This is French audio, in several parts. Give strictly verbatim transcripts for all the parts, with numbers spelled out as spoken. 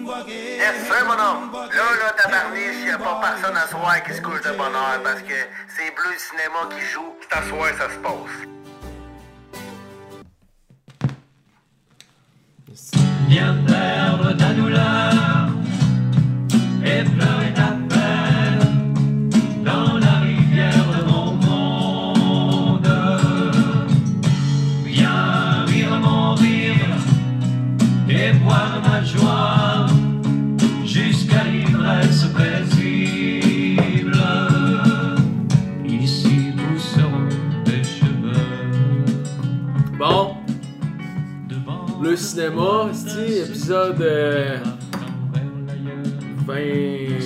Yes, sir, mon homme. Là, là, tabarniche, y'a pas personne à soir qui se couche de bonne heure parce que c'est Bleu Cinéma qui joue. C'est à soir, ça se passe. Viens perdre ta douleur et pleurer ta peine dans la rivière de mon monde. Viens rire mon rire et boire ma joie jusqu'à l'ivresse paisible. Ici pousseront des cheveux. Bon. Le cinéma, c'est épisode euh, vingt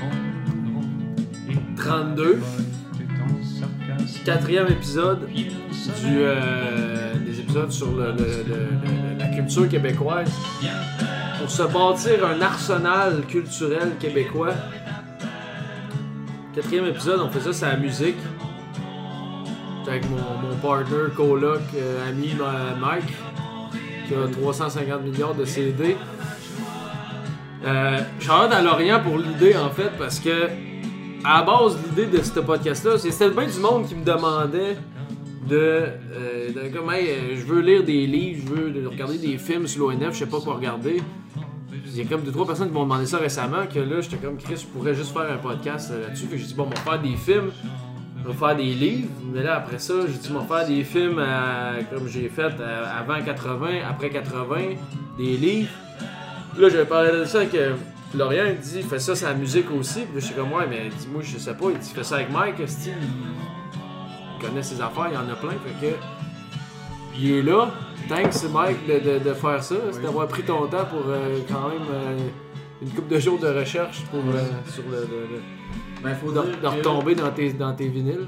trente-deux, quatrième épisode du, euh, des épisodes sur le, le, le, le, la culture québécoise. Pour se bâtir un arsenal culturel québécois. Quatrième épisode, on fait ça, c'est la musique. J'étais avec mon, mon partner, coloc, euh, ami Mike. Qui a trois cent cinquante millions de C D. Euh, je suis à Lorient pour l'idée en fait parce que à la base l'idée de ce podcast-là, c'était bien du monde qui me demandait de, euh, de comme hey, je veux lire des livres, je veux regarder des films sur l'O N F, je sais pas quoi regarder. Il y a comme deux trois personnes qui m'ont demandé ça récemment que là j'étais comme Chris, je pourrais juste faire un podcast là-dessus. Fait que j'ai dit bon, on va faire des films. On va faire des livres, mais là après ça, j'ai dit on va faire des films à, comme j'ai fait à, avant quatre-vingts, après quatre-vingts, des livres. Puis là j'avais parlé de ça avec euh, Florian, il dit fais ça, c'est la musique aussi. Puis là j'étais comme ouais, mais dis-moi, je sais pas, il dit fais ça avec Mike, style, il connaît ses affaires, il y en a plein, fait que il est là. Thanks Mike de, de, de faire ça, c'est d'avoir pris ton temps pour euh, quand même euh, une couple de jours de recherche pour, euh, sur le, le, le Ben, faut de, dire de retomber que dans tes, dans tes vinyles.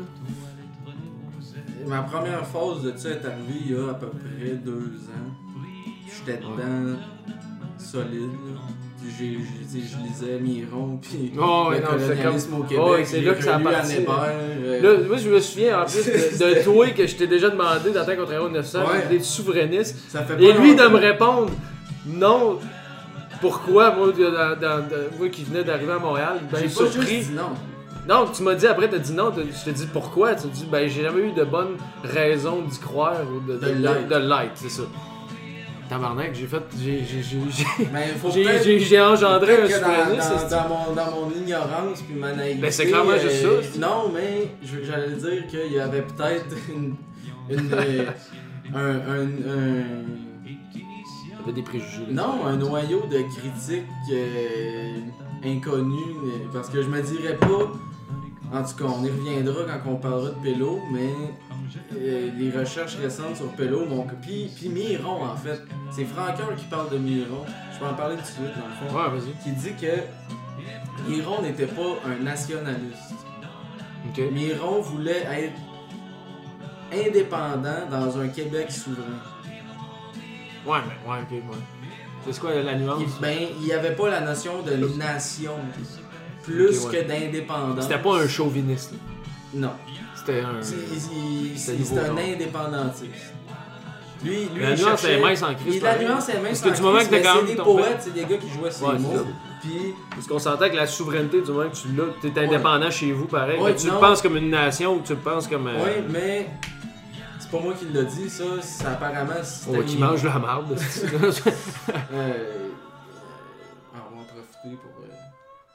ma première phase de ça est arrivée il y a à peu près deux ans. J'étais dedans, solide. J'ai, j'ai, je lisais Miron, puis oh, le ouais, non, colonialisme comme... au Québec. Oh, c'est là que ça a parti. Euh... Là, moi, je me souviens en plus de, de toi que je t'ai déjà demandé dans le temps qu'on travaillait au neuf cents, ouais. D'être souverainiste. Ça fait et lui longtemps. De me répondre non. Pourquoi, moi, dans, dans, dans, moi qui venais d'arriver à Montréal, ben j'ai surpris. Pas juste dit non. Non, tu m'as dit après, t'as dit non, je t'ai dit pourquoi, tu as dit ben j'ai jamais eu de bonne raison d'y croire ou de, de, de, de, de l'être, c'est ça. Tabarnak, j'ai fait, j'ai, j'ai, j'ai, j'ai, j'ai, j'ai, j'ai engendré un souverainiste. Dans, dans, dans, mon, dans mon ignorance puis ma naïveté. Ben c'est clairement juste ça. Euh, non, mais j'allais dire qu'il y avait peut-être une, une euh, un, un, un Il y avait des préjugés. Non, un noyau de critiques euh, inconnues, parce que je me dirais pas, en tout cas on y reviendra quand on parlera de Pello, mais euh, les recherches récentes sur Pello, mon puis, puis Miron en fait, c'est Francoeur qui parle de Miron, je peux en parler tout de suite dans le fond, ouais, vas-y. Qui dit que Miron n'était pas un nationaliste. Okay. Miron voulait être indépendant dans un Québec souverain. Ouais, mais ouais, ok, ouais. C'est quoi la nuance? Il, ben, il n'y avait pas la notion de nation plus okay, ouais. que d'indépendance. C'était pas un chauviniste. Là. Non. C'était un. C'est, il, c'est, c'est un indépendantiste. Lui, lui, la il nuance cherchait... est mince en crise. La nuance est mince en crise. Parce que du moment que t'es quand même. C'est des poètes, c'est des gars qui jouaient ces ouais, mots. Puis... Parce qu'on s'entend que la souveraineté, du moment que tu l'as, t'es indépendant ouais. chez vous, pareil. Ouais, que tu non. le penses comme une nation ou tu le penses comme. Euh... Oui, mais. C'est pas moi qui l'a dit, ça, ça apparemment c'était... Oh, qui mange la marde. euh, euh, on va en profiter pour... Euh...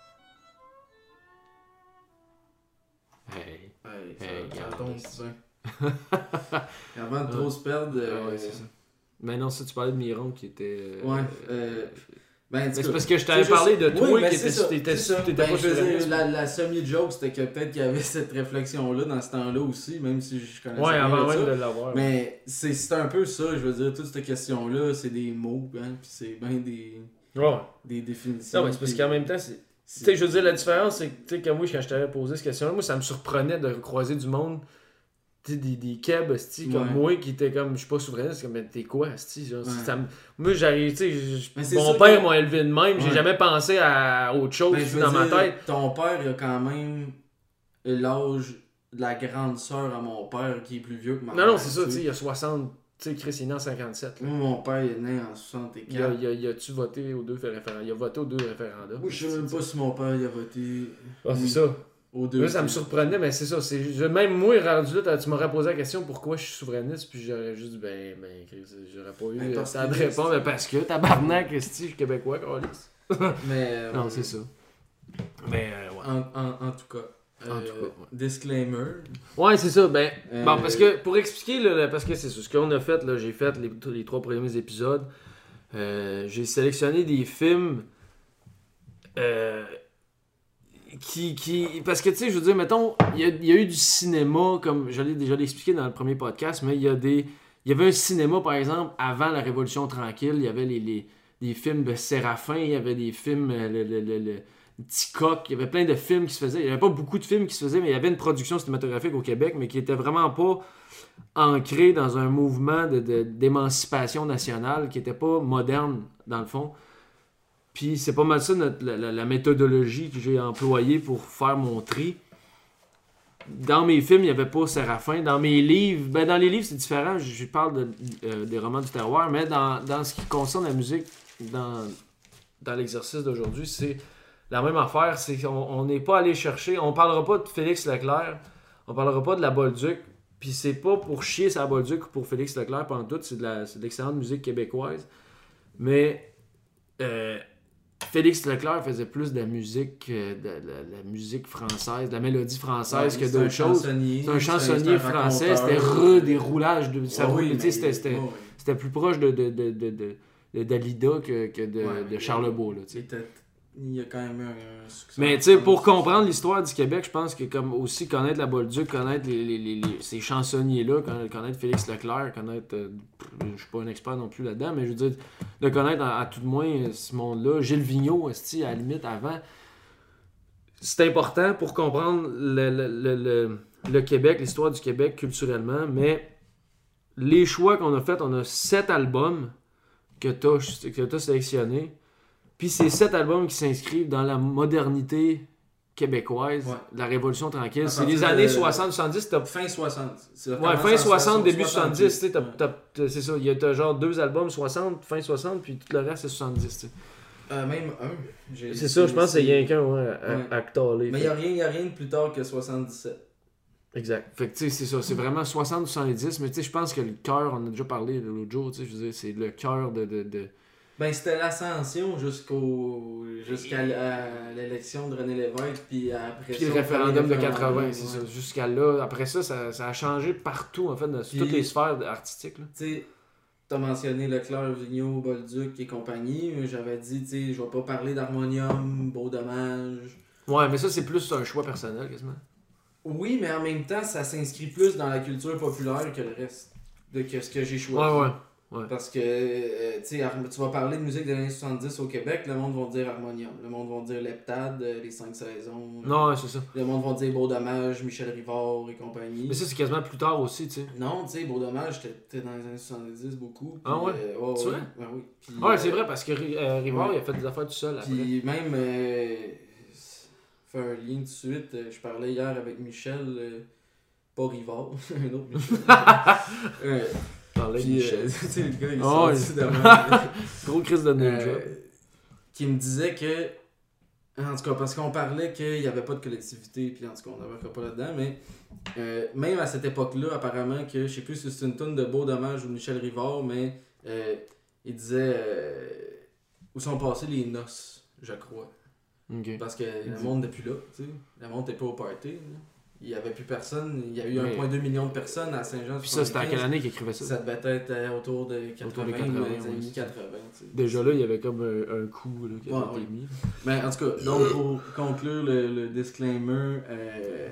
Hey, hey, ça, hey, ça tombe, ça. Avant de trop se perdre... Euh... Ouais, c'est ça. Mais non, ça, tu parlais de Miron qui était... Euh... Ouais, euh... Ben, mais c'est parce que je t'avais parlé de toi oui, qui était, ça, t'étais, ça. t'étais ben, pas je faisais, sur la, la semi-joke, c'était que peut-être qu'il y avait cette réflexion-là dans ce temps-là aussi, même si je connaissais ouais, pas avant même ça. de l'avoir. Mais c'est, c'est un peu ça, je veux dire, toute cette question-là, c'est des mots, hein, puis c'est bien des, ouais. des définitions. Non, mais c'est parce qu'en même temps, c'est... Tu sais, je veux dire, la différence, c'est que, tu sais, comme moi, quand je t'avais posé cette question-là, moi, ça me surprenait de croiser du monde... Des, des kebs asti, comme ouais. moi qui était comme je suis pas souverainiste, c'est comme mais t'es quoi asti, genre, ouais. ça me... moi j'arrive tu sais mon père que... m'a élevé de même, ouais. j'ai jamais pensé à autre chose ben, dans dire, ma tête. Ton père il a quand même l'âge de la grande sœur à mon père qui est plus vieux que ma non mère. Non non c'est ça, tu sais il y a soixante Tu sais, Chris il est né en cinquante-sept. Moi, mon père est né en soixante-quatre. Il a, il a, il a-tu voté aux deux référendums? Il a voté aux deux référendums. Moi, je sais même pas si mon père il a voté. Ah, c'est ça. Aux deux. Là, ça me surprenait, mais c'est ça. C'est, je, même moi, rendu là, tu m'aurais posé la question pourquoi je suis souverainiste, puis j'aurais juste dit, ben, ben, Chris, j'aurais pas eu Ben, le temps de répondre, mais parce que tabarnak, est-ce que je suis québécois, câlisse. Mais. euh, Non, c'est ça. Mais, euh, ouais. En, en, en tout cas. En euh, tout cas, ouais. Disclaimer. Ouais, c'est ça. Ben, Euh, bon, parce que pour expliquer, là, parce que c'est ça, ce qu'on a fait, là, j'ai fait les, les trois premiers épisodes. Euh, j'ai sélectionné des films euh, qui, qui. Parce que, tu sais, je veux dire, mettons, il y, a- il y a eu du cinéma, comme je l'ai déjà expliqué dans le premier podcast, mais il y a des. Il y avait un cinéma, par exemple, avant la Révolution tranquille. Il y avait les, les, des films de Séraphin, il y avait des films. euh, Le, le, le, le, Ticoc, il y avait plein de films qui se faisaient. Il n'y avait pas beaucoup de films qui se faisaient, mais il y avait une production cinématographique au Québec, mais qui était vraiment pas ancrée dans un mouvement de, de- d'émancipation nationale, qui était pas moderne, dans le fond. Puis c'est pas mal ça notre- la, la- la méthodologie que j'ai employée pour faire mon tri. Dans mes films, il n'y avait pas Séraphin. Dans mes livres, ben dans les livres, c'est différent. Je, je parle de, euh, des romans du terroir, mais dans, dans ce qui concerne la musique, dans, dans l'exercice d'aujourd'hui, c'est la même affaire. C'est qu'on n'est pas allé chercher. On parlera pas de Félix Leclerc. On parlera pas de la Bolduc. Puis c'est pas pour chier sa Bolduc ou pour Félix Leclerc pendant tout. C'est de, la, c'est de l'excellente musique québécoise. Mais euh, Félix Leclerc faisait plus de la musique, euh, de, la, la musique française, de la mélodie française Ouais, que c'est un d'autres choses. chansonnier, C'est un chansonnier c'est un français. raconteur. C'était re des roulages. De, ça Ouais, roule, oui, tu sais, mais- c'était, c'était, ouais, ouais. c'était plus proche de, de, de, de, de, de Dalida que, que de, Ouais, de mais- Charlebois. Là, tu sais. Il était- il y a quand même eu un succès. Mais tu sais, pour comprendre l'histoire du Québec, je pense que comme aussi connaître la Bolduc, connaître les, les, les, les- ces chansonniers-là, connaître, connaître Félix Leclerc, connaître. Euh, je suis pas un expert non plus là-dedans, mais je veux dire, de connaître à, à tout de moins euh, ce monde-là, Gilles Vigneault, esti, à la limite avant. C'est important pour comprendre le, le, le, le, le Québec, l'histoire du Québec culturellement, mais les choix qu'on a faits, on a sept albums que tu as sélectionnés. Puis c'est sept albums qui s'inscrivent dans la modernité québécoise, Ouais. la Révolution tranquille. À C'est partir les années de- soixante soixante-dix. T'as... Fin soixante. Ça Ouais, commence fin en soixante, début soixante-dix. tu sais, t'as- Ouais. t'as- t'as- c'est ça. Il y a t'as genre deux albums soixante, fin soixante, puis tout le reste c'est soixante-dix. tu sais. Euh, même un. J'ai- C'est ça, je pense que c'est rien qu'un ouais, à, Ouais. à Actalé. Mais il n'y a, rien- y a rien de plus tard que soixante-dix-sept. Exact. Fait que tu sais, c'est ça. C'est vraiment soixante soixante-dix. Mais tu sais, je pense que le cœur, on a déjà parlé l'autre jour, tu sais, je veux dire, c'est le cœur de. de, de... Ben, c'était l'ascension jusqu'au jusqu'à la- l'élection de René Lévesque, puis après Puis ça, le référendum de référendum, quatre-vingts, c'est ouais. ça. Jusqu'à là, après ça, ça, ça a changé partout, en fait, dans Puis- toutes les sphères artistiques. Là. Tu sais, t'as mentionné Leclerc, Vigneault, Bolduc et compagnie. J'avais dit, tu sais, je vais pas parler d'harmonium, beau dommage. Ouais, mais ça, c'est plus un choix personnel, quasiment. Oui, mais en même temps, ça s'inscrit plus dans la culture populaire que le reste de que ce que j'ai choisi. Ouais, ouais. Ouais. Parce que, euh, tu sais, har- tu vas parler de musique des années soixante-dix au Québec, le monde va dire harmonium. Le monde va dire Leptade, euh, les cinq saisons. Non, ouais, c'est ça. Le monde va dire Beau Dommage, Michel Rivard et compagnie. Mais ça, c'est quasiment plus tard aussi, tu sais. Non, tu sais, Beau Dommage, t'étais dans les années soixante-dix beaucoup. puis, Ah ouais? euh, ouais, C'est ouais, vrai? ouais, oui. Puis, Ouais, euh, c'est vrai, parce que euh, Rivard, ouais. il a fait des affaires tout seul après. Puis même, euh, faire un lien tout de suite, euh, je parlais hier avec Michel, euh, pas Rivard, un autre Michel. euh, Parlait de puis, Michel. euh, tu sais, le gars, il Oh, est il- sorti de même. Gros crise de name drop. Euh, qui me disait que, en tout cas, parce qu'on parlait qu'il n'y avait pas de collectivité, puis en tout cas, on n'embarquera pas là-dedans, mais euh, même à cette époque-là, apparemment, que je sais plus si c'est une tonne de Beau Dommage ou Michel Rivard, mais euh, il disait euh, où sont passées les noces, je crois. Ok. Parce que le monde n'est plus là, tu sais. Le monde n'était pas au party. Là. Il n'y avait plus personne. Il y a eu Mais- un virgule deux million de personnes à Saint-Jean. Puis ça, c'était à quelle année qu'il écrivait ça? Ça devait être euh, autour de quatre-vingts, Autour de dans quatre-vingts, les années ouais, quatre-vingts. tu sais. Déjà là, il y avait comme un, un coup là, qui avait Ouais, été ouais. mis. Mais en tout cas, donc pour conclure le, le disclaimer, euh,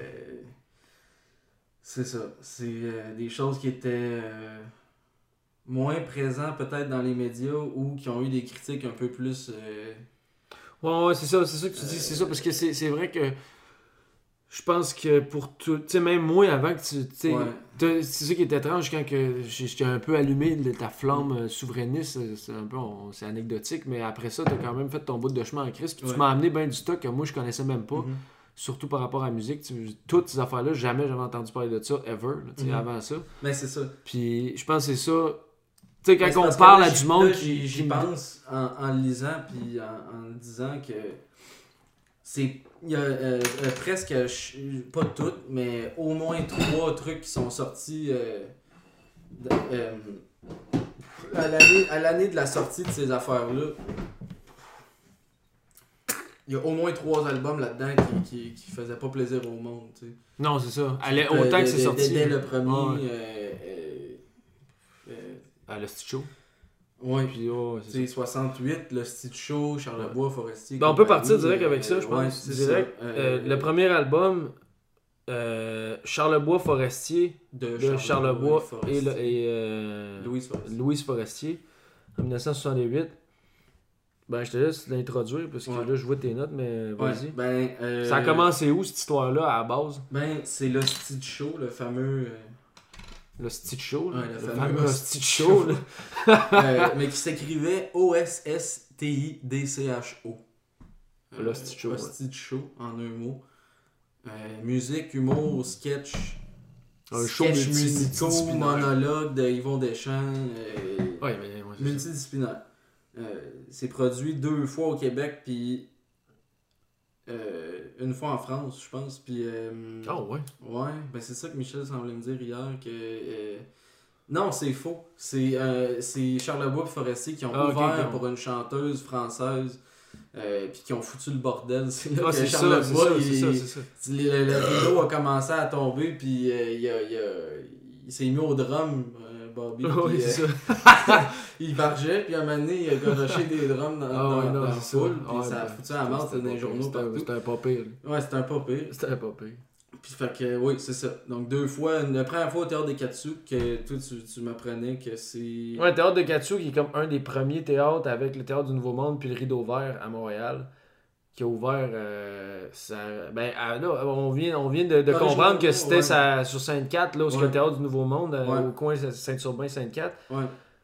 c'est ça. C'est euh, des choses qui étaient euh, moins présentes peut-être dans les médias ou qui ont eu des critiques un peu plus. euh, Ouais, ouais, c'est ça, c'est ça que tu dis, c'est ça, parce que c'est, c'est vrai que je pense que pour tout, tu sais, même moi avant que tu, tu sais, Ouais. t'as- c'est ça qui est étrange quand que j'ai- j'étais un peu allumé de ta flamme euh, souverainiste, c'est- c'est un peu, on- c'est anecdotique, mais après ça, t'as quand même fait ton bout de chemin en crise, puis Ouais. tu m'as amené bien du stock que moi je connaissais même pas. Mhm. surtout par rapport à la musique. Tu, toutes ces affaires-là, jamais j'avais entendu parler de ça, ever, là, mm-hmm. avant ça. Ben, c'est ça. Puis je pense que c'est ça. Tu sais, quand ben, on parle là, à du monde là, qui. J'y qui pense en, en lisant, puis en, en disant que c'est. Il y a euh, euh, presque, pas toutes, mais au moins trois trucs qui sont sortis euh, de, euh, à, l'année, à l'année de la sortie de ces affaires-là. Il y a au moins trois albums là-dedans qui, qui, qui faisaient pas plaisir au monde. Tu sais. Non, c'est ça. Allait, autant euh, que c'est sorti. Dès le premier. Ah, ouais. euh, euh, euh, à le Stitch Show. Ouais, puis oh, c'est soixante-huit, le Stitch Show, Charlebois, ouais. Forestier. Ben, on peut partir direct avec ça, je pense. Ouais, c'est direct. Euh, euh, le premier album, euh, Charlebois Forestier, de, de Charlebois, Charlebois et, le, et euh, Louise Forestier. Louise Forestier, en dix-neuf cent soixante-huit. Ben, je te laisse l'introduire parce que ouais. là, je vois tes notes, mais vas-y. Ouais, ben, euh, ça a commencé où cette histoire-là à la base? Ben, c'est le Stitch Show, le fameux. Euh... Le Stitch Show, là. Ouais, le, le fameux, fameux Stitch Show, là. euh, mais qui s'écrivait O S S T I D C H O. Euh, le Stitch Show. Le Stitch Show, en un mot. Euh, musique, humour, sketch. Un show sketch musicaux, monologue de Yvon Deschamps. Euh, ouais, mais, ouais, multidisciplinaire. Euh, c'est produit deux fois au Québec, puis euh, une fois en France, je pense. Puis, euh, oh ouais? Ouais, ben c'est ça que Michel semblait me dire hier. que euh, Non, c'est faux. C'est, euh, c'est Charlebois et Forestier qui ont ah, ouvert okay, okay. pour une chanteuse française. Euh, puis qui ont foutu le bordel. C'est là ah, que c'est Charlebois, ça, c'est ça, il, c'est ça, c'est ça. Le, le rideau a commencé à tomber, puis euh, il, a, il, a, il s'est mis au drum. Bobby, oui, puis, c'est euh, ça. il bargeait, puis à un moment donné, il a garoché des drums dans, ah, dans, ouais, non, dans la foule, puis ouais, ça a ben, foutu à la mort, c'était dans les journaux partout. C'était un pas pire. Ouais, c'était un pas pire. C'était un pas pire. Puis fait que, oui, c'est ça. Donc deux fois, la première fois au Théâtre des Katsu, que toi, tu, tu m'apprenais que c'est... Ouais, le Théâtre de Katsu, qui est comme un des premiers théâtres avec le Théâtre du Nouveau Monde, puis le Rideau Vert à Montréal. Qui a ouvert euh, ça, ben à, là, on vient, on vient de, de comprendre que c'était ouais. sa, sur Sainte-Cat, là, où ouais. le Théâtre du Nouveau Monde, ouais. euh, au coin Saint-Urbain-Sainte-Cat. Ouais.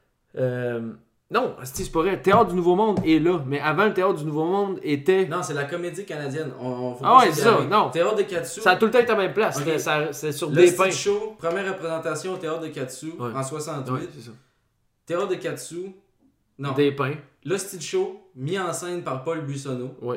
Euh, non, c'est pas vrai, le Théâtre du Nouveau Monde est là, mais avant le Théâtre du Nouveau Monde était... Non, c'est la Comédie Canadienne. On, on ah ouais, c'est ça, non. Théâtre de Katsu. Ça a tout le temps été à la même place, okay. c'était, c'était sur le des pins. Le Show, première représentation au Théâtre de Katsu ouais. en soixante-huit. Ouais, c'est ça. Théâtre de Katsu, non. Des pins. Le Stitch Show, mis en scène par Paul Buissonneau. Oui.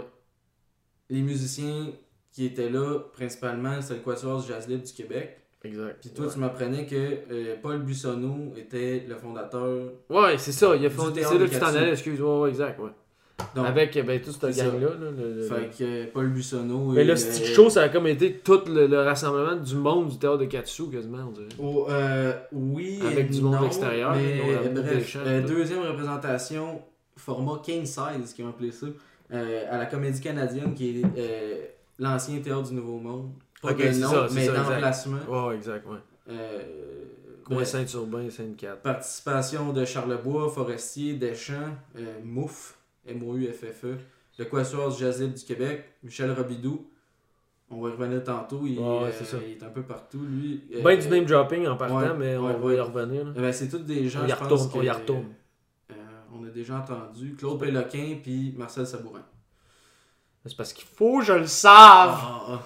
Les musiciens qui étaient là, principalement, c'est le Quatuor du Jazz Libre du Québec. Exact. Puis toi, ouais. tu m'apprenais que euh, Paul Buissonneau était le fondateur. Ouais, c'est ça. Il a fondé. C'est là que tu t'en allais, excuse. Ouais, ouais, exact. Ouais. Donc, avec ben, tout ce gang-là. Là, le, le, fait que euh, Paul Buissonneau. Mais le Stitch Show, ça a comme été tout le, le rassemblement du monde du Théâtre de Katsu, quasiment, on dirait. Oh, euh, oui. Avec du monde non, extérieur. Mais, là, bref, champs, euh, deuxième représentation, format king size, qui ont appelé ça. Euh, à la Comédie Canadienne, qui est euh, l'ancien Théâtre du Nouveau Monde. Pas okay, de nom, ça, mais ça, d'emplacement. Ouais, exact, ouais. Euh, Coin ben, Saint-Urbain, Sainte-Cat. Participation de Charlebois, Forestier, Deschamps, euh, Mouf, M O U F F E, le Quatuor du Jazz Libre du Québec, Michel Robidoux. On va y revenir tantôt, il, ouais, euh, c'est ça. il est un peu partout, lui. Ben euh, du name dropping en partant, ouais, mais on ouais, va ouais. y revenir. Ben, c'est tous des gens, on y je retourne, pense que, on y retourne. Euh, on a déjà entendu. Claude Péloquin puis Marcel Sabourin. C'est parce qu'il faut que je le save! Ah,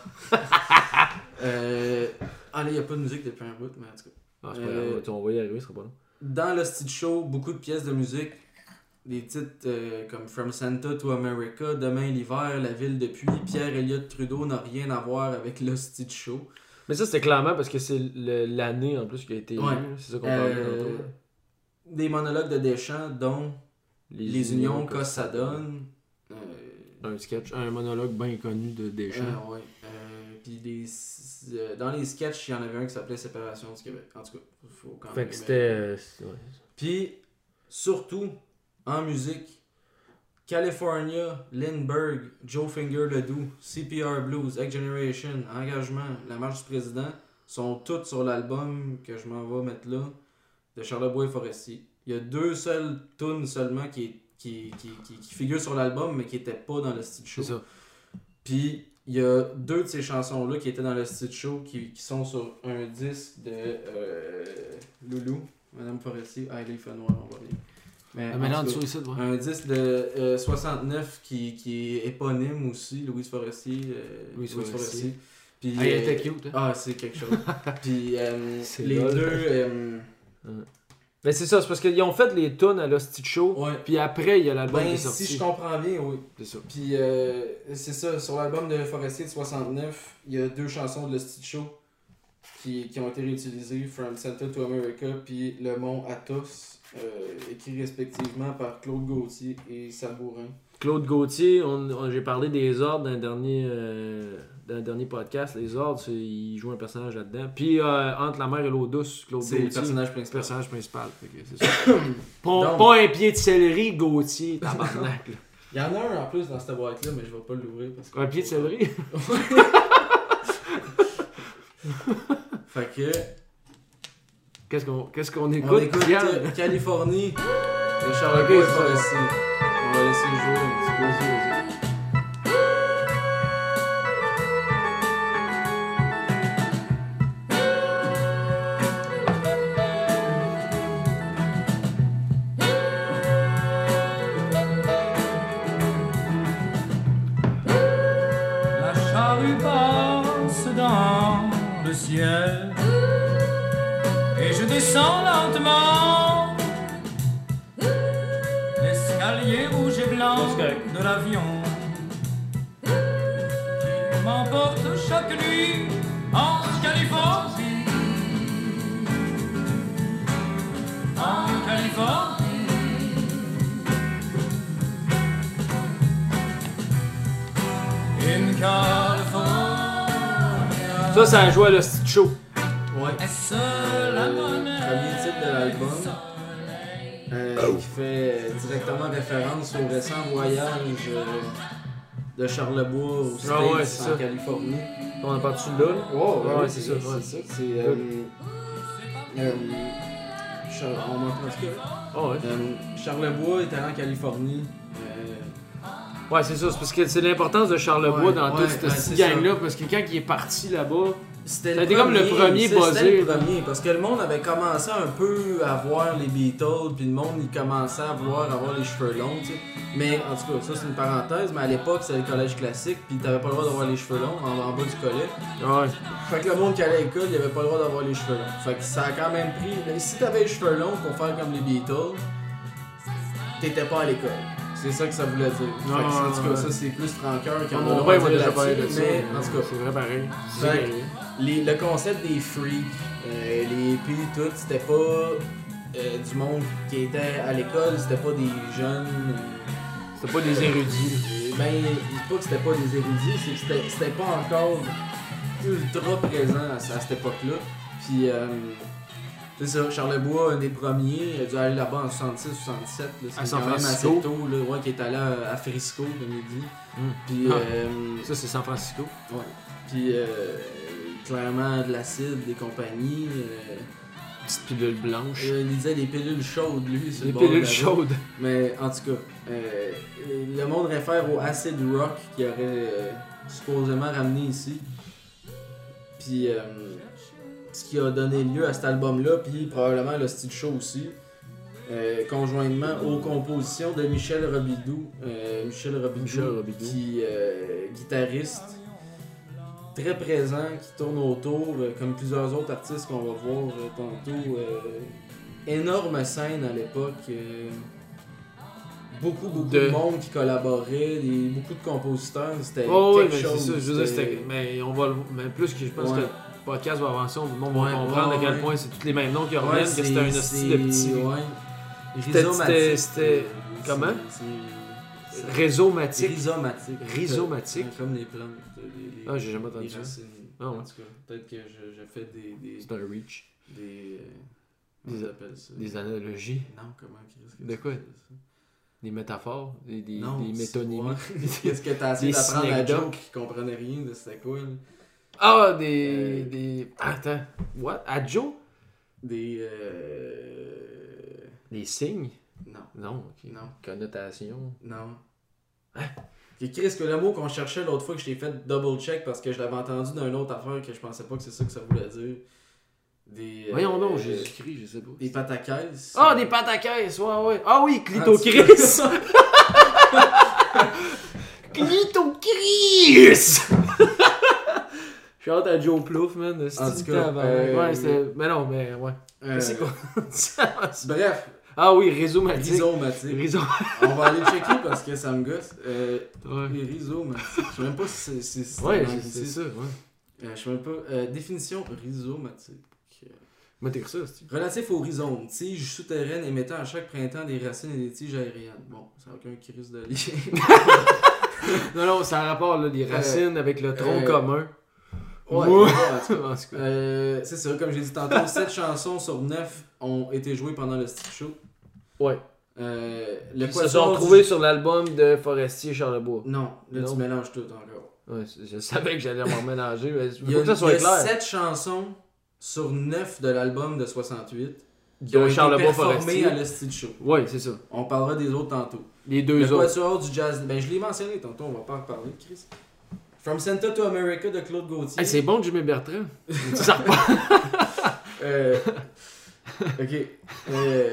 ah. euh, ah là, il n'y a pas de musique depuis un bout, mais en tout cas. Ah, c'est euh, pas grave, on va y arriver, ce sera pas long. Dans le Stitch Show, beaucoup de pièces de musique. Des titres euh, comme From Santa to America, Demain l'hiver, La ville de Puy, Pierre Elliott Trudeau n'a rien à voir avec le Stitch Show. Mais ça, c'était clairement parce que c'est le, l'année en plus qui a été ouais. élue. C'est ça qu'on parlait euh, tantôt. Des monologues de Deschamps, dont Les, les Unions, qu'est-ce que ça donne. Euh, un sketch, un monologue bien connu de Deschamps. Euh, ouais. Euh, puis des, euh, dans les sketchs, il y en avait un qui s'appelait Séparation du Québec. En tout cas, il faut quand même. Fait que c'était. Euh, ouais. Puis, surtout, en musique, California, Lindbergh, Joe Finger Ledoux, C P R Blues, X Generation, Engagement, La Marche du Président sont toutes sur l'album que je m'en vais mettre là de Charlebois et Forestier. Il y a deux seules tunes seulement qui, qui, qui, qui, qui figurent sur l'album mais qui n'étaient pas dans le Stitch Show. C'est ça. Puis il y a deux de ces chansons-là qui étaient dans le Stitch Show qui, qui sont sur un disque de euh, Loulou, Madame Forestier. Ah, là, il fait noir, on va bien. Mais Ah, mais là, en en tout dessous cas, ici, ouais. un disque de euh, soixante-neuf qui, qui est éponyme aussi, Louise Forestier. euh, Louise Forestier. Puis, Ah, elle euh, était cute, hein? Ah, c'est quelque chose. Puis euh, C'est les drôle. deux. euh, Mais c'est ça, c'est parce qu'ils ont fait les tunes à l'Hostie Show, ouais. puis après, il y a l'album qui Ben, est sorti. si je comprends bien, oui. C'est ça. Puis euh, c'est ça, sur l'album de Forestier de soixante-neuf, il y a deux chansons de Lusty Show qui, qui ont été réutilisées, From Santa to America, puis Le Mont Athos, euh, écrit respectivement par Claude Gauthier et Sabourin. Claude Gauthier, on, on- j'ai parlé des ordres d'un dernier, euh, d'un dernier podcast. Les ordres, c'est, il joue un personnage là-dedans. Puis euh, Entre la mer et l'eau douce, Claude C'est le Gauthier. personnage Le principal. personnage principal. Fait que c'est ça. pas, Donc- pas un pied de céleri, Gauthier, tabarnak. là. Il y en a un en plus dans cette boîte-là, mais je vais pas l'ouvrir. Parce que Un pied de céleri? Fait que, Qu'est-ce qu'on, qu'est-ce qu'on on écoute, écoute Yann? euh, Californie de Charles Ok, Bois et c'est ça. Forestier. On va laisser jouer un petit peu. Vas-y, vas-y. La charrue passe dans le ciel et je descends lentement l'escalier rouge et blanc C'est correct. de l'avion qui m'emporte chaque nuit en Californie. En Californie. In California. Ça, ça a joué à l'Hostie Show. Ouais. Est-ce Euh, la le monnaie premier titre de l'album, euh, qui fait directement référence au récent voyage euh, de Charlebois aux States, Ah ouais, c'est en ça. Californie. On en parle-tu de là? là? Wow, Ouais, c'est ça, ouais. C'est ça. C'est. Euh, euh, Char- on m'entend en tout cas. Ah ouais. Euh, Charlebois est allé en Californie. euh, Ouais, c'est ça. C'est parce que c'est l'importance de Charlebois Ouais, dans ouais, toute cette ouais, petite c'est gang-là. Parce que quand il est parti là-bas, C'était Ça a été comme le premier c'est- c'était buzzé, le là. premier, parce que le monde avait commencé un peu à voir les Beatles, puis le monde il commençait à vouloir avoir les cheveux longs, tu sais. Mais en tout cas, ça c'est une parenthèse, mais à l'époque c'était le collège classique, puis t'avais pas le droit d'avoir les cheveux longs en, en bas du collet. ouais. Fait que le monde qui allait à l'école, il avait pas le droit d'avoir les cheveux longs. Fait que ça a quand même pris. Mais si t'avais les cheveux longs pour faire comme les Beatles, t'étais pas à l'école. C'est ça que ça voulait dire. Fait que, Ah, en tout cas, ouais. ça c'est plus Francoeur qui en a Mon le père droit m'a de dire déjà parlé de là-dessus, ça. mais en tout cas, c'est vrai pareil. Fait C'est que vrai. les- le concept des freaks, euh, les hippies, tout, c'était pas euh, du monde qui était à l'école, c'était pas des jeunes. C'était pas des érudits. euh, ben, je dis pas que c'était pas des érudits, c'est que c'était, c'était pas encore ultra présent à, à cette époque-là. Puis, euh, c'est ça, Charlebois, un des premiers, il a dû aller là-bas en soixante-six soixante-sept. Là, c'est À San quand même Francisco. assez tôt, là, ouais, qui est allé à, à Frisco, comme il dit. Hum. Puis, Ah. euh, Ça, c'est San Francisco. Ouais. Puis euh, clairement de l'acide, des compagnies. Euh, Petite pilule blanche. euh, il disait des pilules chaudes, lui. sur Des le bord de pilules la route. chaudes. Mais en tout cas, euh, le monde réfère au acid rock qui aurait euh, supposément ramené ici. Puis euh, ce qui a donné lieu à cet album-là, puis probablement le style show aussi. Euh, conjointement aux compositions de Michel Robidoux. Euh, Michel Robidoux, Michel Robidoux. qui euh, guitariste très présent, qui tourne autour, euh, comme plusieurs autres artistes qu'on va voir euh, tantôt. Euh, énorme scène à l'époque. euh, beaucoup, beaucoup de... De- monde qui collaborait, des, beaucoup de compositeurs. C'était Oh, oui, quelque mais c'est chose. ça. Je veux dire, c'était- c'était. Mais on va le. Mais plus que je pense Ouais. que le podcast va avancer, on va Ouais, comprendre ouais, à quel ouais. point c'est tous les mêmes noms qui Ouais, reviennent, que c'est- c'était un hostie de petit. c'est- ouais. C'était- Rhizomatique, c'était- c'était- c'est- comment? c'est- c'est- Réseaumatique. Rhizomatique. Rhizomatique. Ouais, Comme les plantes. les- les- Ah, j'ai jamais les entendu ça. racines. Ah ouais. En tout cas, peut-être que je, je fais des. des, C'est un reach. des euh, Des- comment on appelle ça? Des analogies, Non, comment qu'est-ce que De tu quoi? appelles ça? des métaphores, des, des, Non, des c'est- métonymies. ouais. Qu'est-ce que t'as essayé Des d'apprendre à synecdoches. Joe qui comprenait rien de c'était quoi? Là? Ah, des. Euh, des... Attends. What? À Joe? Des. Euh... Des signes? Non, Non, ok. Non. Connotation. non. Et Chris, que le mot qu'on cherchait l'autre fois que je t'ai fait double check parce que je l'avais entendu d'une autre affaire que je pensais pas que c'est ça que ça voulait dire. Des, Voyons euh, donc, Jésus-Christ, je sais pas. Des pâtes à caisse. Ah, des pâtes à caisse, ouais, ouais. Ah oui, En Clito-Chris! Clito-Chris! J'ai hâte à Joe Plouf, man. En tout cas, euh, ouais, c'était... Mais non, mais ouais. Euh, C'est quoi? Bref, Ah oui, rhizomatique. rhizomatique. Rhizom... On va aller checker parce que ça me gosse. Euh, Ouais, les rhizomatique. Je sais même pas si c'est. si c'est ouais un c'est, anglicisme. c'est ça, ouais. Euh, je sais même pas. Euh, définition rhizomatique. Moi, t'es ça, c'est... Relatif aux rhizomes, tiges souterraines émettant à chaque printemps des racines et des tiges aériennes. Bon, ça n'a aucun crise de lien. Non, non, ça a rapport, là, les racines avec le tronc euh, commun. Ouais, Ouais. ouais, en tout cas. En tout cas. Euh, c'est ça, comme j'ai dit tantôt, sept chansons sur neuf ont été jouées pendant le Stitch Show. Ouais. Euh, le Ils se Quatuor sont du- retrouvés sur l'album de Forestier Charlebois. Non, là Non. tu mélanges tout encore. Ouais, je savais que j'allais m'en mélanger, mais Il y faut a, que ça soit il y a clair. sept chansons sur neuf de l'album de soixante-huit qui De ont été Charlebois performées Forestier. à le Stitch Show. Ouais, c'est ça. On parlera des autres tantôt. Les deux Le autres. Quatuor du jazz, ben je l'ai mentionné tantôt, on va pas en reparler, Chris. From Santa to America de Claude Gauthier. Hey, c'est bon, Jimmy Bertrand. Ça repart. Euh, ok. Euh,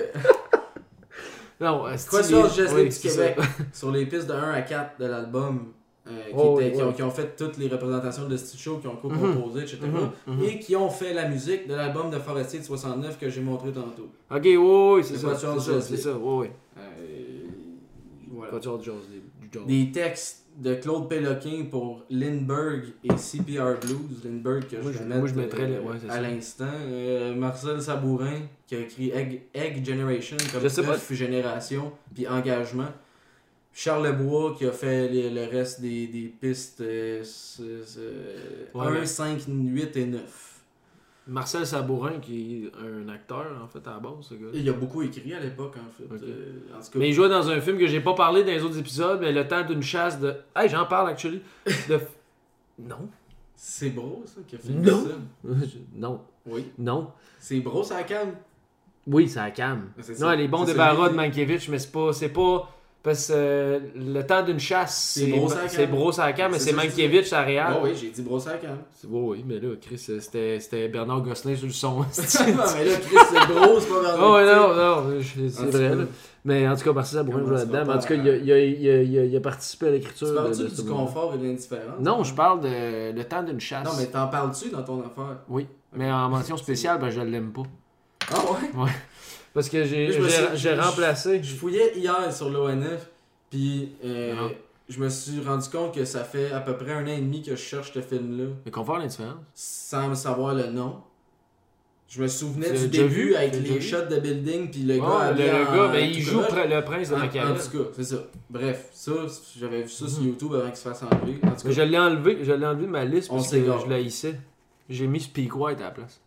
Non, c'est Quatuor du Jazz League du c'est Québec ça. sur les pistes de un à quatre de l'album. euh, qui, Oh, étaient- qui ouais. ont, qui ont fait toutes les représentations de Stitch Show, qui ont co-composé, et cetera. Mhm, mhm. Et qui ont fait la musique de l'album de Forestier de soixante-neuf que j'ai montré tantôt. Ok, ouais, ouais, c'est Le ça. Quatuor C'est du ça, Jazz c'est League. ça, ouais, ouais. Euh, voilà. Quatuor du jazz, du jazz. Des textes de Claude Péloquin pour Lindbergh et C P R Blues. Lindbergh que Moi, je je- vais mettre moi, je mettrais euh, les- ouais, c'est à ça. l'instant. Euh, Marcel Sabourin qui a écrit Egg, Egg Generation comme Je sais pas. œuf, génération puis engagement. Charles Lebois qui a fait les- le reste des, des pistes euh, c'est- c'est- Ouais, un, mais- cinq, huit et neuf. Marcel Sabourin, qui est un acteur, en fait, à la base, ce gars. Il a beaucoup écrit à l'époque en fait. Ok. Euh, en tout cas, Mais il jouait dans un film que j'ai pas parlé dans les autres épisodes, mais Le temps d'une chasse de. Hey, j'en parle, actually. De... Non. c'est Bro ça qui a fait Non. ça. Non. Oui. Non. C'est Bro ça cam. Oui, ça calme. C'est Non, ça. les bons C'est débarras celui- de Mankiewicz, mais c'est pas. C'est pas. Parce que euh, Le temps d'une chasse, C'est c'est Brossard-Cam. c'est Brossard-Cam, mais C'est c'est ça que je Mankiewicz à Réal. Ah oui, j'ai dit Bro ça cam. C'est- Oui, oui, mais là, Chris, euh, c'était c'était Bernard Gosselin sur le son. Non, mais là, Chris, c'est gros, c'est pas Bernard. Oh, ouais, non, non, je- c'est En tout vrai. cas. Là. Mais en tout cas, Marcel Sabourin Comment joue ça là-dedans. va Mais en pas, tout cas, il a, il a, il a, il a, il a participé à l'écriture. Tu de, parles-tu de ce du moment. confort et de l'indifférence? Non, je parle de Le temps d'une chasse. Non, mais t'en parles-tu dans ton affaire? Oui, mais en mention spéciale, ben, je l'aime pas. Ah ouais? Parce que j'ai Je me suis- j'ai- j'ai je- remplacé. Je fouillais hier sur l'O N F, puis euh, Ah. je me suis rendu compte que ça fait à peu près un an et demi que je cherche ce film-là, Le confort, l'indifférence. sans savoir le nom. Je me souvenais Tu l'as du déjà début vu? avec Tu l'as les déjà shots de building, puis le Ouais, gars le, habillé le en- gars, ben, il tout joue croche. pre- le prince de En, en Machiavel. tout cas, c'est ça. Bref, ça, j'avais vu ça sur Mhm. YouTube avant qu'il se fasse enlever. En tout Mais cas, je l'ai enlevé, je l'ai enlevé de ma liste On parce que s'égare. je l'haïssais. J'ai mis Speak White à la place.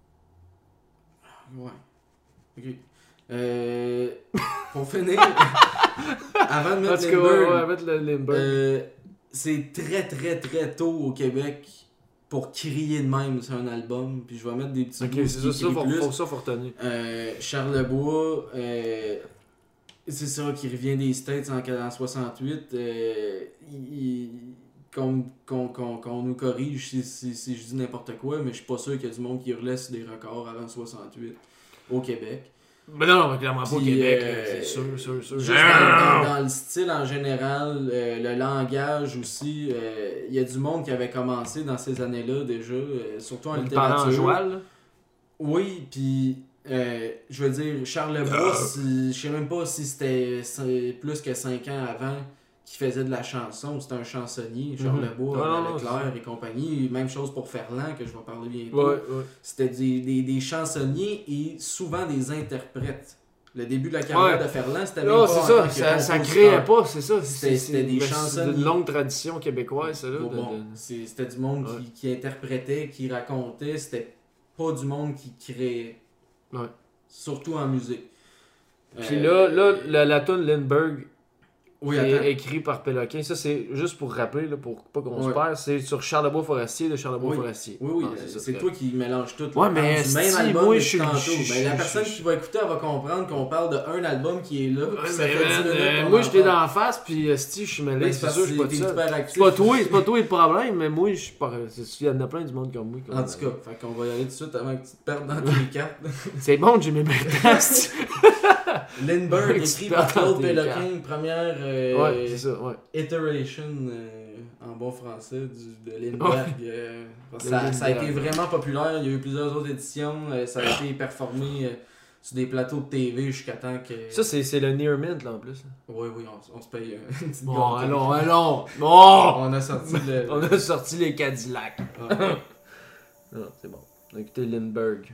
ouais. Ok. Euh, pour finir, avant de En mettre tout cas, ouais, Lindbergh, ouais, mettre le Limburg. euh, c'est très très très tôt au Québec pour crier de même sur un album. Puis je vais mettre des petits ok, bouts c'est qui ça, ça, crient faut, plus. faut, ça, faut retenir. Euh, Charles Lebois, euh, c'est ça, qui revient des States en, en soixante-huit. Euh, il- il- qu'on qu'on- qu'on- qu'on nous corrige si, si, si je dis n'importe quoi, mais je suis pas sûr qu'il y a du monde qui hurlait sur des records avant soixante-huit au Québec. Mais non, mais clairement pas au Puis, Québec, euh, là, c'est sûr, sûr, sûr. Juste dans, dans- dans le style en général, euh, le langage aussi, euh, il y a du monde qui avait commencé dans ces années-là déjà, euh, surtout en Il parlait en littérature. joual, là. Oui, puis euh, je veux dire, Charles Lebois, si- je sais même pas si c'était c'est plus que cinq ans avant qu'il faisait de la chanson, c'était un chansonnier, Charles Mhm. Lebois, Ah, non, non, Leclerc et compagnie, même chose pour Ferland que je vais parler bientôt. Ouais, ouais. C'était des, des, des chansonniers et souvent des interprètes. Le début de la carrière Ouais. de Ferland, c'était Non, même c'est pas en ça, tant que ça, ça compositeur. créait pas, c'est ça. C'était- C'est- c'était des c'est- chansonniers. C'est une longue tradition québécoise, ça, là. Bon, de- bon, de- c'est- c'était du monde Ouais. qui, qui interprétait, qui racontait, c'était pas du monde qui créait. Ouais. Surtout en musique. Puis Euh, là, là, la, la tune Lindbergh, Oui, c'est attends. écrit par Péloquin. Ça, c'est juste pour rappeler, là, pour pas qu'on Ouais. se perd. C'est sur Charlebois Forestier de Charlebois Oui. Forestier. Oui, oui, Ah, c'est, ça, c'est que- toi qui mélanges tout. Ouais, là. mais Du même si, album moi, depuis je suis- tantôt. je- Ben, la je- personne je- qui va écouter, elle va comprendre qu'on parle d'un album qui est là. Ouais, puis ça mais fait dix man, minutes euh, qu'on moi, en j'étais parle. dans la face, puis Esti, je suis mêlé. Ben, c'est parce sûr, que je suis pas t'es tout seul. hyper actif. C'est pas toi, c'est pas toi le problème, mais moi, je suis pas. Il y en a plein du monde comme moi. comme- En tout cas, fait qu'on va y aller tout de suite avant que tu te perdes dans tes cartes. C'est bon, j'ai mes médailles. Lindbergh, Tu écrit te par perds dans Claude tes Péloquin, première euh, Ouais, c'est ça, ouais. iteration euh, en bon français du, de Lindbergh. euh, parce que De ça, ça a été Lindbergh. vraiment populaire, il y a eu plusieurs autres éditions, euh, ça a été performé euh, sur des plateaux de T V jusqu'à temps que... Ça, c'est c'est le Near Mint, là, en plus. Oui, oui, on, on se paye euh, une petite Bon, gâteau. allons, allons. Bon! On a sorti le... On a sorti les Cadillacs. Ah, Non, c'est bon. On a écouté Lindbergh.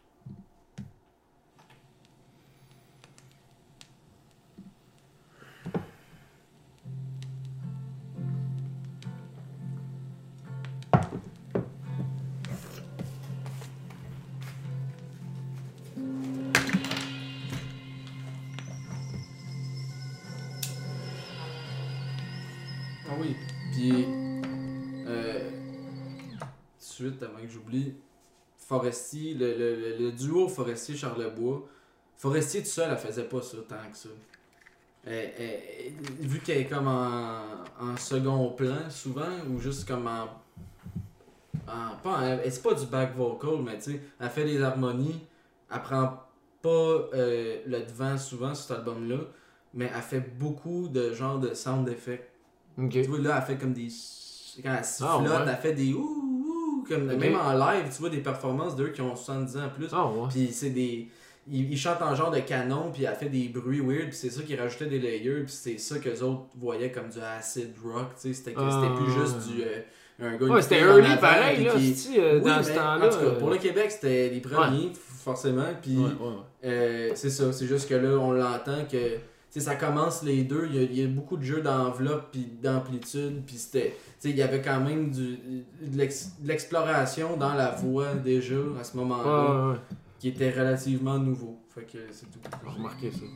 ah oui, puis... Euh, tout de suite, avant que j'oublie, Forestier, le, le, le, le duo Forestier-Charlebois, Forestier tout seul, elle faisait pas ça tant que ça. Elle- elle- vu qu'elle est comme en, en second plan souvent, ou juste comme en... en pas en- elle- c'est pas du back vocal, mais tu sais, elle fait des harmonies, elle prend pas euh, le devant souvent sur cet album-là, mais elle fait beaucoup de genre de sound effects. Ok. Tu vois, là, elle fait comme des... Quand elle sifflote, Ah, ouais. elle fait des ouh, ouh, comme Ok. même en live, tu vois des performances d'eux qui ont soixante-dix ans en plus. Ah, ouais. Puis c'est des... Ils, ils chantent en genre de canon, puis elle fait des bruits weird, puis c'est ça qui rajoutait des layers, puis c'est ça que les autres voyaient comme du acid rock, tu sais, c'était que Ah, c'était plus ouais. juste du... euh, un gars Ouais, qui c'était était en early avant, pareil, puis là, qui- c'ti, euh, Oui, dans mais ce temps-là. En tout cas, euh, pour le Québec, c'était les premiers, forcément, puis... Ouais, ouais, ouais. Euh, c'est ça, c'est juste que là, on l'entend que tu sais, ça commence les deux, il y, a, il y a beaucoup de jeux d'enveloppe puis d'amplitude, puis c'était, tu sais, il y avait quand même du, de l'ex- de l'exploration dans la voix déjà à ce moment-là, Ouais, ouais, ouais. qui était relativement nouveau. Fait que c'est tout. J'ai remarqué ça.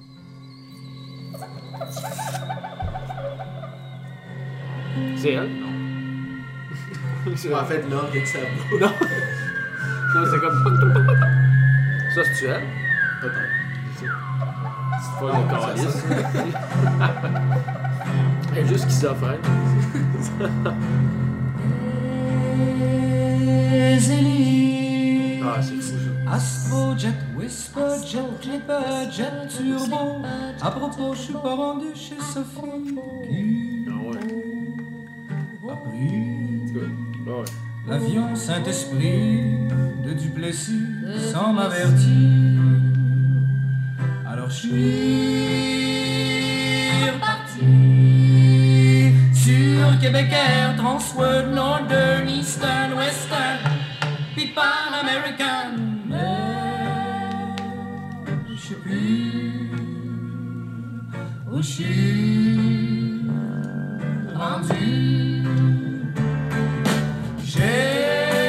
C'est elle? Non. C'est- En fait, l'orgue avec sa voix, Non. Non, c'est comme. Ça, c'est-tu elle? peut-être. C'est pas Ah, le ça, calice. ça. Elle est juste schizophrène. Ah, c'est fou ça. Astrojet, Whisperjet, Clipperjet, Turbo. À propos, je suis pas rendu chez Sophie. Qui Ah ouais. a pris Ah ouais. l'avion Saint-Esprit de Duplessis sans m'avertir. Alors je suis reparti sur Québec Air, Transworld, Northern, Eastern, Western, puis Pan American. Mais je sais plus où je suis rendu. J'ai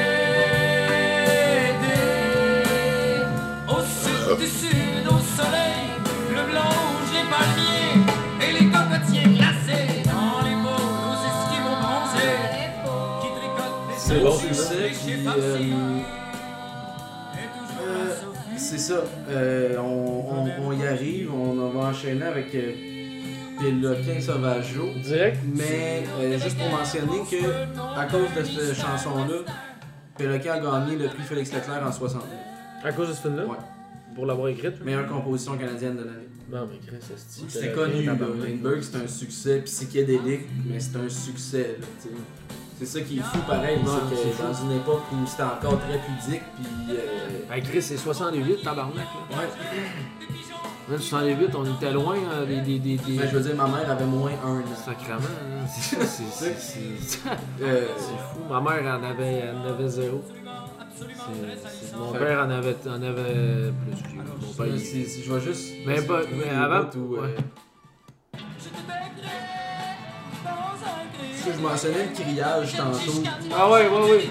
été au sud du sud, au soleil, le blanc, rouge, les palmiers et les cocotiers glacés dans les beaux aux esquimaux bronzés qui tricotent des C'est Gros bon, succès, sandwichs puis, chez euh, Farci. Et toujours euh, la Sophie. c'est ça, euh, on, on, on y arrive, on va enchaîner avec euh, Péloquin Sauvageau. Direct? Mais euh, juste pour mentionner que à cause de cette chanson-là, Péloquin a gagné le prix Félix Leclerc en soixante-neuf. À cause de ce film-là? Ouais. Pour l'avoir écrite? Meilleure composition canadienne de l'année. Non, mais Chris, c'est style. C'était connu, là. Lindbergh, c'est un succès psychédélique, mais c'est un succès, là, tu sais. C'est ça qui est fou, pareil, Ouais, c'est c'est que fou. dans une époque où c'était encore très pudique, puis... Euh, Hey, Chris, c'est soixante-huit, tabarnak, là. ouais, Même soixante-huit, on était loin hein, des. des, des, des... ben, je veux dire, ma mère avait moins un an. Sacrement, hein. C'est c'est- c'est- c'est- Euh, c'est fou. Ma mère en avait, elle en avait zéro. C'est- c'est- Mon Fait- père en avait, en avait plus vieux. Mon père, il- c'est- c'est- je vais juste... Mais essayer pas- de trouver mais des avant- bouts où, euh, ouais. je mentionnais le criage tantôt. Ah ouais, ouais, ouais.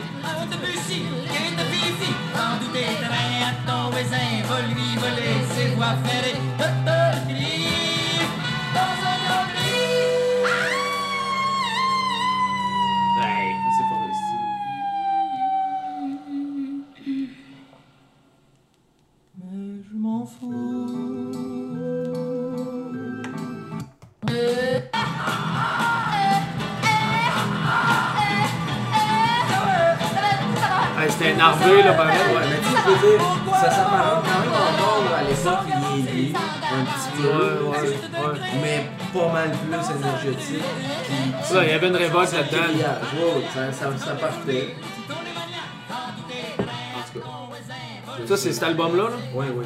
j'étais énervé, là, pareil. Ouais, mais tu sais, je veux dire, ça s'apparente quand même encore à l'époque, il est lié, un petit peu, Ouais, ouais, tu sais, ouais. mais pas mal plus énergétique. Puis, Là, il y avait une révolte ça là-dedans. criage, ouais, ouais, ça, ça, ça partait. En tout cas. Ça, c'est cet album-là, là? Ouais, ouais.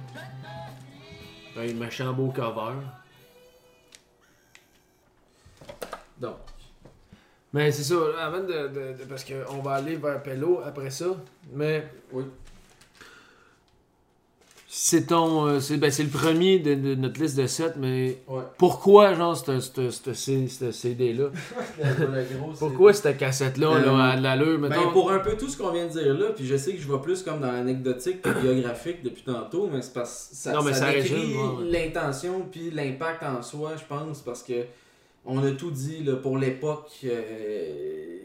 Un méchant beau cover. Donc. Mais c'est ça, avant de, de, de parce qu'on va aller vers Pello après ça, mais Oui. c'est ton, euh, c'est ben, c'est le premier de, de notre liste de sept, mais Ouais. pourquoi genre ce C D-là? Pourquoi cette cassette-là, Euh, là, à de l'allure, mettons? Ben, pour un peu tout ce qu'on vient de dire là, puis je sais que je vais plus comme dans l'anecdotique que biographique depuis tantôt, mais c'est parce que ça, Non, mais ça ça décrit résume, ouais, ouais. l'intention puis l'impact en soi, je pense, parce que on a tout dit là, pour l'époque, euh,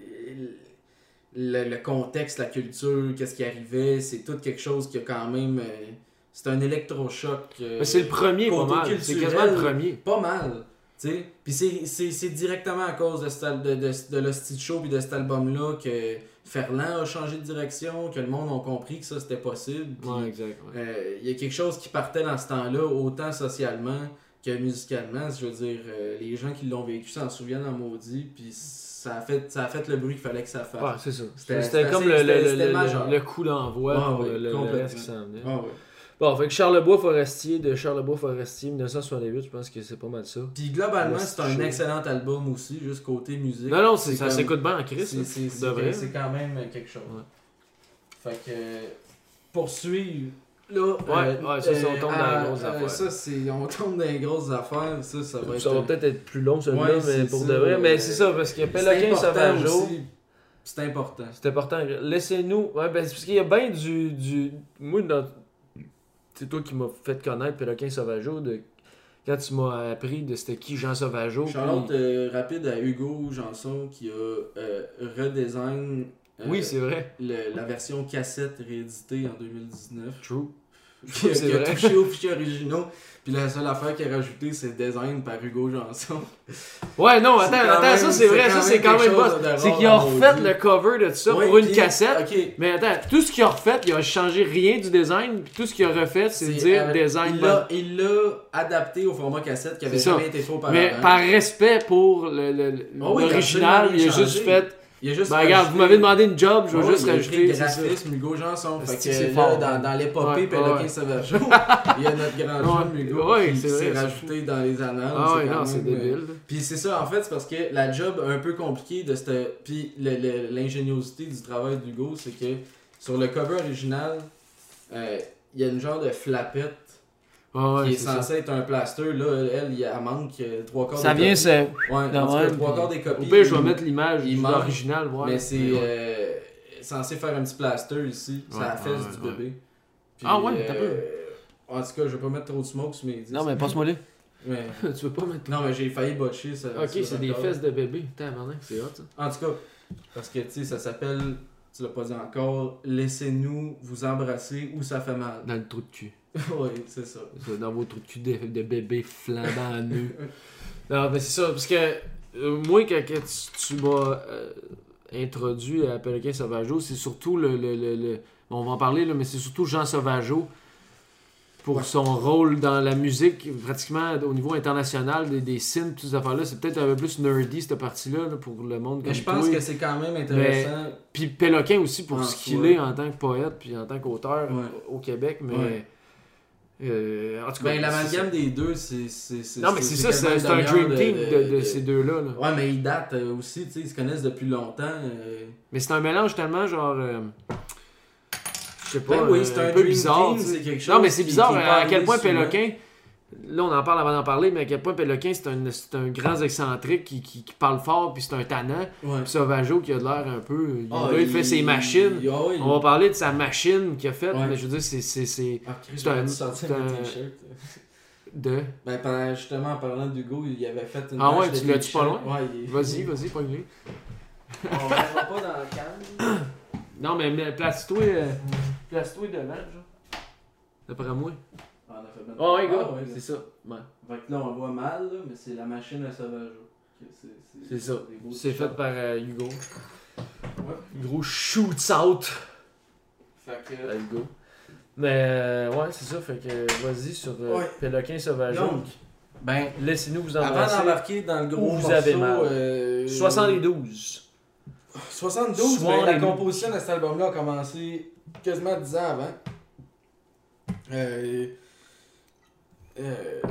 le, le contexte, la culture, qu'est-ce qui arrivait, c'est tout quelque chose qui a quand même... euh, c'est un électrochoc. euh, Mais c'est le premier, pas côté mal. C'est culturel, quasiment le premier. Pas mal. T'sais. Puis c'est, c'est, c'est directement à cause de, cet al- de, de, de l'Hostie de Show puis de cet album-là que Ferland a changé de direction, que le monde a compris que ça c'était possible. Puis, Ouais, exact. Ouais. euh, il y a quelque chose qui partait dans ce temps-là, autant socialement que musicalement. Je veux dire, euh, les gens qui l'ont vécu s'en souviennent en maudit, puis ça a fait, ça a fait le bruit qu'il fallait que ça fasse. Ouais, c'est ça. C'était- C'était c'était comme assez- le, c'était- le, c'était le, majeur. le, le coup d'envoi Ah pour oui, le, le complètement. reste qui s'en venait. Ah ouais. Bon, fait que Charlebois-Forestier, de Charlebois-Forestier, dix-neuf cent soixante-huit, je pense que c'est pas mal ça. Puis globalement, Le c'est un show. excellent album aussi, juste côté musique. Non, non, c'est, ça comme- s'écoute bien en Chris, C'est, là, c'est, de c'est, vrai. c'est quand même quelque chose. Ouais. Fait que, euh, poursuivre, là, Ouais, euh, ouais, ça, c'est- on euh, tombe dans à- les grosses euh, affaires. Ça, c'est, on tombe dans les grosses affaires, ça, ça va être... Ça va peut-être être plus long celui-là, Ouais, mais c'est pour ça, de vrai. Mais euh, c'est ça, parce que c'est Péloquin important Sauvageau, aussi. C'est important. c'est important. Laissez-nous. Ouais, ben, c'est parce qu'il y a bien du, du. Moi, dans... c'est toi qui m'as fait connaître Péloquin Sauvageau. De... Quand tu m'as appris de c'était qui Jean Sauvageau. Shout-out puis- euh, rapide à Hugo Janson qui a euh, redesign euh, Oui, c'est vrai. le- la version cassette rééditée en deux mille dix-neuf. True. Qui a, C'est qui a vrai. touché aux fichiers originaux. Puis la seule affaire qu'il a rajouté, c'est design par Hugo Janson. Ouais, non, C'est attends, quand attends, même- ça c'est vrai, c'est ça quand c'est même quand même quelque boss. chose de C'est rare qu'il a à refait maudit. le cover de ça Ouais, pour une puis- cassette. Ok. Mais attends, tout ce qu'il a refait, il a changé rien du design, puis tout ce qu'il a refait, c'est de dire euh, design. il l'a, il l'a adapté au format cassette qui avait C'est ça. jamais été fait auparavant. Mais par respect pour le, le- le- Ah oui, l'original, absolument il a rien juste changé. fait. Il a juste Ben regarde, rajouté- vous m'avez demandé une job, je vais Ouais, juste il a rajouter. écrit c'est ça. graphisme Hugo Janson. Fait C'est- que c'est là, fort, dans, hein. dans l'épopée Ouais, Péloquin ouais. Sauvageau, il y a notre grand Ouais, jeune Hugo ouais, qui c'est s'est vrai, c'est rajouté dans les annales. Ah ouais, quand non, c'est même, euh, débile. Puis c'est ça, en fait, c'est parce que la job un peu compliquée de cette. Puis le- le- l'ingéniosité du travail d'Hugo, c'est que sur le cover original, euh, il y a une genre de flapette Ah ouais, qui est, c'est ça. censée être un plaster. Là, elle, il elle manque euh, trois quarts Ça des vient, copies. c'est. Ouais, Non, en tout cas, ouais, trois puis- quarts des copies. Au pire, je vais il- mettre l'image il du manque, original, ouais. Mais c'est ouais. euh, censé faire un petit plaster ici. C'est Ouais, la fesse ouais, du ouais. bébé. Puis, Ah ouais, t'as euh, En tout cas, je vais pas mettre trop de smoke sur mes disques. Non, mais passe-moi les. Mais- Tu veux pas mettre. Non, mais j'ai failli botcher ça. Ok, ça c'est des encore. fesses de bébé. Tabarnak, c'est hot ça. En tout cas, parce que tu sais, ça s'appelle, tu l'as pas dit encore, laissez-nous vous embrasser ou ça fait mal. Dans le trou de cul. Oui, c'est ça. Ça, dans vos trous de cul de, de bébé flambant à nu. Non, mais c'est ça, parce que euh, moi, quand, quand tu, tu m'as euh, introduit à Péloquin Sauvageau, c'est surtout le, le, le, le- bon, on va en parler, là, mais c'est surtout Jean Sauvageau pour Ouais. son rôle dans la musique, pratiquement au niveau international, des, des synths, toutes ces affaires-là. C'est peut-être un peu plus nerdy, cette partie-là, là, pour le monde Mais comme je pense toi. que c'est quand même intéressant. Puis Péloquin aussi, pour En ce qu'il soi. est en tant que poète, puis en tant qu'auteur Ouais. au Québec, mais... Ouais. euh, en tout cas, Ben, c'est- l'amalgame des deux, c'est. c'est, c'est non, mais c'est ça, c'est quasiment c'est un une dream demi-heure team de, de ces deux-là. Là. Ouais, mais ils datent euh, aussi, tu sais, ils se connaissent depuis longtemps. euh. Mais c'est un mélange tellement genre. euh, je sais pas, Ben oui, euh, c'est un, un peu dream bizarre. team, tu sais. c'est quelque Non, chose mais c'est qui- bizarre qui est à, pas à quel point arrivé souvent. Péloquin. Là, on en parle avant d'en parler, mais à quel point Péloquin, c'est un, c'est un grand excentrique qui, qui, qui parle fort, puis c'est un tannant. Ouais. Puis Sauvageau qui a de l'air un peu. Il, Ah, là, il fait ses machines. il- ah ouais, il- On va parler de sa machine qu'il a faite, Ouais. mais je veux dire, c'est. c'est, c'est Ah, Chris, c'est un- j'aurais dû sortir c'est mes un- t-shirts. de. Ben, pendant- justement, en parlant d'Hugo, il avait fait une Ah page ouais, de tu l'as-tu pas t-shirts. loin? Ouais, il- Vas-y, vas-y, pogne-le. On va pas dans le calme. Non, mais, mais place-toi. euh, place-toi devant, genre. D'après moi. Ah, on a fait bien. Oh, ouais, gars, Ah, ouais, c'est ça. Ouais. Fait que là, on le voit mal, là, mais c'est la machine à Sauvageau. C'est, C'est ça. des beaux C'est fait t-shirts. par euh, Hugo. Ouais. Gros shoots out. Fait que... Let's go. Mais euh, ouais, c'est ça, fait que vas-y sur euh, Ouais. Péloquin Sauvageau. Donc, ben, Laissez-nous vous avant embrasser. d'embarquer dans le gros Où vous morceau, avez mal. euh, soixante-douze. soixante-douze, Soir ben, la les composition de cet album-là a commencé quasiment dix ans avant. Euh, euh,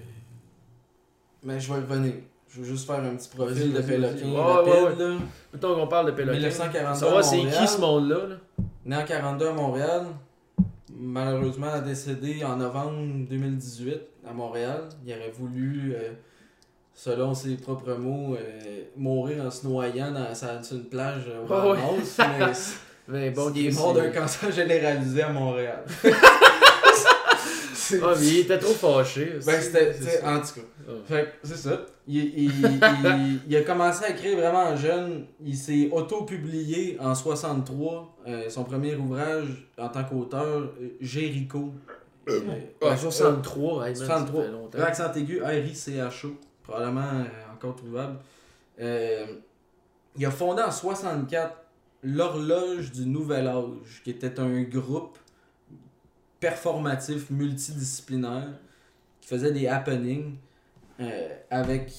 mais je vais y revenir. Je veux juste faire un petit profil Vas-y, de vas-y, Péloquin vas-y. rapide. Ouais, ouais, là. Mettons qu'on parle de Péloquin. mille neuf cent quarante-deux Savoir à c'est Montréal. qui ce monde-là. Là? Né en quarante-deux à Montréal. Malheureusement décédé en novembre deux mille dix-huit à Montréal. Il aurait voulu, euh, selon ses propres mots, euh, mourir en se noyant dans, sa- sur une plage euh, au Oh, ouais. Bahamas, mais Mais bon, il est Chris, mort d'un il- cancer généralisé à Montréal. C'est- Ah, mais il était trop fâché. Ben, c'était, c'est c'était- ça. en tout cas. Ah. Fait que c'est ça. Il, il, il, il a commencé à écrire vraiment jeune. Il s'est auto-publié en soixante-trois. Euh, son premier ouvrage en tant qu'auteur, euh, Jéricho. Euh, Ah, ouais, soixante-trois, hey, man, soixante-trois. ça fait longtemps. L'accent aigu, R I C H O. Probablement euh, encore trouvable. Euh, il a fondé en soixante-quatre l'Horloge du Nouvel Âge, qui était un groupe performatif multidisciplinaire qui faisait des happenings euh, avec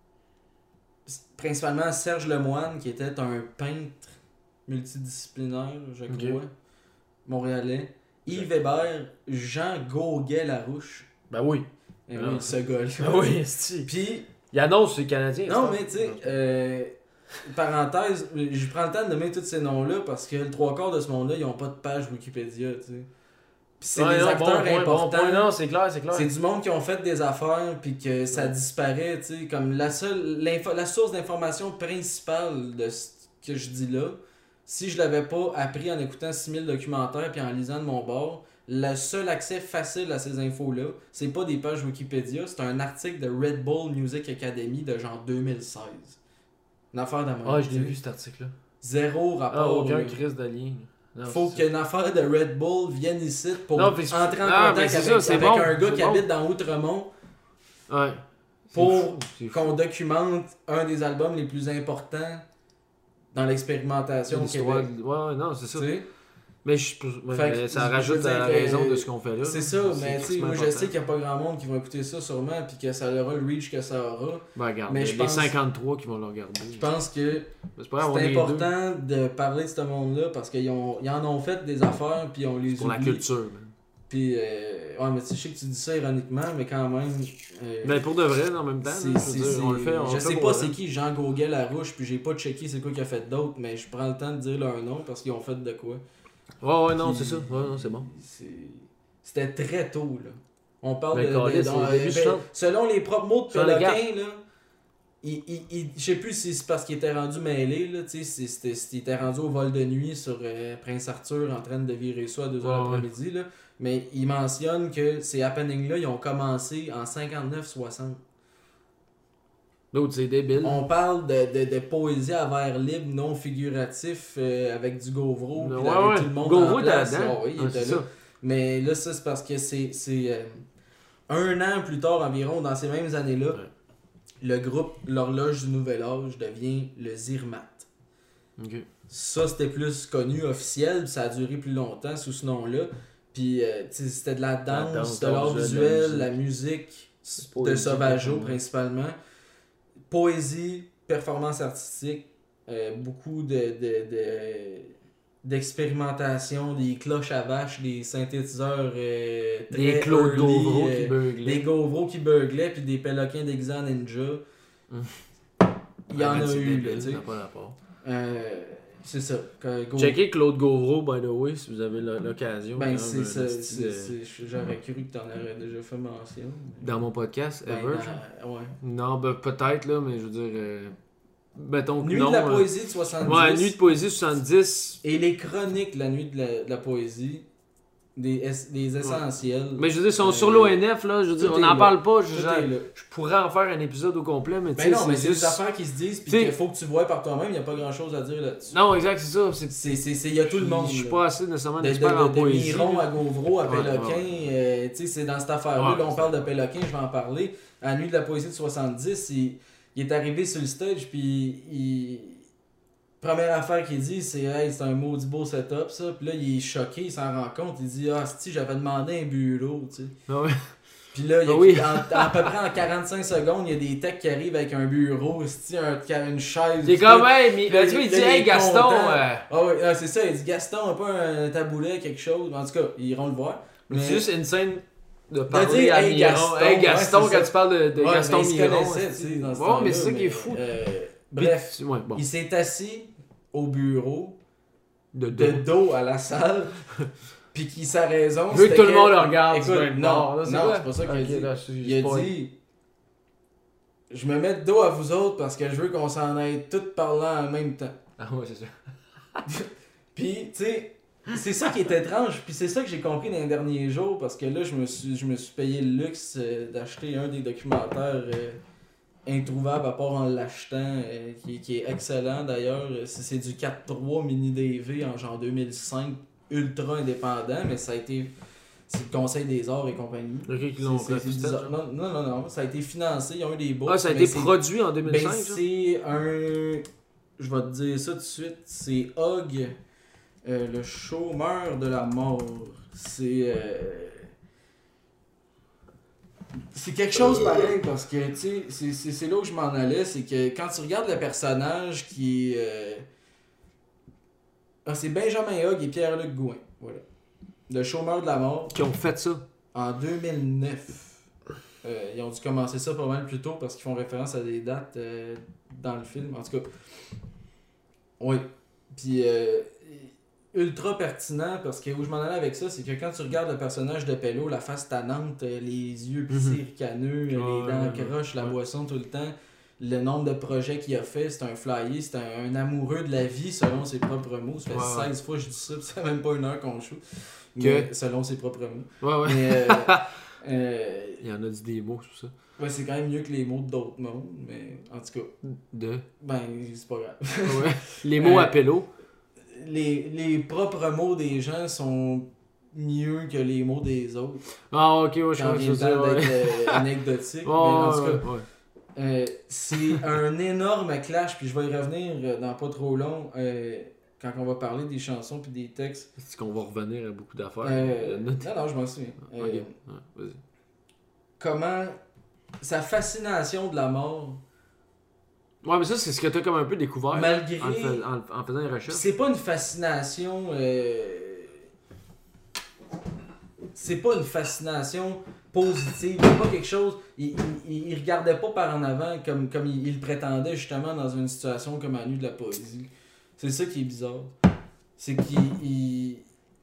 principalement Serge Lemoine, qui était un peintre multidisciplinaire, je Ok. crois, montréalais. Yves Hébert, Jean Gauguet-Larouche. Ben oui. Eh Ah. oui, ce gars-là. Ben oui, c'est Puis, il annonce c'est Canadien. non, ça. mais tu sais, euh, parenthèse, je prends le temps de nommer tous ces noms-là parce que le trois quarts de ce monde-là, ils ont pas de page Wikipédia, tu sais. Puis c'est Ouais, des non, acteurs bon point, importants. Bon point, non, c'est clair, c'est clair. C'est du monde qui ont fait des affaires puis que ça Ouais. disparaît, tu sais, comme la seule l'info- la source d'information principale de ce que je dis là, si je l'avais pas appris en écoutant six mille documentaires puis en lisant de mon bord, le seul accès facile à ces infos-là, c'est pas des pages Wikipédia, c'est un article de Red Bull Music Academy de genre deux mille seize. Une affaire de même. Ah, je l'ai tu sais. vu cet article-là. Zéro Ah, rapport. aucun là. crise de lien. Non, Faut c'est qu'une affaire de Red Bull vienne ici pour Non, puis c'est- entrer en Ah, contact mais c'est avec, ça, c'est avec bon, un gars c'est qui bon. habite dans Outremont ça. Ouais. C'est pour fou, c'est fou. qu'on documente un des albums les plus importants dans l'expérimentation au L'histoire Québec. de- Ouais, ouais, non, c'est ça. Tu sais? Mais je, ouais, Fait mais que, ça je rajoute veux à dire la que- raison de ce qu'on fait là. C'est ça, mais tu sais, crissement moi je important. sais qu'il n'y a pas grand monde qui va écouter ça sûrement puis que ça aura le reach que ça aura. Ben, regarde, mais mais je les pense- cinquante-trois qui vont le regarder. Je pense que C'est pas grave, on est c'est les deux. important de parler de ce monde-là parce qu'ils ont, ils en ont fait des affaires puis on les Pour la oublie. culture, man. Puis, euh, ouais, mais tu sais, je sais que tu dis ça ironiquement, mais quand même. euh, Mais pour de vrai, en même temps, c'est- là, je c'est- veux dire, on le c'est- fait. On je le sais fait pas pour c'est vrai. qui Jean Gauguet-Larouche, puis j'ai pas checké c'est quoi qu'il a fait d'autre, mais je prends le temps de dire leur nom parce qu'ils ont fait de quoi. Ouais, ouais, non, Puis- c'est ça. Ouais, non, c'est bon. C'est- C'était très tôt, là. On parle Ben, de. câlisse, de- c'est dans- le début ben, soixante. selon les propres mots de soixante-quatre. Péloquin, là. Il, il, il- je sais plus si c'est parce qu'il était rendu mêlé, là, tu sais, si c'était- s'il était rendu au vol de nuit sur euh, Prince Arthur en train de virer ça à deux heures Ouais, ouais. l'après-midi, là. Mais il mentionne que ces happenings-là, ils ont commencé en cinquante-neuf soixante. L'autre, c'est débile. On parle de, de, de poésie à vers libre, non figuratif, euh, avec du Gauvreau, puis Ouais, là, avec ouais. tout le monde Gauvreau en était place. là-dedans. Ah oui, il Ouais, était c'est là. ça. Mais là, ça, c'est parce que c'est c'est, euh, un an plus tard environ, dans ces mêmes années-là, Ouais. le groupe L'Horloge du Nouvel Âge devient le Zirmat. Ok. Ça, c'était plus connu, officiel, puis ça a duré plus longtemps sous ce nom-là. Puis, euh, tu sais, c'était de la danse, danse, de l'art danse visuel, visuel, de la la musique, de Poésie, Sauvageau ouais. principalement. Poésie, performance artistique, euh, beaucoup de, de, de- d'expérimentation, des cloches à vache, des synthétiseurs euh, très Des Claude early, Gauvreau euh, qui beuglaient. des Gauvreau qui beuglaient, puis des Péloquins déguisés en ninja. Hum. Il y en Ouais, a c'est eu, débile, là, tu sais. ça n'a pas rapport. Euh, c'est ça. que Gau- Checkez Claude Gauvreau, by the way, si vous avez l- l'occasion. Ben, Quand c'est même, ça. un c'est- style de- c'est- J'aurais cru que t'en aurais déjà fait mention. Dans mon podcast, Ben, ever. dans- genre? ouais. Non, ben peut-être, là, mais je veux dire. euh, Mettons que Nuit non. de la euh, poésie de soixante-dix. Ouais, Nuit de poésie soixante-dix. Et les chroniques de la nuit de la, de la poésie, des, es- des essentiels. Mais je veux dire, ils sont Euh, sur l'O N F, là. Je veux dire, tout on est n'en là. parle pas. Je, Tout genre, est là. je pourrais en faire un épisode au complet, mais tu Ben sais, non, mais c'est juste- des affaires qui se disent, puis T'sais- qu'il faut que tu vois par toi-même, il n'y a pas grand-chose à dire là-dessus. Non, exact, c'est ça. C'est... C'est, c'est, c'est, il y a tout le monde. Je suis là. pas assez nécessairement De, de, expert en de, de poésie. Miron là. à Gauvreau, à Ouais, Péloquin, ouais. euh, tu sais, c'est dans cette affaire-là. Ouais. Là, on parle de Péloquin, je vais en parler. À la nuit de la poésie de soixante-dix, il, il est arrivé sur le stage, puis il, première affaire qu'il dit, c'est hey, c'est un maudit beau setup, ça. Puis là, il est choqué, il s'en rend compte. Il dit ah, si j'avais demandé un bureau, tu sais. Ah ouais. Puis là, il y a, Ah oui. en, à peu près en quarante-cinq secondes, il y a des techs qui arrivent avec un bureau, c'ti, un, une chaise. C'est comme, hey, mais là, tu vois, il dit, là, hey, est Gaston. content. euh, Ah oui, ah, c'est ça, il dit Gaston, un peu un taboulet, quelque chose. En tout cas, ils iront le voir. Mais C'est juste une scène de parler dire, à hey, Miron. Gaston, Hey, Gaston, ouais, c'est quand ça. tu parles de, de ouais, Gaston mais ils se Miron. connaissaient, tu sais, dans ce Ouais, temps-là, mais c'est ça qui est fou. euh, Puis, bref, tu- ouais, bon. il s'est assis au bureau, De de dos. dos à la salle, puis qui sa raison. Vu que c'était tout le monde le regarde. Écoute, tu vas être non, mort, là, c'est non, quoi? c'est pas ça qu'il a Ok, dit. là, je- Il a spoil. dit je me mets de dos à vous autres parce que je veux qu'on s'en aille tous parlant en même temps. Ah ouais, c'est ça. Puis, tu sais, c'est ça qui est étrange, puis c'est ça que j'ai compris dans les derniers jours parce que là, je me suis, je me suis payé le luxe euh, d'acheter un des documentaires euh, introuvables à part en l'achetant, euh, qui, qui est excellent d'ailleurs. C'est, c'est du quatre trois mini D V en genre deux mille cinq, ultra indépendant, mais ça a été. C'est le Conseil des Arts et compagnie. Ok, qui l'ont C'est- c'est- c'est fait, du- genre. non, non, non, non, ça a été financé, ils ont eu des bourses. Ah, ça a mais été c'est- produit en deux mille cinq, ben, ça? c'est un. Je vais te dire ça tout de suite. C'est Hog, euh, le chômeur de la mort. C'est. euh, C'est quelque chose pareil parce que, tu sais, c'est- c'est c'est là où je m'en allais. C'est que quand tu regardes le personnage qui est. euh, Ah, c'est Benjamin Hogg et Pierre-Luc Gouin. Voilà. Le chômeur de la mort. Qui ont fait ça. En deux mille neuf. Euh, ils ont dû commencer ça pas mal plus tôt parce qu'ils font référence à des dates euh, dans le film. En tout cas, oui. Puis, euh, ultra pertinent parce que où je m'en allais avec ça, c'est que quand tu regardes le personnage de Pello, la face tannante, euh, les yeux pissés, Mhm. ricaneux, Ouais, les dents ouais, croches, la ouais. boisson tout le temps, le nombre de projets qu'il a fait, c'est un flyer, c'est un, un amoureux de la vie selon ses propres mots. Ça fait Ouais, ouais. seize fois que je dis ça, puis ça fait même pas une heure qu'on joue. Que- Mais selon ses propres mots. Ouais, ouais. Mais, euh, euh, Il y en a dit des mots sur ça. ouais, c'est quand même mieux que les mots d'autres mondes, mais en tout cas, De. ben, c'est pas grave. Ouais. Les mots Euh, à Pello. les, les propres mots des gens sont mieux que les mots des autres. Ah, ok, ouais, je Quand crois que vient c'est le ça. temps Ouais. d'être euh, anecdotique. Ouais, mais en tout ouais, cas, ouais. euh, c'est un énorme clash, puis je vais y revenir euh, dans pas trop long, euh, quand on va parler des chansons puis des textes. C'est qu'on va revenir à beaucoup d'affaires. Euh, Euh, note- non, non, je m'en souviens. Ok, Euh, ouais, vas-y. Comment sa fascination de la mort, Ouais, mais ça, c'est ce que t'as comme un peu découvert. malgré... En, le fais- en, en faisant les recherches. C'est pas une fascination. euh, C'est pas une fascination positive. C'est pas quelque chose. Il, il, il regardait pas par en avant comme, comme il, il le prétendait justement dans une situation comme à nu de la poésie. C'est ça qui est bizarre. C'est qu'il. Il,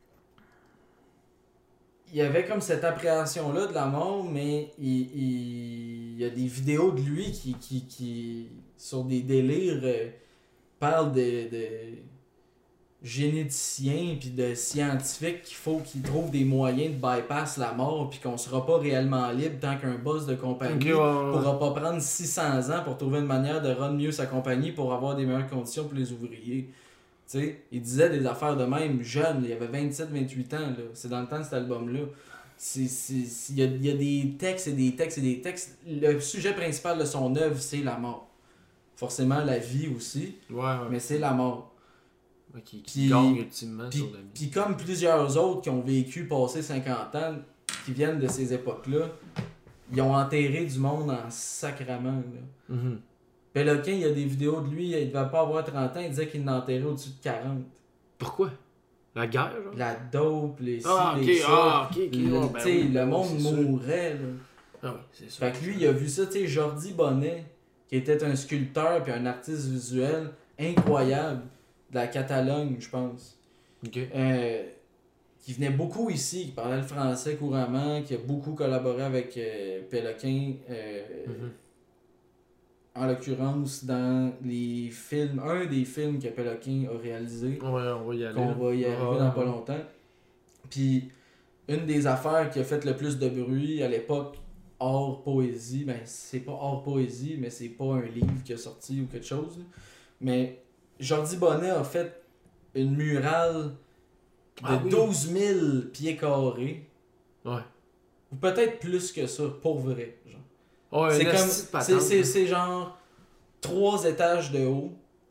il y avait comme cette appréhension-là de la mort, mais il, il, il y a des vidéos de lui qui, qui, qui sur des délires, euh, parlent de, de généticiens puis de scientifiques qu'il faut qu'ils trouvent des moyens de bypass la mort puis qu'on sera pas réellement libre tant qu'un boss de compagnie Ok, ouais, ouais, ouais. pourra pas prendre six cents ans pour trouver une manière de run mieux sa compagnie pour avoir des meilleures conditions pour les ouvriers. Tu sais, il disait des affaires de même, jeune, il avait vingt-sept vingt-huit ans, là. C'est dans le temps de cet album-là. C'est, c'est, c'est- il, y a, il y a des textes et des textes et des textes. Le sujet principal de son œuvre, c'est la mort. Forcément, la vie aussi, Ouais, ouais. mais c'est la mort. Ouais, qui, qui Puis- gagne ultimement Puis, sur la vie. puis comme plusieurs autres qui ont vécu, passé cinquante ans, qui viennent de ces époques-là, ils ont enterré du monde en sacrament, là. Mhm. Péloquin, il y a des vidéos de lui, il devait pas avoir trente ans, il disait qu'il l'a enterré au-dessus de quarante. Pourquoi? La guerre, genre? La dope, les ci, Ah, ok, les ça. ah, ok, ok. Le, ouais, ben tu sais, oui, le ouais, monde c'est sûr. mourait, là. Ah oui, c'est sûr. Fait que lui, il a vu ça, tu sais, Jordi Bonnet, qui était un sculpteur puis un artiste visuel incroyable de la Catalogne, je pense. Ok. Euh, qui venait beaucoup ici, qui parlait le français couramment, qui a beaucoup collaboré avec euh, Péloquin, euh, Mhm. en l'occurrence dans les films, un des films que Péloquin a réalisé, Ouais, on va y aller. qu'on là. va y arriver Ah, dans pas ouais. longtemps. Puis, une des affaires qui a fait le plus de bruit à l'époque, hors poésie, ben c'est pas hors poésie, mais c'est pas un livre qui a sorti ou quelque chose, là. Mais Jordi Bonnet a fait une murale de Ah oui. douze mille pieds carrés, Ouais. ou peut-être plus que ça, pour vrai. Genre. Ouais, C'est une comme. esti de C'est, patente, c'est, là. c'est genre trois étages de haut,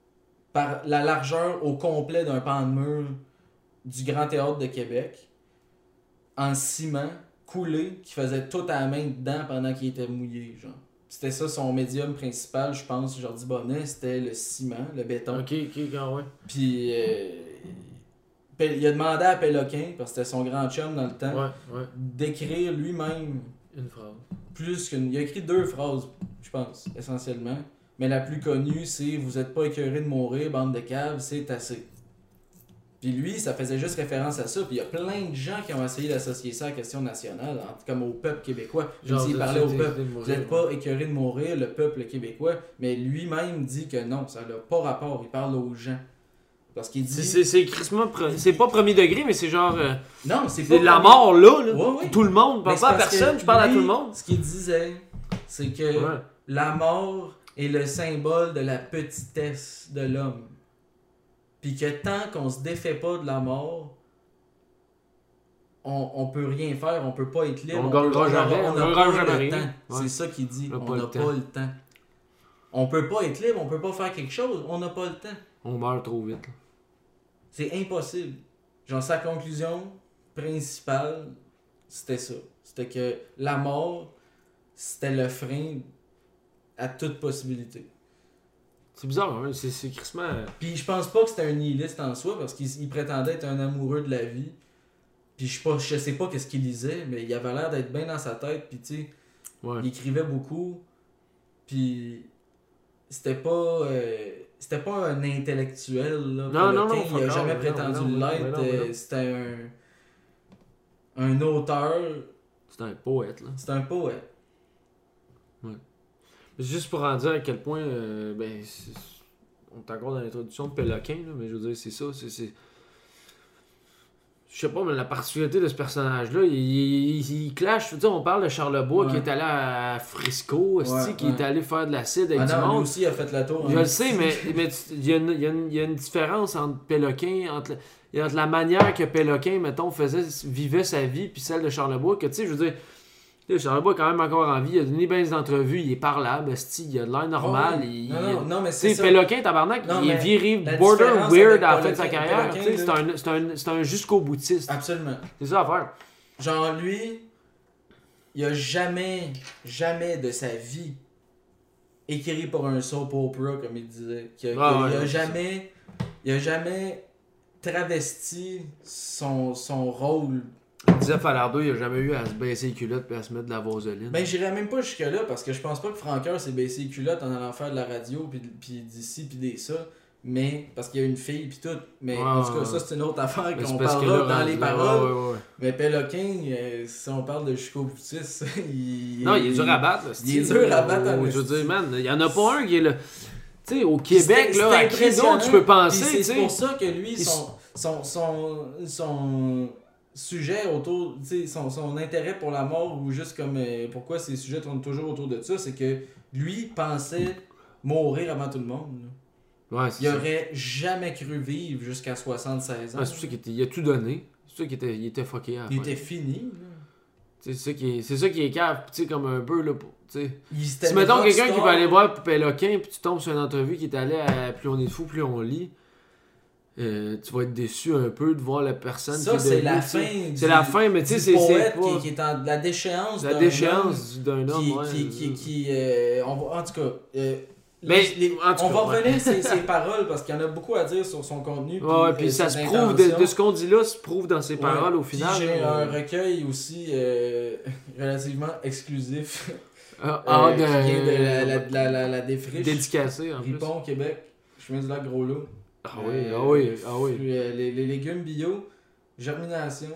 par la largeur au complet d'un pan de mur du Grand Théâtre de Québec, en ciment, coulé, qui faisait tout à la main dedans pendant qu'il était mouillé, genre. C'était ça son médium principal, je pense, Jordi Bonnet, c'était le ciment, le béton. Ok, ok, quand ouais. Puis euh, il a demandé à Péloquin, parce que c'était son grand chum dans le temps, Ouais, ouais. d'écrire lui-même Une phrase. plus qu'une... Il a écrit deux phrases, je pense, essentiellement. Mais la plus connue, c'est « Vous êtes pas écœurés de mourir, bande de caves, c'est assez ». Puis lui, ça faisait juste référence à ça. Puis il y a plein de gens qui ont essayé d'associer ça à la question nationale, comme au peuple québécois. Genre, il parlait au peuple. Vous n'êtes pas écœurés de mourir, le peuple québécois. Mais lui-même dit que non, ça n'a pas rapport. Il parle aux gens. Parce qu'il dit... C'est, c'est, c'est crissement pre- c'est pas premier degré, mais c'est genre... Euh, non, c'est, c'est pas de la premier... mort là, là. Ouais, ouais. Tout le monde. Je parle pas à personne, je parle à tout le monde. Ce qu'il disait, c'est que Ouais. la mort est le symbole de la petitesse de l'homme. Puis que tant qu'on se défait pas de la mort, on, on peut rien faire, on peut pas être libre. On gagnera jamais, on on n'a gagnera pas jamais le rien. temps. Ouais. C'est ça qu'il dit, On a on pas n'a le pas temps. le temps. On peut pas être libre, on peut pas faire quelque chose, on n'a pas le temps. On meurt trop vite. Là. C'est impossible. Genre, sa conclusion principale, c'était ça. C'était que la mort, c'était le frein à toute possibilité. C'est bizarre, hein? c'est, c'est crissement... Puis je pense pas que c'était un nihiliste en soi, parce qu'il il prétendait être un amoureux de la vie. Puis je, sais pas, je sais pas qu'est-ce qu'il lisait, mais il avait l'air d'être bien dans sa tête, puis tu sais, Ouais. il écrivait beaucoup. Puis c'était pas... euh, C'était pas un intellectuel, là. Non, non, non, Péloquin, il a fuck jamais all, prétendu non, non, l'être. non, non, non. euh, C'était un... un auteur. C'est un poète, là. C'est un poète. Juste pour en dire à quel point, euh, ben, c'est- on est encore dans l'introduction de Péloquin, là, mais je veux dire, c'est ça, c'est... c'est... Je sais pas, mais la particularité de ce personnage-là, il, il, il clash. Tu sais, on parle de Charlebois Ouais. qui est allé à Frisco, esti, Ouais, qui ouais. est allé faire de l'acide avec Ah du non, lui monde. aussi a fait la tour. Je hein. le sais, mais mais tu- il y, a une- il y a une- il y a une différence entre Péloquin, entre, la- entre la manière que Péloquin, mettons, faisait, vivait sa vie, puis celle de Charlebois, que tu sais, je veux dire, tu sais, Charlebois est quand même encore en vie, il a donné bien des entrevues, il est parlable, esti, il a de l'air normal. Ouais, ouais. il, Non, non, non, mais tu c'est sais, ça. Péloquin, tabarnak, Non, il est mais viré la border différence weird avec à la fin de sa Péloquin- carrière. Péloquin, tu sais, C'est là- un, c'est un, c'est un jusqu'au boutiste. Absolument. C'est ça à faire. Genre, lui, il a jamais, jamais de sa vie écrit pour un soap opera, comme il disait. Qu'il a- Ah qu'il ouais, a c'est jamais, il a jamais travesti son, son rôle. Il disait Falardeau, il a jamais eu à se baisser les culottes et à se mettre de la vaseline. Ben, j'irais même pas jusque-là, parce que je pense pas que Francoeur s'est baissé les culottes en allant faire de la radio, puis puis d'ici, puis des ça. Mais, parce qu'il y a une fille, puis tout. Mais Ouais, en tout cas, ouais, ça, c'est une autre affaire Mais qu'on c'est parce que parlera là, dans rendu les là, paroles. ouais, ouais, ouais. Mais Péloquin, euh, si on parle de Jusqu'au boutiste, il... Non, il est dur à battre. Là, Il est dur à battre en oh, Je veux esti. dire, man, il y en a pas un qui est là. Tu sais, au Puis Québec, c'est- là, c'est à qui impressionnant. d'autre tu peux Puis penser, c'est tu sais. pour ça que lui, Il- son, son, son, son sujet autour, tu sais, son, son intérêt pour la mort, ou juste comme euh, pourquoi ces sujets tournent toujours autour de ça, c'est que lui pensait mourir avant tout le monde. là. Ouais, c'est Il ça. aurait jamais cru vivre jusqu'à soixante-seize ans. Ouais, c'est pour ça qu'il était- il a tout donné. C'est pour ça qu'il était, il était fucké à la Il fin. était fini. là. C'est ça qui est, c'est ça qui est cave, tu sais, comme un peu, là, pour, tu sais. Il s'était Si mettons le quelqu'un qui rockstar. va aller voir Péloquin, puis tu tombes sur une entrevue qui est allé à Plus on est fou, plus on lit, euh, tu vas être déçu un peu de voir la personne Ça, qui est c'est devenue, la tu sais. fin. C'est du- la fin, mais tu sais, du c'est c'est poète pas... qui, qui est en la déchéance La d'un déchéance d'un homme homme, qui, ouais. qui, qui, qui, euh, on va, en tout cas, euh, Mais, les- les- en tout on cas, va ouais. revenir sur ses, ses paroles parce qu'il y en a beaucoup à dire sur son contenu. Ouais, ouais, euh, puis ça ses se prouve, de, intentions. de ce qu'on dit là, se prouve dans ses Ouais. paroles au Puis final. j'ai euh, un recueil aussi euh, relativement exclusif ah, euh, ah, qui vient de la, la, de... la, la, la défriche. dédicacé, en plus. Ripon, Québec. Je viens du lac Gros-Lot. Ah oui, Euh, ah oui, ah oui. puis, euh, les, les légumes bio, germination.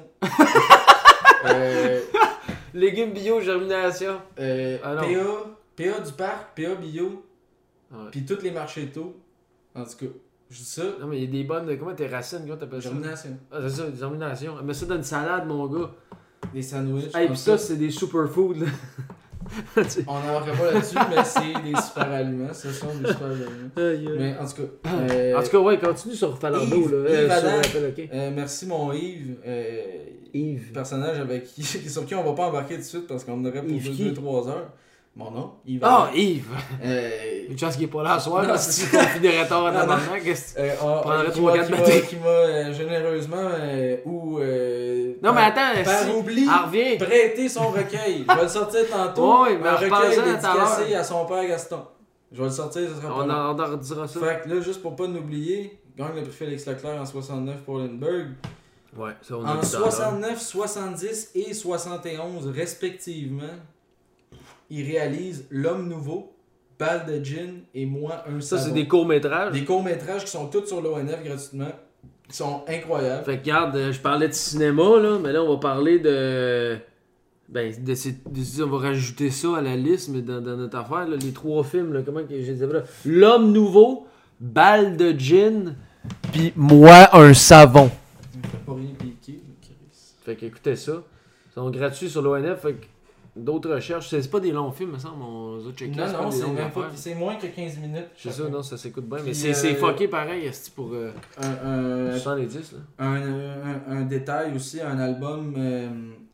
euh, Légumes bio, germination. euh, Ah non. P A, P A du parc, P A bio, Ouais. puis tous les marchés tôt. En tout cas, je dis ça, Non, mais il y a des bonnes... Comment tes racines, comment t'appelles ça? germination. Ah, c'est ça, germination. Mets ça dans une salade, mon gars. Des sandwichs. Hey, comme pis ça, c'est des superfoods, là. Tu sais. On n'embarquera pas là-dessus, mais c'est des super aliments. Ce sont des super aliments. Aïe, aïe. Mais en tout cas. euh, En tout cas, ouais, continue sur Falardeau, Yves, là. Euh, Yves sur Adam. l'appel, ok. euh, merci mon Yves. Euh, Yves. personnage avec qui, sur qui on va pas embarquer tout de suite parce qu'on en aurait pour Yves qui? deux trois heures. Mon nom, Yves. Ah, Yves! Euh, Une chance qu'il est pas là ce soir, Non, parce c'est que si on finirait tard en Non, non. avant, qu'est-ce que euh, ah, prendrait qui trois, m'a- quatre qui m'a- batteries. qui m'a euh, généreusement euh, ou euh, Non, mais par- attends, par si- oubli Ah, reviens. prêté son recueil. Je vais le sortir tantôt. Ouais, mais un repense-en recueil à tout à dédicacé l'heure. à son père Gaston. Je vais le sortir, ça sera On pas long. en, on en redira ça. Fait que là, juste pour pas l'oublier, gagne le prix Félix Leclerc en soixante-neuf pour Lindbergh. Ouais, ça on a En dit tout à l'heure. soixante-neuf, soixante-dix et soixante et onze respectivement, il réalise L'Homme Nouveau, Balle de Gin et Moi un Ça, savon. c'est des courts-métrages. Des courts-métrages qui sont tous sur l'O N F gratuitement. Qui sont incroyables. Fait que regarde, euh, je parlais de cinéma, là, mais là, on va parler de. Ben, de, ces- de- on va rajouter ça à la liste, mais dans, dans notre affaire, là, les trois films, là, comment que je les avais là? L'Homme Nouveau, Balle de Gin, puis Moi un savon. Il me fait pas rien piquer, Chris. Fait que écoutez ça. Ils sont gratuits sur l'O N F, fait que d'autres recherches. C'est c'est pas des longs films, me semble, on les a checkés. Non, c'est pas non, des c'est longues même pas. affaires. C'est moins que quinze minutes. C'est ça, non, ça s'écoute bien, mais Puis, c'est c'est euh, fucké pareil, est pour euh, Un, un, soixante-dix, là. un, un, un détail aussi, un album. euh,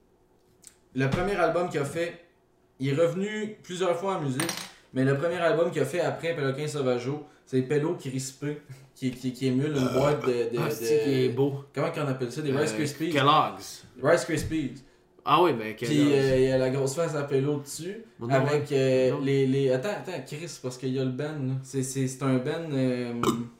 le premier album qu'il a fait, il est revenu plusieurs fois en musique, mais le premier album qu'il a fait après Péloquin Sauvageau, c'est Pello qui rispé, qui, qui, qui émule une boîte de. de, Ah, de- c'est qui est beau. Comment qu'on appelle ça? Des Rice Euh, Krispies. Kellogg's. Rice Krispies. Ah oui, ben Puis Kellogg's. euh, il y a la grosse face à Pello dessus. Mon nom, Avec euh, Non. les, les. Attends, attends, Chris, parce qu'il y a le band, là. C'est, c'est, c'est un band euh,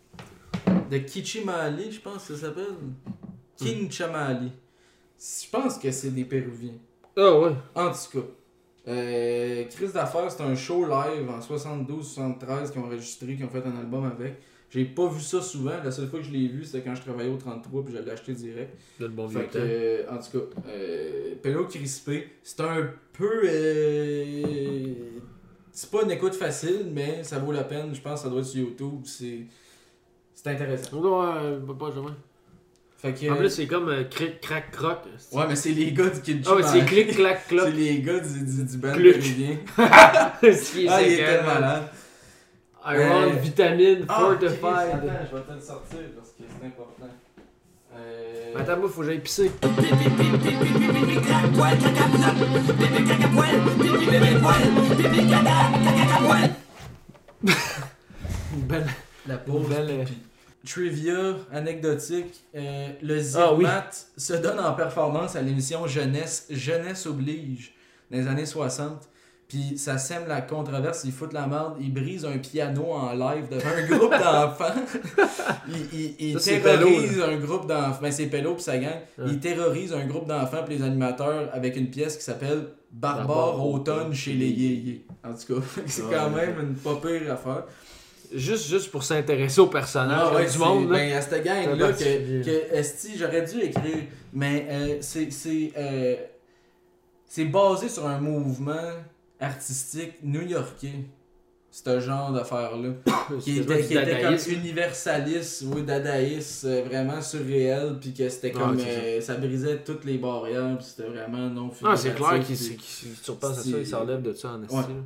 de Kichimali, je pense que ça s'appelle. Kinchamali. Je pense que c'est des Péruviens. Ah ouais. En tout cas. Euh, Chris d'affaires, c'est un show live en soixante-douze soixante-treize qu'ils ont enregistré, qui ont fait un album avec. J'ai pas vu ça souvent. La seule fois que je l'ai vu, c'était quand je travaillais au trente-trois puis je l'ai acheté direct. Le bon Fait vieux que, temps. euh, en tout cas, euh, Pello Crispé, c'est un peu. Euh, c'est pas une écoute facile, mais ça vaut la peine. Je pense que ça doit être sur YouTube. C'est, c'est intéressant. Ouais, pas, pas jamais. Fait que, En plus, c'est comme euh, cric, crac, croc. ouais, mais c'est les gars du Kid Ah ouais, c'est clic, clac, C'est cloc. les gars du, du, du band Cluc. péruvien. Ce qui est Ah, il séquent, était man. malade. Iron, Euh, vitamine, Ah, fortified. Chris, attends, je vais te le sortir parce que c'est important. Euh... Mais attends, moi, faut que j'aille pisser. Une belle. La pause. belle, euh, pipi. Trivia anecdotique, euh, le Ah oui. Zirmat se donne en performance à l'émission Jeunesse, Jeunesse oblige, dans les années soixante. Puis ça sème la controverse, ils foutent la merde, ils brisent un piano en live devant un groupe d'enfants. Ils, ils, ils Ça, c'est terrorisent un groupe d'enfants. Ben, c'est Pello puis sa gang. Ouais. Ils terrorisent un groupe d'enfants puis les animateurs avec une pièce qui s'appelle Barbare Barbare Automne chez les Yéyés. En tout cas, c'est Ouais, quand ouais. même une pas pire affaire. Juste, juste pour s'intéresser au personnage Ah ouais, du c'est- monde. là. Ben, à cette gang-là, C'est que, particulier. que esti, j'aurais dû écrire, mais euh, c'est c'est euh, c'est basé sur un mouvement artistique new-yorkais, ce genre d'affaires-là, qui C'est quasiment était, du qui était comme dadaïsme. universaliste, oui, dadaïste, euh, vraiment surréel, puis que c'était Ah, comme, c'est ça. euh, ça brisait toutes les barrières, puis c'était vraiment non Ah, c'est clair figuratif, qu'il puis- qu'il- qu'il surpasse à ça, c'est- il s'enlève de ça en esti. Ouais. là.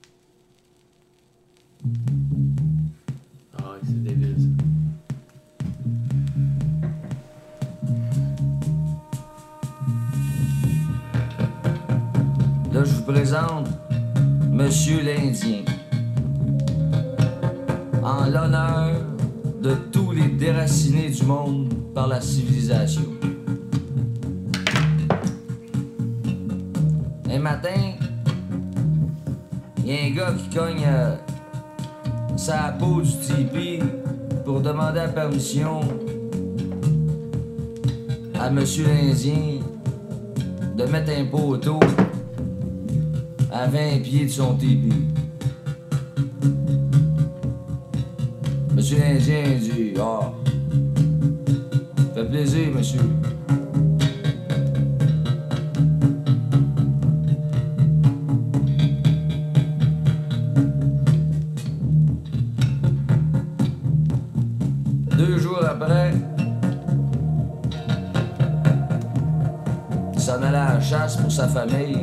Ah ouais, c'est débile ça. Là, je vous présente Monsieur l'Indien. En l'honneur de tous les déracinés du monde par la civilisation. Un matin, il y a un gars qui cogne euh, sa peau du tipi pour demander la permission à Monsieur l'Indien de mettre un poteau à vingt pieds de son tipi. Monsieur l'Indien dit « Ah, fait plaisir, monsieur. » Deux jours après, il s'en allait à la chasse pour sa famille.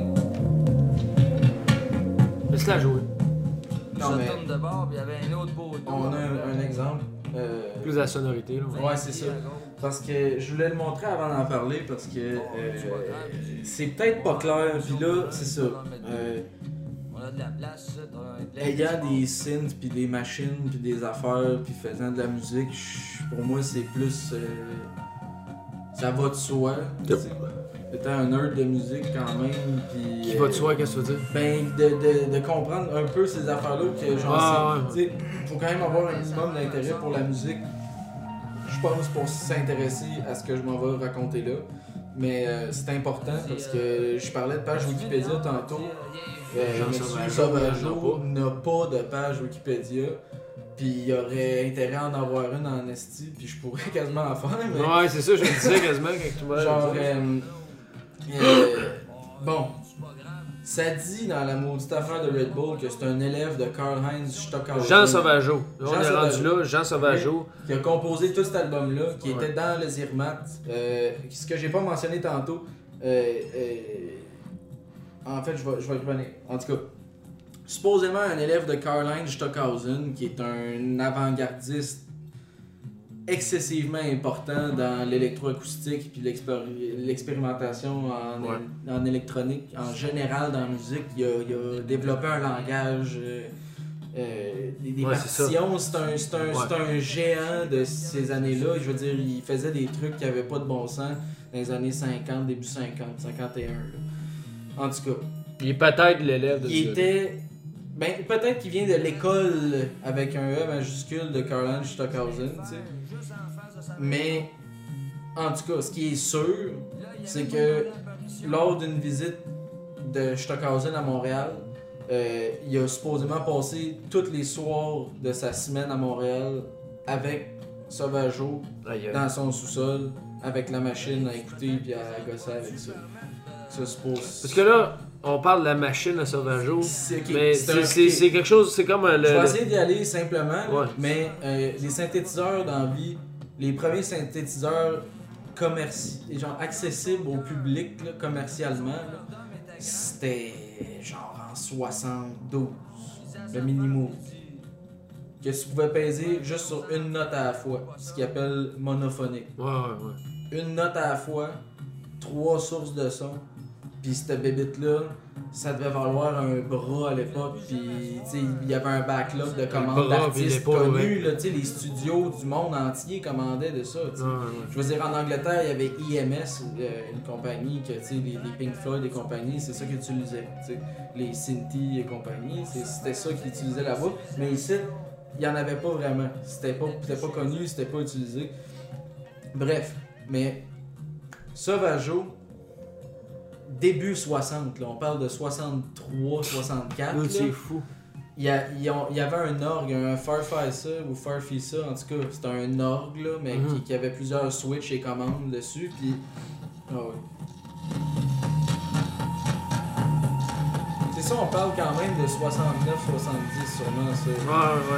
Laisse-la jouer. Il Non, se mais- tourne de bord, puis il y avait un autre poteau. On a un, un exemple. euh, Plus la sonorité, là. Ouais, c'est ça. Parce que je voulais le montrer avant d'en parler parce que euh, c'est peut-être pas clair. Puis là, c'est ça. Euh, de la place, ça, t'as un plein ayant de- des synths, puis des machines, puis des affaires, puis faisant de la musique, je- pour moi, c'est plus... euh, ça va de soi, tu sais. Étant un nerd de musique quand même, puis... Qui euh, va de soi, qu'est-ce que tu veux dire? Ben, de, de, de comprendre un peu ces affaires-là, que genre, Ah, c'est- tu sais, faut quand même avoir un minimum d'intérêt pour la musique, je pense, pour s'intéresser à ce que je m'en vais raconter là. Mais euh, c'est important parce que je parlais de page Wikipédia tantôt. Euh, Jean Monsieur Sauvageau, Sauvageau il n'a pas de page Wikipédia. Puis il y aurait intérêt à en avoir une en esti, puis je pourrais quasiment en faire. Mais... Ouais, c'est ça, je me disais quasiment quand tu m'as Genre, euh, euh, bon, ça dit dans la maudite affaire de Red Bull que c'est un élève de Karl-Heinz Stockhausen. Jean Sauvageau. Là, on Jean est rendu Sauvageau. là, Jean Sauvageau. Qui a composé tout cet album-là, qui Ouais. était dans le Zermatt. Euh, ce que j'ai pas mentionné tantôt. Euh, euh, en fait, je vais, je vais y revenir. En tout cas, supposément un élève de Karl-Heinz Stockhausen, qui est un avant-gardiste excessivement important dans l'électroacoustique puis l'expéri- l'expérimentation en, Ouais. en électronique en général dans la musique. Il a, il a développé un langage, euh, euh, des, des Ouais, c'est ça. partitions. C'est un, c'est un, Ouais. c'est un géant de ces années-là. Je veux dire, il faisait des trucs qui avaient pas de bon sens dans les années cinquante, début cinquante, cinquante et un. Là. En tout cas, Il est peut-être l'élève de il ce gars-là. était. Ben, peut-être qu'il vient de l'école avec un E majuscule de Karl-Heinz Stockhausen, tu sais. Mais, en tout cas, ce qui est sûr, c'est que lors d'une visite de Stockhausen à Montréal, euh, il a supposément passé tous les soirs de sa semaine à Montréal avec Sauvageau Aïe, aïe. dans son sous-sol, avec la machine à écouter puis à gosser avec ça. Ça suppose. Parce que là, on parle de la machine à Sauvageau. C'est ok, Mais c'est c'est un- c'est- ok. c'est quelque chose, c'est comme euh, le. Je vais le- essayer d'y aller simplement, là, Ouais. mais euh, les synthétiseurs dans la vie, les premiers synthétiseurs commerci genre accessibles au public là, commercialement, là, c'était genre en soixante-douze, le minimum. Que tu pouvais peser juste sur une note à la fois, ce qu'ils appellent monophonique. Ouais, ouais, ouais. Une note à la fois, trois sources de son, puis cette bébite-là, ça devait valoir un bras à l'époque, puis tu sais, il y avait un backlog de commandes bras, puis d'artistes l'épaule, connus, ouais. là, tu sais, les studios du monde entier commandaient de ça, tu sais. Ouais, ouais. Je veux dire, en Angleterre, il y avait I M S, euh, une compagnie, que, tu sais, les, les Pink Floyd et compagnie, c'est ça qu'ils utilisaient, tu sais. Les Synthi et compagnie, c'est- c'était ça qu'ils utilisaient là-bas, mais ici, il n'y en avait pas vraiment. C'était pas, c'était pas connu, c'était pas utilisé. Bref, mais Sauvageau, début soixante, là, on parle de soixante-trois, soixante-quatre. Là, là. c'est fou. Il y, a- il y a- il y avait un orgue, un Farfisa ou Farfisa, en tout cas, c'était un orgue, là, mais Mhm. qui, qui avait plusieurs switches et commandes dessus, puis... Ah ouais. C'est ça, on parle quand même de soixante-neuf soixante-dix sûrement, ça. Ouais, ouais.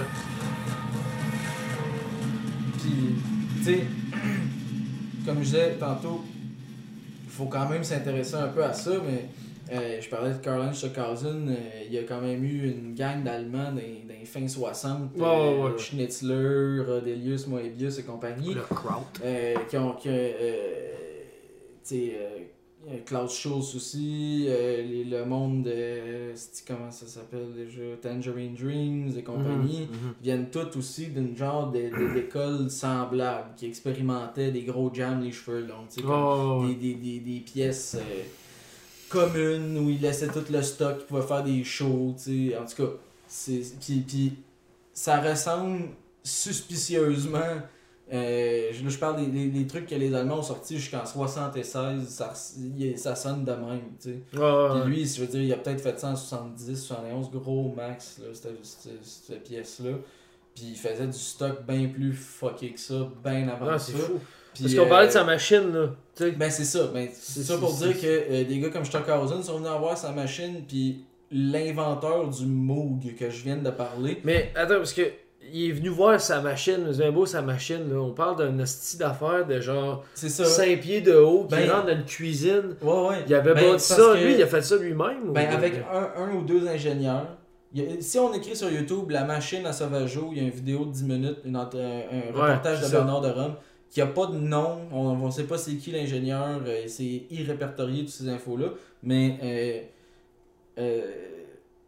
Puis, tu sais, comme je disais tantôt, il faut quand même s'intéresser un peu à ça, mais euh, je parlais de Karl-Heinz Stockhausen, euh, il y a quand même eu une gang d'Allemands dans, les- dans les fins soixante, Ouais, ouais, ouais. Schnitzler, Rodelius, Moebius et compagnie, Le Kraut. euh, qui ont, qui, euh, tu sais, euh, Klaus Schulze aussi, euh, les- le monde de, c'est- comment ça s'appelle déjà, Tangerine Dreams et compagnie, Mhm, mhm. viennent toutes aussi d'une genre de- de- d'école semblable, qui expérimentaient des gros jams les cheveux longs, tu sais, comme Oh, ouais. des, des, des, des pièces euh, communes où ils laissaient tout le stock, ils pouvaient faire des shows, tu sais, en tout cas, c'est, puis, puis ça ressemble suspicieusement, euh, je- là je parle des, des, des trucs que les Allemands ont sortis jusqu'en soixante-seize, ça, res- il- ça sonne de même, tu sais. Ouais, ouais, Puis ouais. lui, je veux dire, il a peut-être fait ça en soixante-dix, soixante et onze, gros max, là, cette, cette, cette pièce-là. Puis il faisait du stock bien plus fucké que ça, bien avant Ah, ça. c'est fou. Puis, Parce qu'on parlait de euh, sa machine, là. Tu sais. Ben c'est ça, ben, c'est ça pour c'est- dire que euh, des gars comme Stockhausen sont venus avoir sa machine, puis l'inventeur du Moog que je viens de parler. Mais attends, parce que il est venu voir sa machine, c'est bien beau sa machine, là. On parle d'un hostie d'affaires de genre C'est ça. cinq pieds de haut qui Ben- rentre dans une cuisine. Ouais, ouais. Il avait Ben, bâti parce ça, que- lui, il a fait ça lui-même. ou- Ben, avec un, un ou deux ingénieurs. Il y a- si on écrit sur YouTube la machine à Sauvageau, il y a une vidéo de dix minutes, une, ent- un, un reportage c'est de ça. Bernard de Rome, qui a pas de nom, on ne sait pas c'est qui l'ingénieur, euh, c'est irrépertorié toutes ces infos-là, mais euh, euh,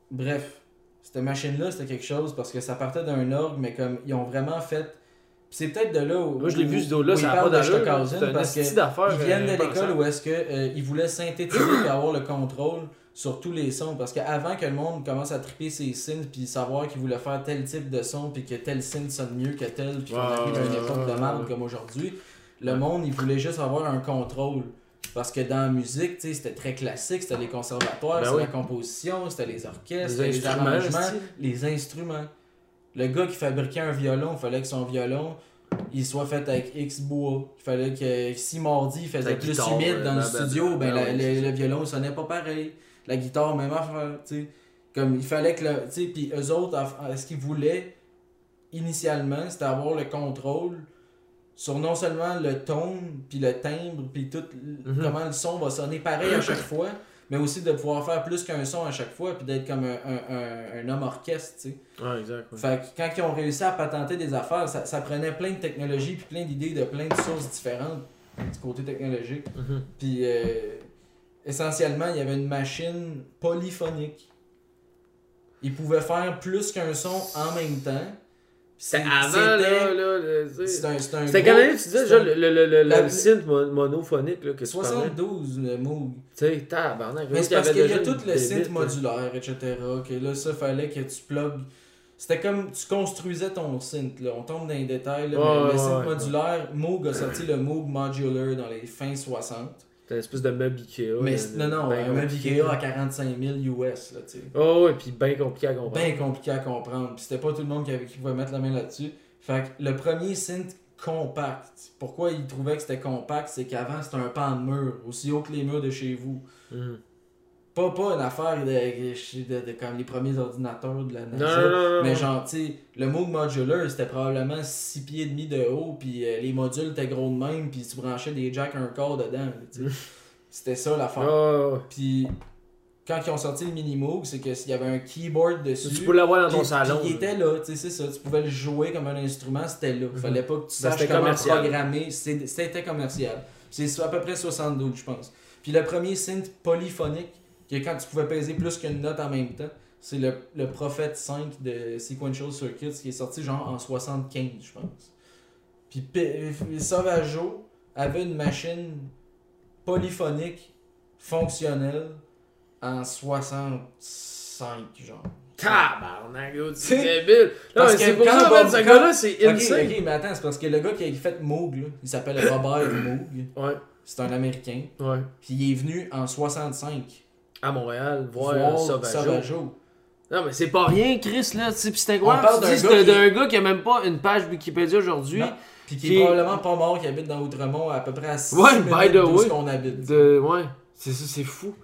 bref, cette machine-là, c'était quelque chose parce que ça partait d'un orgue, mais comme ils ont vraiment fait. Puis c'est peut-être de là où. Moi, je l'ai vu, ce où- vidéo-là, où ça ils n'a parlent pas de d'allure. Stockhausen C'est un parce esti que d'affaires. ils viennent de euh, l'école impensable. où est-ce que euh, ils voulaient synthétiser et avoir le contrôle sur tous les sons. Parce qu'avant que le monde commence à triper ses synths puis savoir qu'il voulait faire tel type de son puis que tel synth sonne mieux que tel puis qu'on Ouais, arrive à une ouais, époque de ouais, merde ouais. comme aujourd'hui, le monde, il voulait juste avoir un contrôle. Parce que dans la musique, tu sais, c'était très classique, c'était les conservatoires, Ben c'était oui. la composition, c'était les orchestres, Les c'était les instruments, arrangements, aussi. les instruments. Le gars qui fabriquait un violon, il fallait que son violon il soit fait avec X bois. Il fallait que si mardi il faisait La plus guitare, humide dans euh, le blablabla. studio, ben Ah la- ouais, le, c'est le violon sonnait pas pareil. La guitare, même affaire, tu sais. Comme il fallait que le. Tu sais, puis eux autres, à- ce qu'ils voulaient initialement, c'était avoir le contrôle sur non seulement le ton, puis le timbre, puis tout, Mhm. comment le son va sonner pareil à chaque fois, mais aussi de pouvoir faire plus qu'un son à chaque fois, puis d'être comme un, un, un, un homme orchestre, tu sais. Ouais, exact. ouais. Fait que quand ils ont réussi à patenter des affaires, ça, ça prenait plein de technologies, puis plein d'idées de plein de sources différentes du côté technologique. Mhm. Puis euh, essentiellement, il y avait une machine polyphonique. Ils pouvaient faire plus qu'un son en même temps. C'était C'est- avant, c'était- là, là, le- tu sais. C'est un, c'est un C'était gros- quelle année tu disais, c'est déjà, un- le, le, le, le, la- le synth mo- monophonique, là, que tu parlais? soixante-douze le Moog. Tu sais, tabarnak. Mais l'autre, c'est il parce avait qu'il y a déjà tout une le débite, synth là. modulaire, et cetera. Que là, ça, fallait que tu plugues. C'était comme tu construisais ton synth. Là. On tombe dans les détails. Là, Ouais, mais ouais, le synth ouais, modulaire, Moog a sorti le Moog Modular dans les fins soixante. C'était une espèce de meuble Ikea. Mais là, c'est- non, non, ben un meuble compliqué. Ikea à quarante-cinq mille U S. Là, tu sais. Oh, ouais, puis bien compliqué à comprendre. Bien compliqué à comprendre. Puis c'était pas tout le monde qui, avait, qui pouvait mettre la main là-dessus. Fait que le premier synth compact, pourquoi il trouvait que c'était compact, c'est qu'avant c'était un pan de mur, aussi haut que les murs de chez vous. Mhm. Pas, pas une affaire de, de, de, comme les premiers ordinateurs de la Non, NASA. non, non, non. Mais genre, tu sais, le Moog Modular, c'était probablement six pieds et demi de haut, puis euh, les modules étaient gros de même, puis tu branchais des jacks un quart dedans. là, tu sais. C'était ça l'affaire. Ah, ouais. Puis quand ils ont sorti le mini Moog, c'est qu'il y avait un keyboard dessus. Tu peux l'avoir dans ton Puis- salon. puis il là. était là, tu sais, c'est ça. Tu pouvais le jouer comme un instrument, c'était là. Fallait pas que tu Ben, saches c'était comment commercial. programmer. C'est- C'était commercial. C'est à peu près soixante-douze, je pense. Puis le premier synth polyphonique, que quand tu pouvais peser plus qu'une note en même temps, c'est le, le Prophet cinq de Sequential Circuits qui est sorti genre en soixante-quinze, je pense. Puis P- Sauvageau avait une machine polyphonique fonctionnelle en soixante-cinq, genre. Tabarnak, gros, C'est- c'est débile. Non, Parce mais que c'est pour quand ça, Bob- man, ce quand- gars-là, c'est Ok, insane. ok, mais attends, c'est parce que le gars qui a fait Moog, là, il s'appelle Robert Moog. Ouais, C'est un Américain. ouais. Puis il est venu en soixante-cinq À Montréal, voir, voir Sauvageau. Sauvageau. Non, mais c'est pas rien, Chris, là. tu sais, Pis c'est On parle incroyable. Tu d'un dis gars c'est qui- d'un gars qui a même pas une page Wikipédia aujourd'hui. Non. Puis qui Qui- est probablement pas mort, qui habite dans Outremont à peu près à six Ouais, minutes by the d'où way. qu'on habite. De... Ouais, c'est ça, c'est fou.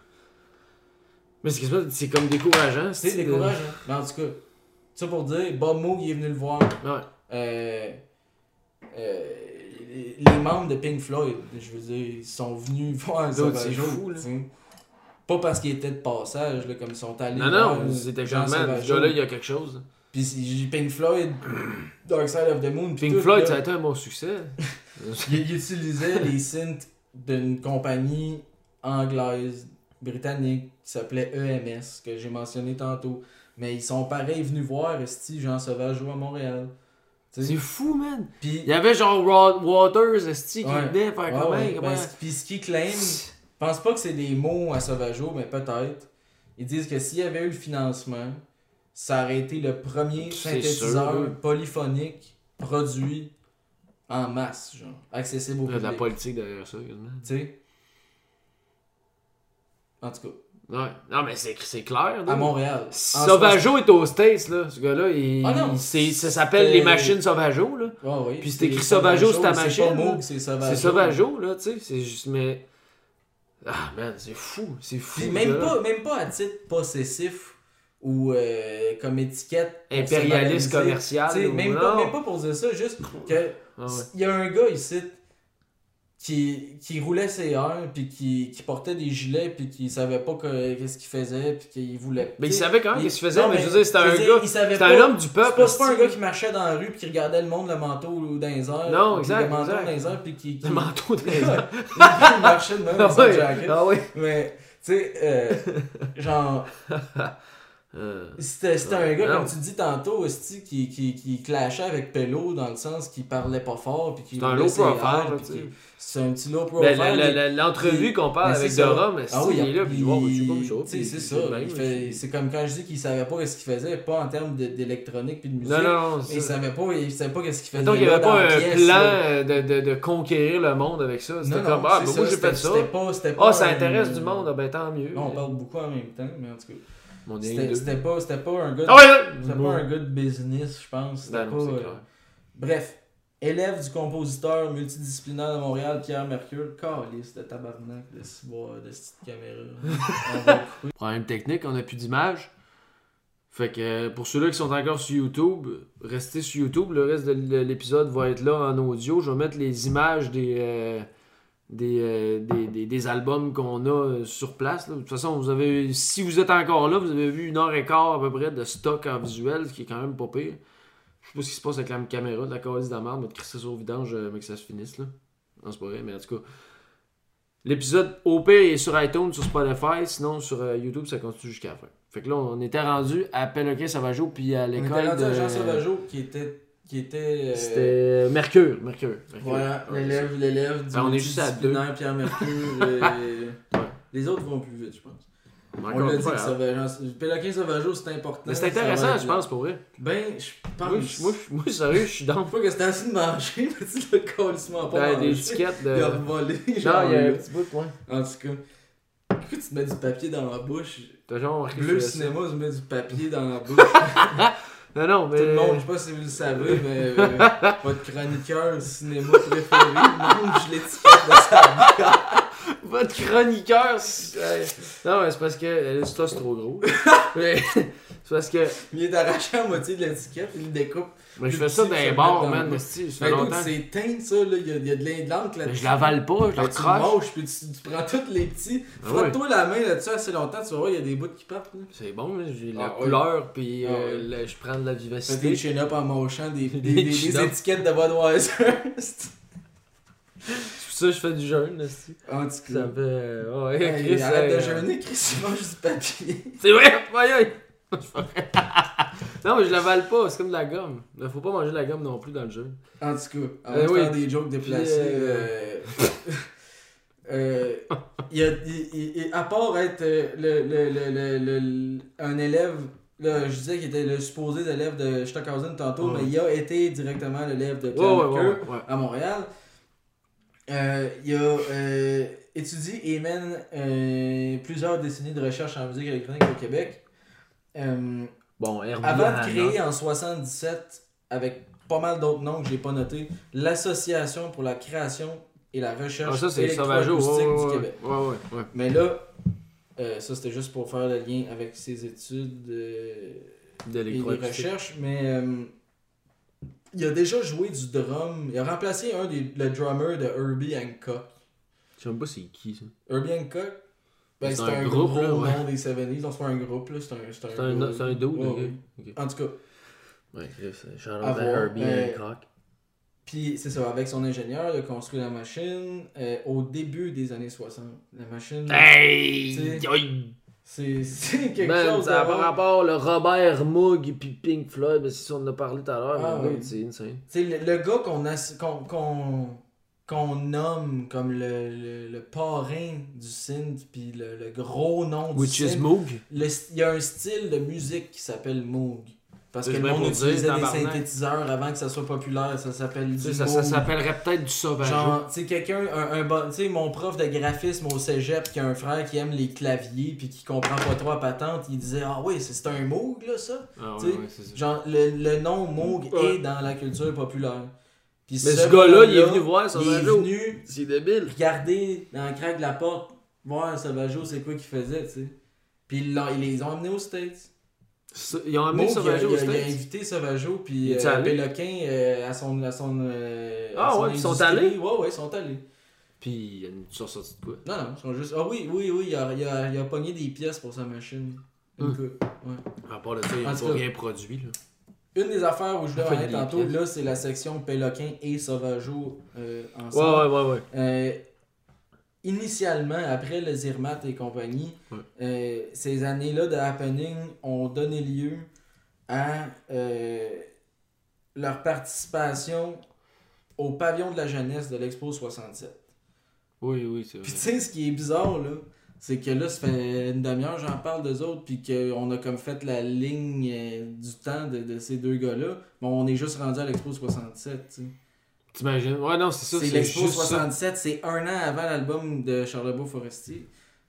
Mais c'est quasiment- c'est comme décourageant. C'est de- décourageant. Mais en tout cas, ça pour dire, Bob Moog il est venu le voir. Ouais. Euh, euh, les les membres de Pink Floyd, je veux dire, ils sont venus voir D'autres, c'est Sauvageau. fou, là. tu sais. Pas parce qu'ils étaient de passage, là, comme ils sont allés Non, voir non, c'était Jean comme, man, ce Sauvageau. gars-là, il y a quelque chose. Puis c'est- Pink Floyd, Dark Side of the Moon. puis Pink tout, Floyd, là, ça a été un bon succès. il, il utilisait les synths d'une compagnie anglaise, britannique, qui s'appelait E M S, que j'ai mentionné tantôt. Mais ils sont pareils venus voir Esti Jean Sauvageau à Montréal. Tu sais. C'est fou, man. Puis, Il y avait genre Rod Waters, esti, qui Ouais. venait faire ouais, comment, ouais, comment... ben, c- puis ce qu'ils claiment, je pense pas que c'est des mots à Sauvageau, mais peut-être. Ils disent que s'il y avait eu le financement, ça aurait été le premier C'est synthétiseur sûr, oui. polyphonique produit en masse, genre, accessible au Il y a de la public. politique derrière ça, quasiment. Tu sais. En tout cas, Ouais. Non, mais c'est c'est clair, là. à Montréal. En Sauvageau est aux States, là. Ce gars-là, il... Ah non, il- c'est- ça s'appelle c'est- les machines Sauvageau, là. Ouais, oui. Puis c'est écrit Sauvageau sur ta machine, C'est pas là. Moog, c'est Sauvageau. C'est Sauvageau, là, tu sais. C'est juste, mais... Ah, man, c'est fou. C'est fou. Puis ce même gars-là. pas, même pas à titre possessif ou euh, comme étiquette. pour se Impérialiste valoriser. commercial. Tu sais, ou même, non. pas, même pas pour dire ça, juste que Ah ouais. il y a un gars ici qui, qui roulait ses heures, puis qui, qui portait des gilets, puis qui savait pas que- qu'est-ce qu'il faisait, puis qu'il voulait. Mais il tu sais, savait quand même il- qu'est-ce qu'il faisait, non, mais je veux dire, c'était je un veux dire, gars. il savait C'était pas- un homme du C'est peuple. pas, c'est pas un esti. gars qui marchait dans la rue puis qui regardait le monde le manteau dans les airs. Non, puis exact, Le manteau exact. dans les airs puis qui. qui... Le manteau de il marchait de même avec Ah son ouais, jacket. ah ouais. Mais, tu sais, euh, genre. Euh, C'était, c'était ouais. un gars, Non. comme tu dis tantôt, esti, qui, qui, qui clashait avec Pello dans le sens qu'il parlait pas fort. Puis qu'il C'est un voulait low ses profile, airs, là, puis tu sais. qu'il- C'est un petit low Ben, profile. la- la- il- la- l'entrevue il- qu'on parle ben, avec c'est ça. Dora, mais Ah oui, il est là, puis il- wow, je suis comme ça. tu sais, puis c'est ça. même, il je fait- suis- c'est comme quand je dis qu'il savait pas ce qu'il faisait, pas en termes de- d'électronique puis de musique. Non, non, non. mais c'est il ça. savait pas, il savait pas qu'est-ce qu'il faisait. Donc, il n'y là avait dans pas la un pièce, plan là. euh, de, de, de conquérir le monde avec ça. C'était Non, comme, non, ah, c'est ben, ça, moi j'ai c'était- fait ça. C'était pas, c'était pas Ah, ça un- intéresse du monde, ah, ben tant mieux. Là, on parle beaucoup en même temps, mais en tout cas. Mon C'était, deux. c'était pas, c'était pas un gars de, Ah ouais, là! c'était pas un gars de business, je pense. C'était Ben non, pas, c'est euh, clair. Bref, élève du compositeur multidisciplinaire de Montréal, Pierre Mercure. Calisse de tabarnak de ciboire, de cette caméra. On va le couper. Problème technique, on n'a plus d'image. Fait que euh, pour ceux-là qui sont encore sur YouTube, restez sur YouTube. Le reste de l'épisode va être là en audio. Je vais mettre les images des, euh, des, euh, des, des, des albums qu'on a euh, sur place. Là. De toute façon, vous avez, si vous êtes encore là, vous avez vu une heure et quart à peu près de stock en visuel, ce qui est quand même pas pire. Je sais pas ce qui se passe avec la caméra de la calice de la merde, mais de crisser ça au vidange, euh, mais que ça se finisse là. Non, c'est pas vrai, mais en tout cas. L'épisode O P est sur iTunes, sur Spotify, sinon sur euh, YouTube, ça continue jusqu'à la fin. Fait que là, on était rendu à Péloquin Sauvageau, puis à On était l'école rendu de... à Jean Sauvageau qui était. Qui était euh, C'était Mercure, Mercure. Mercure. Voilà, Ouais, l'élève, l'élève du Ben, on est juste à deux. multidisciplinaire Pierre Mercure. euh, Les autres vont plus vite, je pense. c'est- On Encore l'a pas dit que grave. Sauvageau. Péloquin Sauvageau, c'est important. Mais c'est ça va intéressant, être je là. pense, pour vrai. Ben, je pense. Moi, je- moi, je- moi, sérieux, je suis dans Pas que c'était assez de manger, mais tu l'as colissement pas dans mangé. des étiquettes de... Il a revolé, Non, genre. il y a un là. petit bout, ouais. En tout cas. Pourquoi tu te mets du papier dans la bouche? T'as genre marqué Bleu ça. cinéma se met du papier dans la bouche. Non, non, mais... Tout le monde, je sais pas si vous le savez, mais euh, votre chroniqueur cinéma préféré mange l'étiquette de sa bière. Votre chroniqueur... c'est- euh, Non, mais c'est parce que... euh, Ça, c'est trop gros. Mais c'est parce que... Il est arraché à moitié de l'étiquette, il le découpe. Mais je Le fais ça petit dans qui les se bars, met dans man, le- esti, ça Mais fait donc, longtemps. c'est teint, ça, là. Il y a, il y a de l'indlante là-dessus. Mais je l'avale pas, je Ben, le tu crache. manges, puis tu, tu prends tous les petits. Ah Frotte-toi la main là-dessus assez longtemps, tu vas voir, il y a des bouts qui partent. Là. C'est bon, là, j'ai la Ah, ouais. couleur, puis Ah, euh, ouais. le- je prends de la Fais des vivacité. chin-up en manchant des, des, Des des, des chin-up. étiquettes de Budweiser. C'est pour ça que je fais du jeûne, esti. En tout Ça cas. fait... euh, Ouais, Hey, Chris, arrête euh, de jeûner, Chris, il mange du papier. C'est vrai! Aïe aïe! Non, mais je l'avale pas, c'est comme de la gomme. Il faut pas manger de la gomme non plus dans le jeûne. En tout cas, avant Euh, de oui. faire des jokes déplacés, Puis, euh... euh, il y a, il- il- il- à part être euh, le, le, le, le, le- un élève, là, je disais qu'il était le supposé élève de Stockhausen tantôt, Ouais. mais il a été directement l'élève de Ouais, Pierre ouais, ouais, Mercure ouais, ouais. à Montréal. Euh, il a euh, étudié et mène euh, plusieurs décennies de recherche en musique électronique au Québec. Euh, Bon, Herbie avant de Hanna. créer en soixante-dix-sept, avec pas mal d'autres noms que j'ai pas notés, l'Association pour la création et la recherche Ah, ça, c'est Sauvageau. électroacoustique Ouais, du ouais, Québec. ouais, ouais, ouais. Mais là, euh, ça c'était juste pour faire le lien avec ses études euh, et les D'électroacoustique. recherches, mais euh, il a déjà joué du drum. Il a remplacé un des le drummer de Herbie Hancock. Je sais même pas c'est qui, ça. Herbie Hancock, ben, C'est c'est un un, groupe, gros là, ouais. nom des soixante-dix, donc c'est pas un groupe, là, c'est un, c'est un, C'est un, gars- c'est un dude, Ouais, ok. ouais. Ok. En tout cas, Ouais, Chris, shout out À à voir, Herbie euh, Hancock. puis c'est ça, avec son ingénieur, il a construit la machine euh, au début des années soixante. La machine, Hey! tu sais, Aïe! c'est c'est quelque Man, chose de ça a par rare. rapport le Robert Moog et puis Pink Floyd, mais si ça, on en a parlé tout à l'heure, Ah, mais ouais. dude, c'est insane. Tu sais, le, le gars qu'on ass- qu'on qu'on qu'on nomme comme le, le, le parrain du synth, puis le, le gros nom du Which is synth, Moog. le- il y a un style de musique qui s'appelle Moog. Parce C'est que le bien monde pour dire, utilisait des tabarnak. synthétiseurs avant que ça soit populaire, ça s'appelle Tu du sais, ça, Moog. ça s'appellerait peut-être du sauvageau. Genre, tu sais, quelqu'un, un, un bon, tu sais, mon prof de graphisme au cégep qui a un frère qui aime les claviers puis qui comprend pas trop la patente, il disait ah oui, c'est c'est un Moog là ça. Ah tu ouais, sais, ouais, c'est ça. Genre le, le nom Moog Ouais. est dans la culture populaire. Puis Mais ce gars-là, il est venu voir il est Sauvageau. venu C'est débile. regarder dans le crack de la porte, voir Sauvageau c'est quoi qu'il faisait, tu sais. Puis ils l'ont- ils les ont amenés aux States. Ça- Ils ont amené Moog, il a, Sauvageau il aux a- il a States. invité Sauvageau puis Il est euh, allé? Péloquin euh, à son à son euh, Ah à son ouais, ils sont industrie. allés? Ouais ouais, ils sont allés. Puis il y a une sortie de quoi. Non, non, ils sont juste. Ah oui, oui, oui, il a, il a, il a pogné des pièces pour sa machine. Une Hum. coupe, ouais. À part de ça, ils En n'ont tout pas cas. rien produit. Là. Une des affaires où je voulais Fait en être des tantôt, pièces. là, c'est la section Péloquin et Sauvageau euh, Ouais, ensemble. ouais, ouais, ouais. Euh, initialement, après le Zermatt et compagnie, Ouais. euh, ces années-là de happening ont donné lieu à euh, leur participation au pavillon de la jeunesse de l'Expo soixante-sept. Oui, oui, c'est Puis vrai. tu sais, ce qui est bizarre, là, c'est que là, ça fait une demi-heure, j'en parle d'eux autres, puis qu'on a comme fait la ligne euh, du temps de, de ces deux gars-là. Bon, on est juste rendu à l'Expo soixante-sept, tu sais. T'imagines? Ouais, non, c'est ça. C'est l'Expo juste ça. soixante-sept, c'est un an avant l'album de Charlebois Forestier.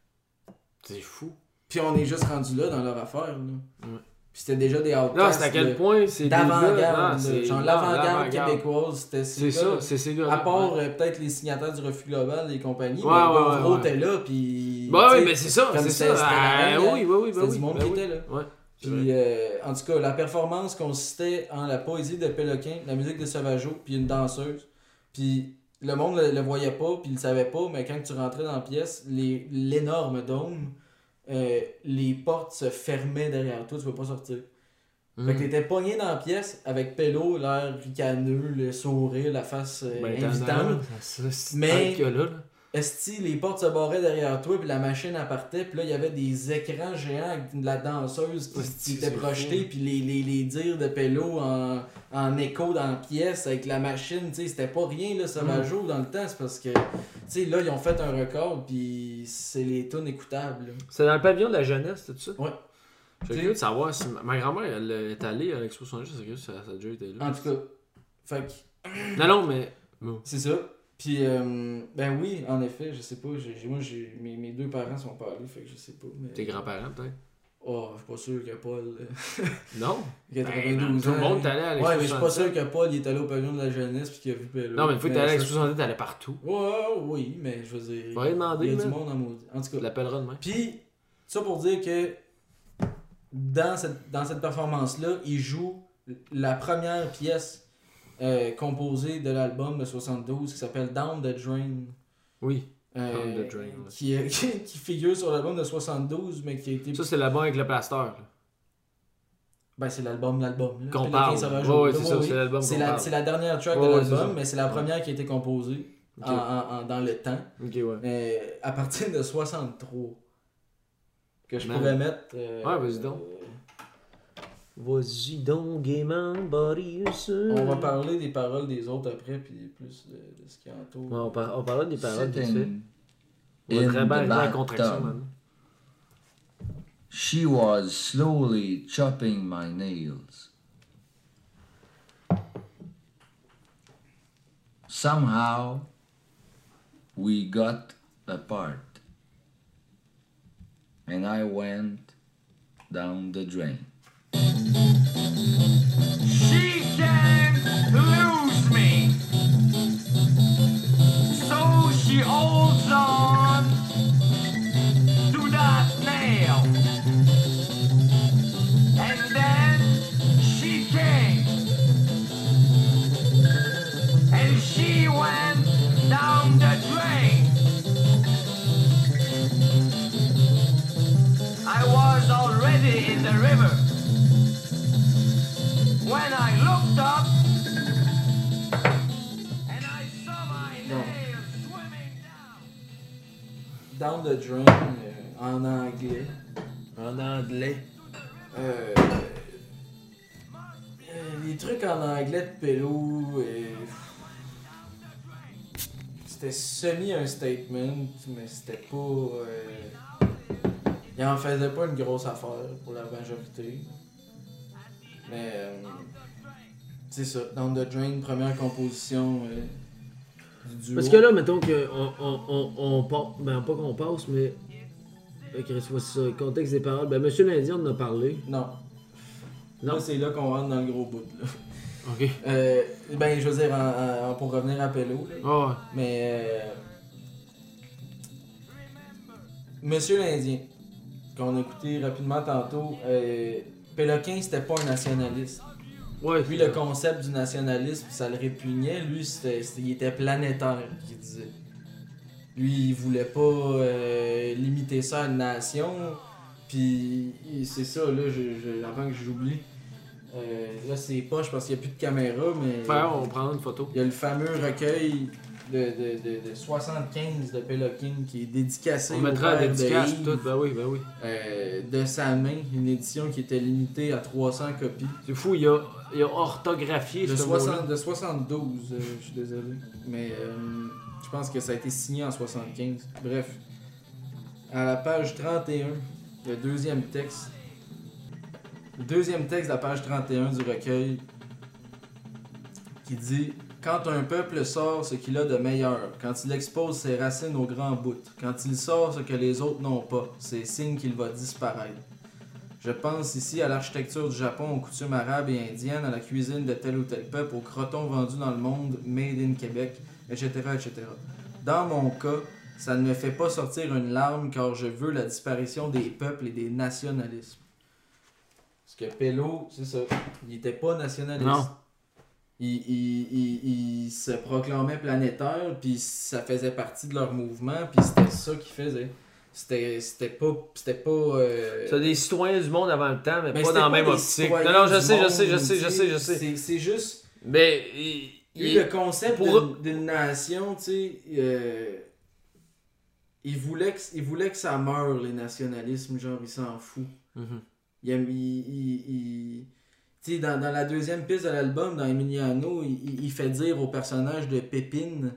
C'est fou. Puis on est juste rendu là dans leur affaire, là. Ouais. Puis c'était déjà des outcasts. Non, c'est à quel de- point c'est des gars- d'avant-garde, non, c'est- là. Genre non, l'avant-garde l'avant-garde. québécoise, c'était ces C'est gars. ça, c'est ces gars-là. À part ouais. euh, peut-être les signataires du Refus Global et compagnie, Ouais, mais ouais, Gauvreau ouais, ouais. était là, puis... Bah tu oui, sais, mais c'est ça, comme c'est c'était- ça. c'était la Ah, gang, oui, oui, oui, c'était ben du oui, monde ben qui oui. était là. Ouais. Puis, euh, en tout cas, la performance consistait en la poésie de Péloquin, la musique de Sauvageau, puis une danseuse. Puis le monde le, le voyait pas, puis il le savait pas, mais quand tu rentrais dans la pièce, les, l'énorme dôme, euh, les portes se fermaient derrière toi, tu peux pas sortir. Fait que Mm. t'étais pogné dans la pièce avec Pélo, l'air ricaneux, le sourire, la face euh, Ben, invitante. étonnamment, ça, c'est Mais- tant que là, là. Esti, les portes se barraient derrière toi, puis la machine appartait, puis là, il y avait des écrans géants avec de la danseuse qui, Esti, qui était c'est projetée, fou. puis les, les, les dires de Pello en, en écho dans la pièce avec la machine, tu sais, c'était pas rien, là, Sauvageau, dans le temps, c'est parce que, tu sais, là, ils ont fait un record, puis c'est les tunes écoutables, là. C'est dans le pavillon de la jeunesse, tout ça? Ouais. Je suis curieux de savoir si ma ma grand-mère elle est allée à l'Expo soixante-dix, c'est curieux si ça, ça a déjà été là. En tout cas, fait que, Non, non, mais. Bon. c'est ça. Puis, euh, ben oui, en effet, je sais pas, j'ai, j'ai- moi, j'ai, mes, mes deux parents sont pas allés, fait que je sais pas, mais... Tes grands-parents, peut-être? Oh, je suis pas sûr que Paul... euh, Non? quatre-vingt-douze Ben, tout le ans. monde est allé à l'Expo Ouais, mais je suis pas soixante-dix. sûr que Paul il est allé au pavillon de la jeunesse puis qu'il a vu Pello. Non, mais une fois que t'es allé à ça, l'Expo soixante-dix, t'allais partout. c'est- Ouais, oui, mais je veux dire. Va aller demander, il y a du man. monde en maudit. En tout Tu cas. l'appelleras demain. Puis, ça pour dire que dans cette, dans cette performance-là, il joue la première pièce euh, composée de l'album de soixante-douze qui s'appelle Down the Drain. Oui. euh, Down the Drain, ouais. qui, est- qui figure sur l'album de soixante-douze, mais qui a été. Ça, c'est là-bas avec le plaster. Là. Ben, c'est l'album, l'album. là. Qu'on Péloquin parle. Sauvageau. Ouais, ouais, Là, c'est ça, c'est l'album C'est qu'on la, parle. c'est la dernière track Ouais, de ouais, c'est l'album, ça. mais c'est la première qui a été composée Ok. en, en- en- dans le temps. Ok, ouais. Euh, à partir de soixante-trois. Que je Man. pourrais mettre. euh, Ouais, vas-y donc. euh, Vas-y donc, gaiement, body, on va parler des paroles des autres après, puis plus de, de ce qui entoure. Ouais, on, par... on parlera des paroles, vite fait. Sitting On va in très bien the arriver à la bathtub. contraction, man. She was slowly chopping my nails. Somehow, we got apart, and I went down the drain. She can't lose me. So she holds on to that nail. And then she came. And she went down the drain. I was already in the river. When I looked up and I saw my Non. nails swimming down. Down the Drain euh, en anglais. En anglais. Euh, euh, les trucs en anglais de Pello, euh, c'était semi un statement, mais c'était pas. Euh, il en faisait pas une grosse affaire pour la majorité. Mais euh, c'est ça, Down the Drain, première composition euh, du duo. Parce que là, mettons qu'on on, on, on passe, ben pas qu'on passe, mais. Ok, c'est ça, le contexte des paroles. Ben, Monsieur l'Indien, on en a parlé. Non. Non. Là, c'est là qu'on rentre dans le gros bout. Là. Ok. Euh, ben, je veux dire, en- en- pour revenir à Pello, là. Ah ouais. Mais. Euh, Monsieur l'Indien, qu'on a écouté rapidement tantôt, euh, Péloquin, c'était pas un nationaliste. Ouais, Lui, le concept du nationalisme, ça le répugnait. Lui, c'était, c'était- il était planétaire, qu'il disait. Lui, il voulait pas euh, limiter ça à une nation. Puis, c'est ça, là, je, je, avant que j'oublie. Euh, là, c'est poche parce qu'il n'y a plus de caméra, mais. Faire, on prend une photo. Il y a le fameux recueil de, de, de, de soixante-quinze de Péloquin qui est dédicacé On au mettra la père de dédicace Yves, tout, ben oui, ben oui. euh, de sa main, une édition qui était limitée à trois cents copies. C'est fou, il a, il a orthographié De, ce soixante, mot-là. de soixante-douze, euh, je suis désolé. Mais euh, je pense que ça a été signé en soixante-quinze. Bref. À la page trente et un, le deuxième texte. Le deuxième texte de la page trente et un du recueil qui dit « Quand un peuple sort ce qu'il a de meilleur, quand il expose ses racines au grand bout, quand il sort ce que les autres n'ont pas, c'est signe qu'il va disparaître. Je pense ici à l'architecture du Japon, aux coutumes arabes et indiennes, à la cuisine de tel ou tel peuple, aux crotons vendus dans le monde, made in Québec, et cetera, et cetera. Dans mon cas, ça ne me fait pas sortir une larme car je veux la disparition des peuples et des nationalismes. » Parce que Pello, c'est ça, il était pas nationaliste. Non. Il, il, il, il se proclamait planétaire, puis ça faisait partie de leur mouvement, puis c'était ça qu'ils faisaient. C'était, c'était pas... C'était pas... Euh... C'est des citoyens du monde avant le temps, mais, mais pas c'était dans la même des optique. citoyens Non, non, je du sais, je monde, sais, je sais, je tu sais, je sais. C'est, c'est juste... Mais... Il, Il, il- le concept pour- d'une, d'une nation, tu sais... Euh... Il voulait, que, il voulait que ça meure, les nationalismes, genre, il s'en fout. Mhm. Il, il, il, il- tu sais, dans, dans la deuxième piste de l'album, dans Emiliano, il, il- il fait dire au personnage de Pépine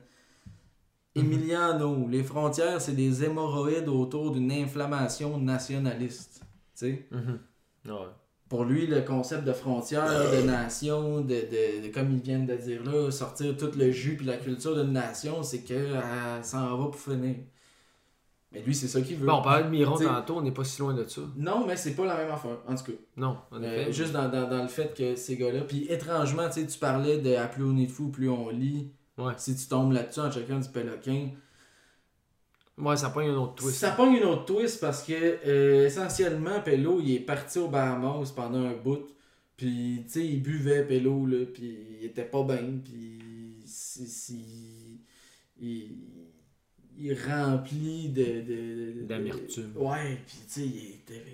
Emiliano, les frontières, c'est des hémorroïdes autour d'une inflammation nationaliste. Tu sais? Mhm. Ouais. Pour lui, le concept de frontière, de nation, de, de, de comme ils viennent de dire là, sortir tout le jus puis la culture d'une nation, c'est que euh, ça en va pour finir. Mais lui, c'est ça qu'il veut. Bon, on parlait de Miron T'sais- tantôt, on n'est pas si loin de ça. Non, mais c'est pas la même affaire, en tout cas. Non, en Euh, effet. juste dans, dans, dans le fait que ces gars-là. Puis étrangement, tu sais, tu parlais de à plus on est fou, plus on lit. Ouais. Si tu tombes là-dessus en chacun du Péloquin. Ouais, ça pogne un autre twist. Ça pogne une autre twist parce que euh, essentiellement, Pello, il est parti au Bahamas pendant un bout. Puis, tu sais, il buvait Pello, là. Puis, il était pas bien. Puis, si, si- il, il remplit de. de, de D'amertume. Ouais, puis, tu sais, il était.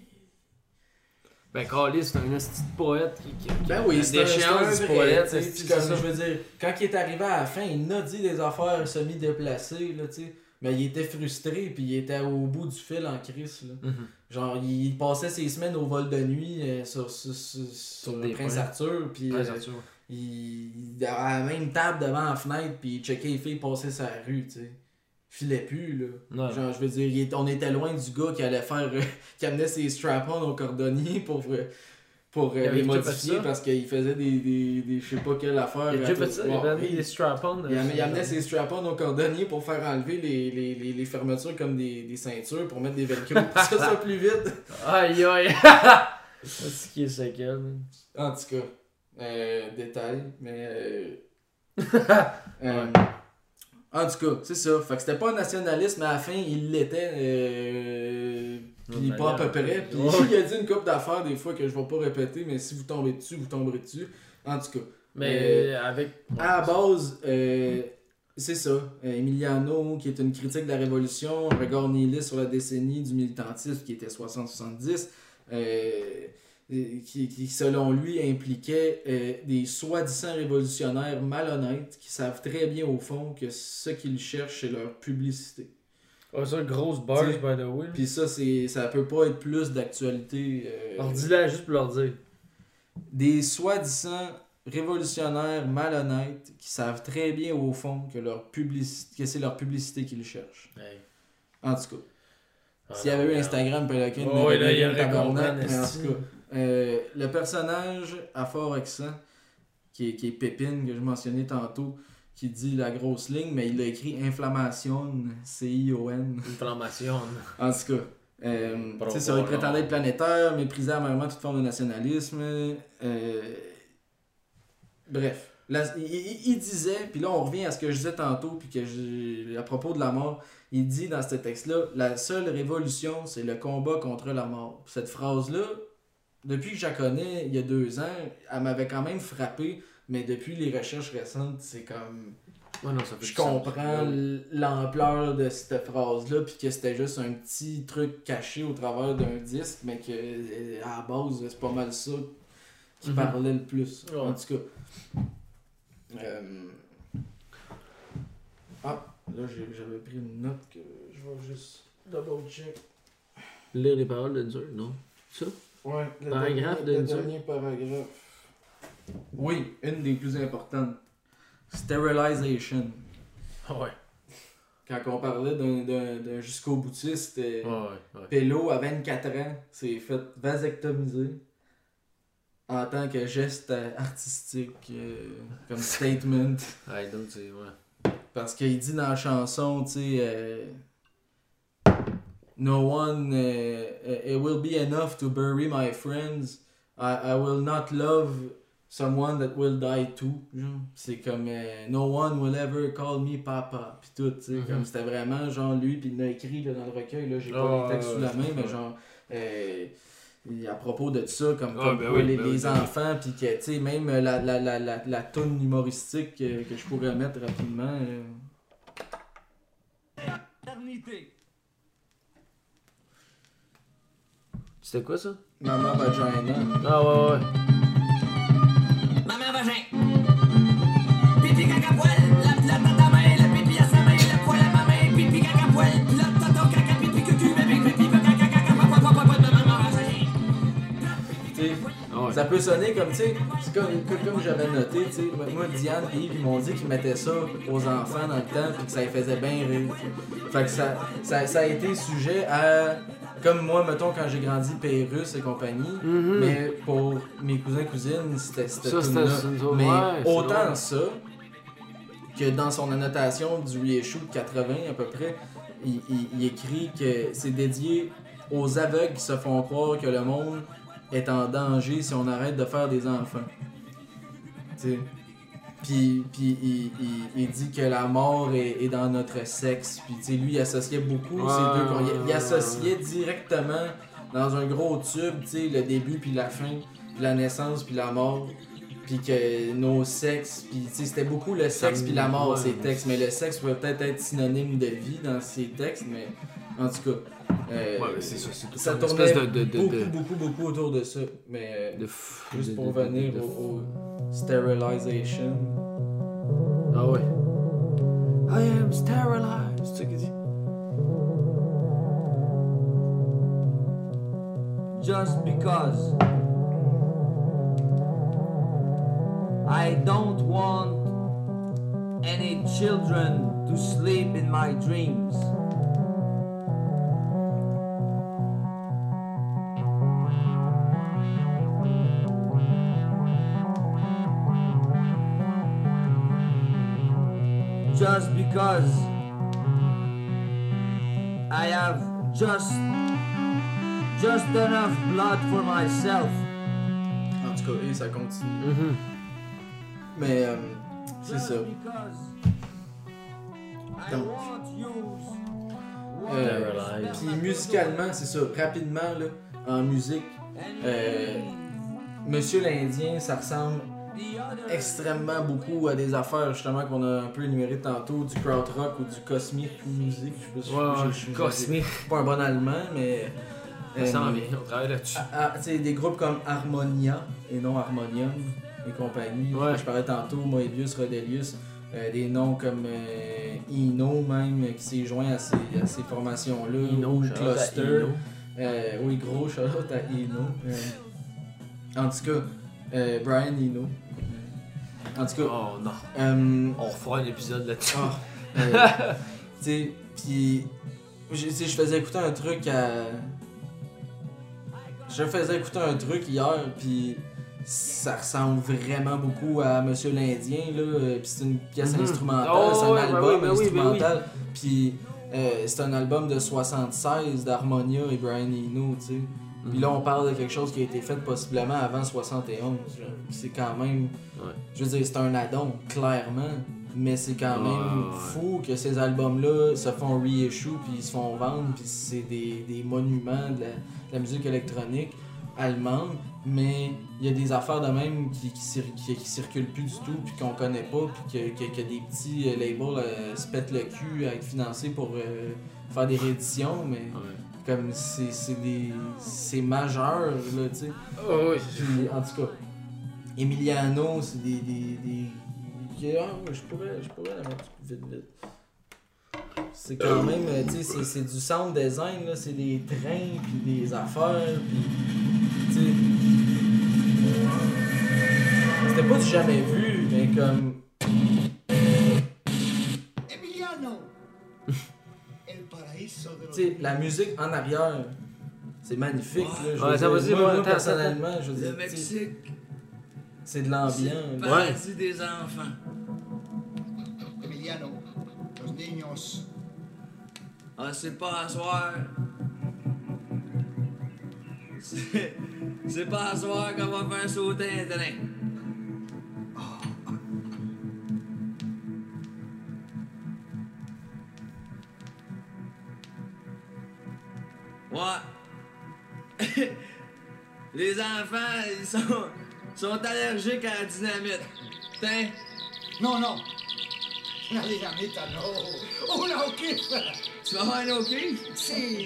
Ben, Carly, c'est un petit poète qui. qui, qui Ben oui, la c'est un, c'est déchéance un du vrai, poète. tu sais, c'est- puis c'est comme ça. je veux dire, quand il est arrivé à la fin, il n'a dit des affaires semi-déplacées, là, tu sais. Mais il était frustré, puis il était au bout du fil en crise, là. Mhm. Genre, il passait ses semaines au vol de nuit euh, sur, sur, sur, sur des le Prince points. Arthur, puis Ouais, euh, c'est sûr. il, il à la même table devant la fenêtre, puis il checkait les filles passer sa rue, tu sais. Filait plus, là. Ouais. Genre, je veux dire, il est- on était loin du gars qui allait faire, euh, qui amenait ses strap-on au cordonnier pour, euh, pour euh, Il avait les déjà fait modifier ça? parce qu'il faisait des, des, des je sais pas quelle affaire. Il a déjà fait ça, il Ouais, avait amené oui. des strap-on. Il amenait, il amenait ses strap-on au cordonnier pour faire enlever les, les, les, les fermetures comme des, des ceintures pour mettre des velcro pour que ça soit plus vite. Aïe aïe. C'est ce qui est séquel. En tout cas, euh, détail, mais. Euh, euh, en tout cas, c'est ça. Fait que c'était pas un nationaliste, mais à la fin, il l'était. Euh, Puis Ouais, pas à peu ben, près. Puis ouais. il a dit une couple d'affaires des fois que je vais pas répéter, mais si vous tombez dessus, vous tomberez dessus. En tout cas. Mais avec. À la base, euh, c'est ça. Euh, Emiliano, qui est une critique de la Révolution, un regard nihiliste sur la décennie du militantisme qui était soixante soixante-dix, euh, qui, qui, selon lui, impliquait euh, des soi-disant révolutionnaires malhonnêtes qui savent très bien au fond que ce qu'ils cherchent, c'est leur publicité. Oh, ça, grosse bars, T'sais, by the way. Puis ça, c'est, ça peut pas être plus d'actualité. euh, Alors, dis-le juste pour leur dire. Des soi-disant révolutionnaires malhonnêtes qui savent très bien au fond que, leur publicité, que c'est leur publicité qu'ils cherchent. Hey. En tout cas, Ah, s'il y avait eu Instagram, Péloquin, Oh, oui, là, il y un aurait tabarnak, compris, mais en esti. tout cas, euh, le personnage à fort accent, qui est, qui est Pépine, que je mentionnais tantôt, qui dit la grosse ligne, mais il a écrit Inflammation, C I O N. Inflammation. En tout cas, euh, Pas tu sais, ça bon, il prétendait non. être planétaire, méprisait amèrement toute forme de nationalisme. euh, Bref, là, il, il- il disait, puis là on revient à ce que je disais tantôt, puis que j'ai, à propos de la mort, il dit dans ce texte-là, la seule révolution, c'est le combat contre la mort. Cette phrase-là, depuis que je la connais, il y a deux ans, elle m'avait quand même frappé, mais depuis les recherches récentes, c'est comme... Ouais, non, ça fait Je du sens. comprends Ouais. l'ampleur de cette phrase-là, puis que c'était juste un petit truc caché au travers d'un disque, mais que euh, à la base, c'est pas mal ça qui Mhm. parlait le plus. Ouais. En tout cas. Euh, j'ai- j'avais pris une note que je vais juste double check. Lire les paroles de Dur, non? Ça? Ouais, le Paragraphe dernier, de le Dur. dernier paragraphe. Oui, une des plus importantes. Sterilization. Ouais. Quand on parlait d'un, d'un, d'un jusqu'au boutiste, euh, Ouais, ouais. Pello, à vingt-quatre ans, s'est fait vasectomiser en tant que geste euh, artistique, euh, comme statement. Ouais, donc c'est. Ouais. Parce qu'il dit dans la chanson, tu sais, euh, No one, uh, it will be enough to bury my friends. I, I will not love someone that will die too. Genre. C'est comme euh, No one will ever call me papa. Pis tout, tu sais, Mm-hmm. comme c'était vraiment genre lui, pis il l'a écrit là, dans le recueil, là, j'ai pas Oh, les textes ouais, sous la ouais, main, ouais. mais genre. Euh, et à propos de ça, comme, Ah, comme ben quoi oui, les, ben les oui, ben oui. enfants, puis que, tu sais, même la, la, la, la, la toune humoristique que, que je pourrais mettre rapidement. euh, Éternité. C'était quoi ça? Maman Vagina. Ah, ouais, ouais. Maman vagin. Pipi caca poil, la plate à ta main, le pipi à sa main, le poil à ma main, pipi caca poil, la toto caca pipi cucu, bébé pipi caca caca papa papa papa maman vagin. Tu sais, Ah, ouais. ça peut sonner comme, tu sais, c'est comme, comme, comme j'avais noté, tu sais, moi, Diane et Yves, ils m'ont dit qu'ils mettaient ça aux enfants dans le temps, puis que ça les faisait bien rire. Fait que ça, ça, ça a été sujet à, comme moi, mettons, quand j'ai grandi Pérusse et compagnie, Mhm. mais pour mes cousins cousines, c'était c'était Ça, tout c'était- là. c'est- Mais ouais, c'est autant drôle. ça, que dans son annotation du reissue de quatre-vingts à peu près, il, il, il écrit que c'est dédié aux aveugles qui se font croire que le monde est en danger si on arrête de faire des enfants. Tu sais. Puis, puis il, il, il dit que la mort est, est dans notre sexe. Puis tu sais, lui, il associait beaucoup Ouais, ces deux. Il, il ouais, associait directement dans un gros tube, tu sais, le début puis la fin, puis la naissance puis la mort. Puis que nos sexes, puis tu sais, c'était beaucoup le sexe Ça puis la mort, ouais, ces textes. Mais le sexe pouvait peut-être être synonyme de vie dans ces textes, mais en tout cas. euh, Ouais, mais c'est ça, c'est tout ça une tournait espèce de- de- de- beaucoup, de- beaucoup, beaucoup autour de ça. Mais euh, De f- juste de- pour de- de- venir de- au, au sterilization. Ah, ouais. I am sterilized. C'est ça qu'il dit. Just because I don't want any children to sleep in my dreams. Just because I have just just enough blood for myself. En tout cas, et ça continue. Mhm. Mais euh, c'est Just ça. because I Donc. won't use Euh, Sterilized. Puis musicalement, c'est ça. Rapidement, là, en musique, euh, Monsieur l'Indien, ça ressemble extrêmement beaucoup à des affaires justement qu'on a un peu énumérées tantôt, du krautrock ou du cosmic music. Je sais pas si Ouais, je- ouais, je- je- cosmique. je suis pas un bon allemand, mais. Ça s'en euh, vient, on travaille là-dessus. Ah, ah, tu sais, des groupes comme Harmonia et non Harmonium et compagnie. Ouais. Je parlais tantôt, Moebius, Rodelius, euh, des noms comme euh, Ino même, qui s'est joint à ces, à ces formations-là. ou shout-out à Cluster. Ino. Euh, oui, gros shout-out à Ino. Euh, en tout cas, euh, Brian Eno. En tout cas, Oh non. euh, On refera un épisode là-dessus. ah, euh, tu sais, pis je, tu sais, je faisais écouter un truc à. Je faisais écouter un truc hier, puis ça ressemble vraiment beaucoup à Monsieur l'Indien, là. euh, Puis c'est une pièce Mhm. instrumentale, Oh, c'est un ouais, ben album oui, ben oui, ben instrumental. Puis euh, c'est un album de soixante-seize d'Harmonia et Brian Eno, tu sais. Puis là, on parle de quelque chose qui a été fait possiblement avant soixante et onze. genre. C'est quand même. Ouais. Je veux dire, c'est un addon, clairement. Mais c'est quand Ouais, même ouais. fou que ces albums-là se font reissue, puis ils se font vendre, puis c'est des, des monuments de la, de la musique électronique allemande. Mais il y a des affaires de même qui, qui, cir- qui, qui circulent plus du tout, puis qu'on connaît pas, puis que, que, que des petits euh, labels euh, se pètent le cul à être financés pour euh, faire des rééditions. Mais Ouais. comme c'est c'est des c'est majeur là, tu sais. Oh, oui. Puis en tout cas, Emiliano, c'est des des, des... que- ah, ouais, je pourrais je pourrais la mettre vite vite. c'est quand même, euh, tu sais, c'est, c'est du sound design, là, c'est des trains, puis des affaires, puis, tu sais, c'était pas du jamais vu, mais comme... Emiliano! El paraíso de los... Tu sais, la musique en arrière, c'est magnifique, là, je Ouais, veux ça dire, va dire, moi, ouais, moi, attends, personnellement, je veux Le dire, tu sais, Mexique, c'est de l'ambiance. le paradis des enfants. Emiliano, los niños... Ah, c'est pas à soir. C'est, c'est pas à soir qu'on va faire sauter un train. Ouais. Les enfants, ils sont, sont allergiques à la dynamite. Tiens, No, no. La dinamita, no. Una oquifa. tu vas avoir un OK? Sí.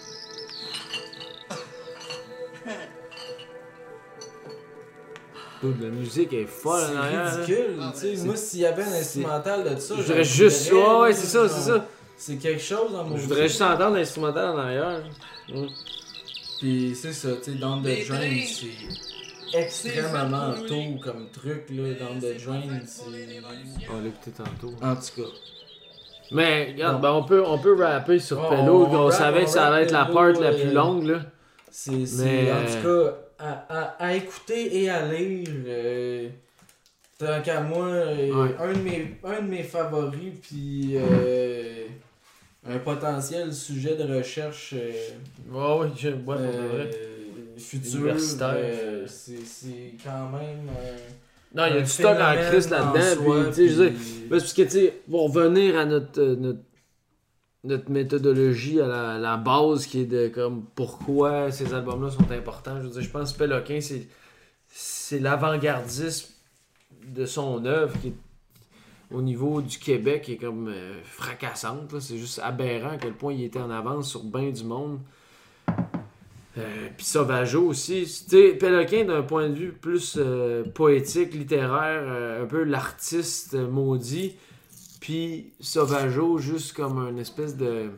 Dude, la musique est folle en arrière. C'est là. ridicule, Ah, tu sais, mais moi s'il y avait un instrumental de ça, Je j'en voudrais juste voudrais, ça, ouais, là, c'est ça, genre, c'est ça. C'est quelque chose dans mon Je voudrais juste entendre l'instrumental en arrière. Mm. Puis c'est ça, tu sais, Down Les the Drain, trains. c'est extrêmement C'est tôt comme truc, là, Down the Drain, c'est... On l'a écouté tantôt. En tout cas. Mais regarde, Non. ben on peut, on peut rapper sur On- Pello, on on, rappe, savait on que ça allait rappe être la Pello, part la euh, plus longue là. C'est, c'est Mais, en euh, tout cas, à, à, à écouter et à lire, euh, tant qu'à moi, euh, Ouais. un, de mes, un de mes favoris, puis euh, un potentiel sujet de recherche euh, Ouais, ouais, je bois pour de euh, vrai. futur, Universitaire. euh, c'est, c'est quand même... euh, Non, il y a un du stock en phénomène crise en là-dedans. soi, Puis, tu sais, je veux dire, puis- ben, c'est parce que, tu sais, pour revenir à notre, euh, notre, notre méthodologie, à la, la base qui est de comme pourquoi ces albums-là sont importants. Je veux dire, je pense que Péloquin, c'est, c'est l'avant-gardisme de son œuvre qui est au niveau du Québec qui est comme euh, fracassante. Là. C'est juste aberrant à quel point il était en avance sur bien du monde. Euh, Puis Sauvageau aussi. Tu sais, Péloquin, d'un point de vue plus euh, poétique, littéraire, euh, un peu l'artiste euh, maudit. Puis Sauvageau, juste comme un espèce de.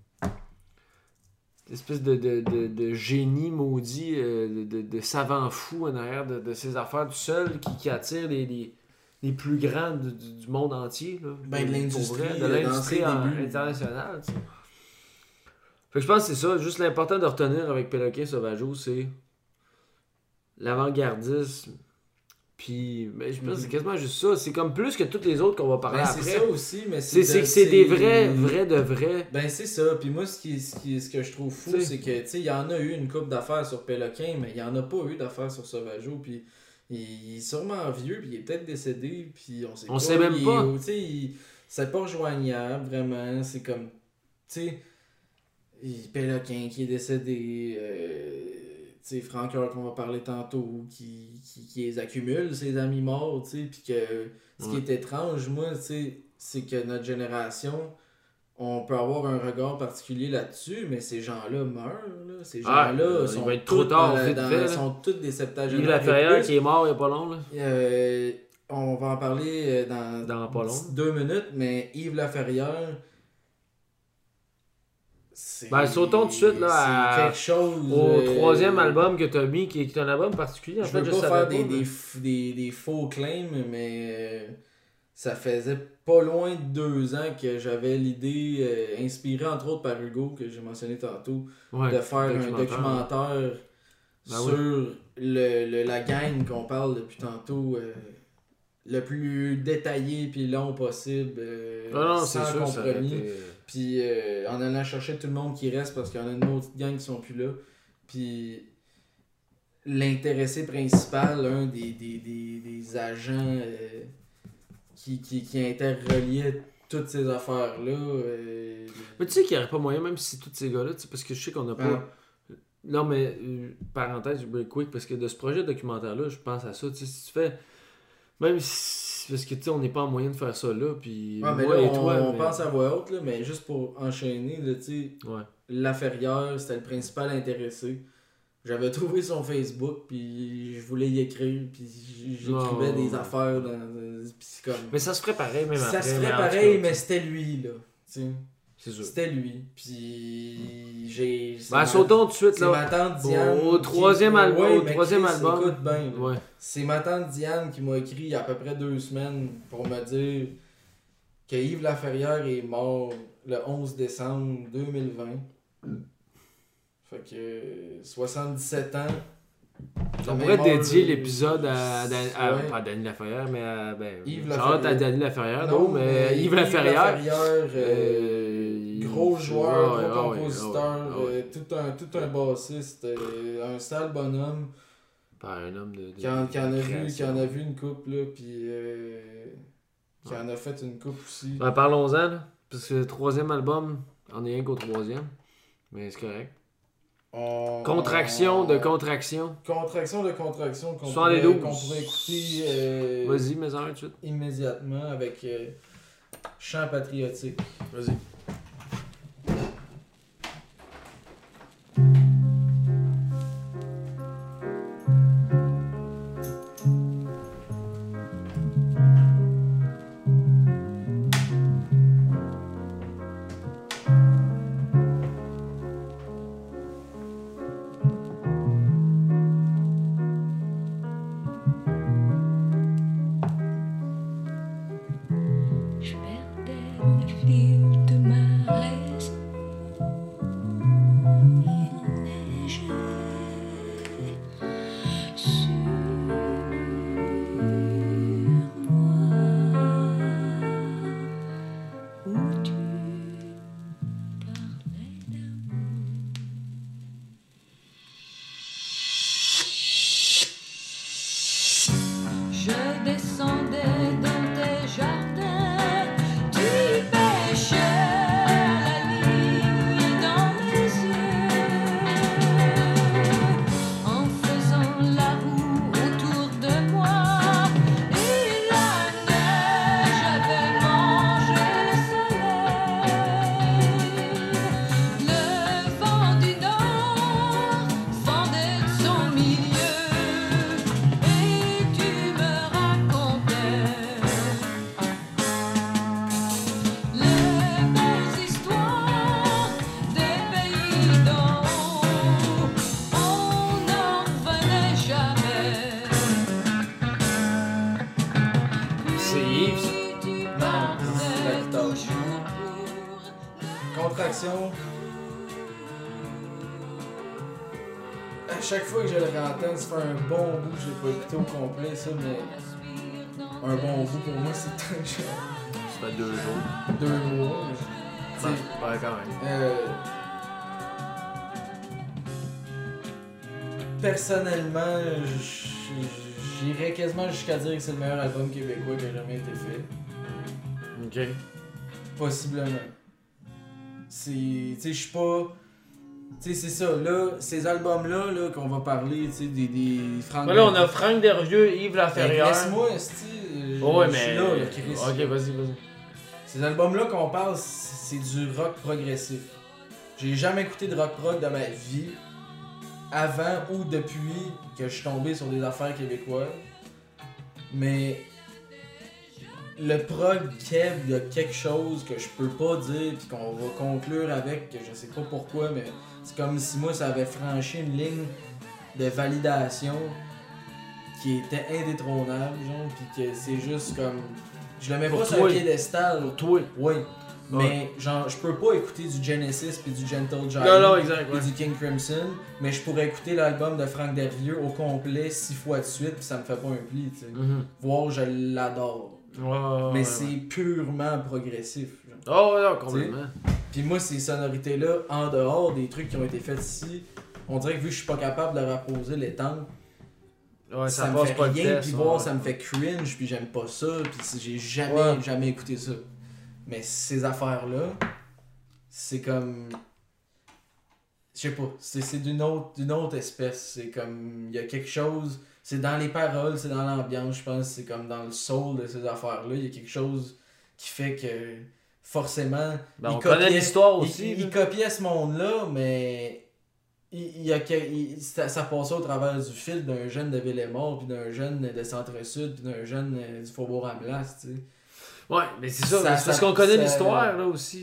espèce de, de, de, de génie maudit, euh, de, de, de savant fou en arrière de, de ses affaires tout seul qui, qui attire les, les, les plus grands du, du- du monde entier. Là, Ben, de Pour l'industrie, vrai, de euh, l'industrie dans ses en- débuts. internationale. tu sais. Fait que je pense que c'est ça. Juste l'important de retenir avec Péloquin Sauvageau, c'est l'avant-gardisme. Puis, ben, je pense que c'est quasiment juste ça. C'est comme plus que toutes les autres qu'on va parler Ben, après. c'est ça aussi, mais C'est, c'est de- que c'est des vrais, vrais de vrais. Ben c'est ça, puis moi ce qui, ce qui ce que je trouve fou, T'sais. c'est que tu sais, il y en a eu une couple d'affaires sur Péloquin, mais il y en a pas eu d'affaires sur Sauvageau, puis il, il est sûrement vieux, puis il est peut-être décédé, puis on sait On pas. sait même il est pas. où, tu sais, il- c'est pas rejoignable vraiment, c'est comme tu sais il- Péloquin qui est décédé, euh, tu sais Francoeur qu'on va parler tantôt qui, qui, qui les accumule ses amis morts, tu sais, puis que ce qui Ouais. est étrange moi, tu sais, c'est que notre génération on peut avoir un regard particulier là-dessus, mais ces gens-là meurent, là. Ces Ah, gens-là euh, il sont, va être trop tous tard, dans la- vite dans- fait, là. sont tous des Yves septagénaires. Laferrière et plus. qui est mort il y a pas long. Là. Euh, on va en parler euh, dans, Dans pas long. deux minutes, mais Yves Laferrière, c'est... Ben, sautons tout de suite, là, c'est à- quelque chose... Au euh, troisième album que t'as mis, qui est un album particulier, en Je fait, veux je pas savais faire pas, des, mais- des, f- des, des faux claims, mais euh, ça faisait pas loin de deux ans que j'avais l'idée, euh, inspirée entre autres par Hugo, que j'ai mentionné tantôt, Ouais, de faire un documentaire. documentaire Ben sur le, le- la gang qu'on parle depuis tantôt, euh, le plus détaillé puis long possible, euh, Ah non, c'est sans sûr, ça aurait compromis. été- Puis euh, en allant chercher tout le monde qui reste parce qu'il y en a une autre gang qui sont plus là. Puis l'intéressé principal, un des, des, des, des agents euh, qui, qui, qui interreliait toutes ces affaires-là. euh, Mais tu sais qu'il n'y aurait pas moyen, même si tous ces gars-là, tu sais, parce que je sais qu'on n'a pas. Non, mais euh, parenthèse, je break quick, parce que de ce projet documentaire-là, je pense à ça. Tu sais, si tu fais. Même si. Parce que tu sais, on n'est pas en moyen de faire ça là, puis. Ouais, mais moi là, et on, toi. on mais- pense à voix haute, là, mais juste pour enchaîner, là, tu sais, Ouais. Laferrière, c'était le principal intéressé. J'avais trouvé son Facebook, puis je voulais y écrire, puis j- j'écrivais Oh, des ouais. affaires, dans, dans- puis c'est comme... Mais ça se ferait pareil, même ça après. se ferait mais en tout pareil, cas, mais c'était lui, là. tu sais. C'est sûr. C'était lui. Puis j'ai. c'est Ben, ma- sautons tout de suite, C'est là. ma tante Diane. Au qui- troisième album- Ouais, au mais troisième Chris, album. Écoute bien. là. Ouais. C'est ma tante Diane qui m'a écrit il y a à peu près deux semaines pour me dire que Yves Laferrière est mort le onze décembre deux mille vingt. Fait que soixante-dix-sept ans. On Le pourrait même dédier âge- l'épisode à, Dan- à- Ouais. pas à Danny Laferrière, mais à. Ben, Yves shout-out à Laferrière. Danny Laferrière, Non, non, mais Yves Laferrière. Laferrière, euh, euh, gros il- joueur, ouais, gros ouais, compositeur, ouais, ouais, ouais. euh, tout, un, tout un bassiste, euh, un sale bonhomme Pas un homme de. de- qui en, qui en a de vu, qui création. en a vu une coupe, là, puis euh, qui en a fait une coupe aussi. Ben, parlons-en, là. Parce que le troisième album, on est rien qu'au troisième. Mais c'est correct. On- Contraction on- de contraction. Contraction de contraction qu'on soixante-douze. pourrait, qu'on pourrait écouter euh, Vas-y, mets-en un tout de suite. immédiatement avec euh, Chant patriotique. Vas-y. Je perdais le fil de ma raison. Il neigeait sur moi. Où tu parlais d'amour. Je descendais dans tes jardins, tu pêchais la ligne dans mes yeux, en faisant la roue autour de moi, et la neige avait mangé le soleil. Le vent du nord fendait de son milieu, et tu me racontais les belles histoires des pays d'en haut. On n'en revenait jamais. C'est Yves, ça. Puis tu Non, partais c'est la guitare. toujours pour Contraction. À chaque fois que je le réentends, ça fait un bon bout, je l'ai pas écouté au complet, ça, mais un bon bout pour moi, c'est tant genre Ça fait deux jours. deux mois. mais, tu Ouais, sais, ouais, quand même. euh, personnellement, j- j'irais quasiment jusqu'à dire que c'est le meilleur album québécois qui a jamais été fait. Ok. Possiblement. C'est. Tu sais, je suis pas. Tu sais, c'est ça, là, ces albums-là, là, qu'on va parler, tu sais, des, des Franck. Ben là, on a Franck Dervieux, Yves Laferrière. Laisse-moi, esti. je- Oh, ouais, je suis mais. là, là, Chris. Ok, vas-y, vas-y. Ces albums-là qu'on parle, c'est du rock progressif. J'ai jamais écouté de rock prog de ma vie, avant ou depuis que je suis tombé sur des affaires québécoises. Mais le prog Kev, il y a quelque chose que je peux pas dire puis qu'on va conclure avec, que je sais pas pourquoi, mais c'est comme si moi ça avait franchi une ligne de validation qui était indétrônable, genre, puis que c'est juste comme. Je le mets Pour pas sur toi. un piédestal. Pour toi. Oui. Mais genre, je peux pas écouter du Genesis puis du Gentle Giant Non, non, exact, puis ouais. du King Crimson, mais je pourrais écouter l'album de Franck Dervieux au complet six fois de suite puis ça me fait pas un pli, tu sais. Mhm. Voir, je l'adore. Ouais, ouais, mais ouais, c'est ouais. purement progressif. genre. Oh, ouais, non, complètement. Puis moi, ces sonorités-là, en dehors des trucs qui ont été faits ici, on dirait que vu que je suis pas capable de rapposer les temps, Ouais, ça, ça, me passe fait pas de rien, test. puis ouais. voir, ça me fait cringe, puis j'aime pas ça, puis c'est- j'ai jamais, Ouais. jamais écouté ça. Mais ces affaires-là, c'est comme... Je sais pas, c'est c'est d'une autre, d'une autre espèce, c'est comme... Il y a quelque chose... C'est dans les paroles, c'est dans l'ambiance, je pense, c'est comme dans le soul de ces affaires-là, il y a quelque chose qui fait que, forcément... Ben, il on connaît copiait- l'histoire il- aussi. Il, là. il copiait ce monde-là, mais... Il, il y a que- il- ça, ça passait au travers du fil d'un jeune de Villemort, puis d'un jeune de Centre-Sud, puis d'un jeune euh, du Faubourg Amblas, tu sais. Ouais, mais c'est ça, Ça- c'est parce ça- qu'on connaît ça- l'histoire là aussi. là.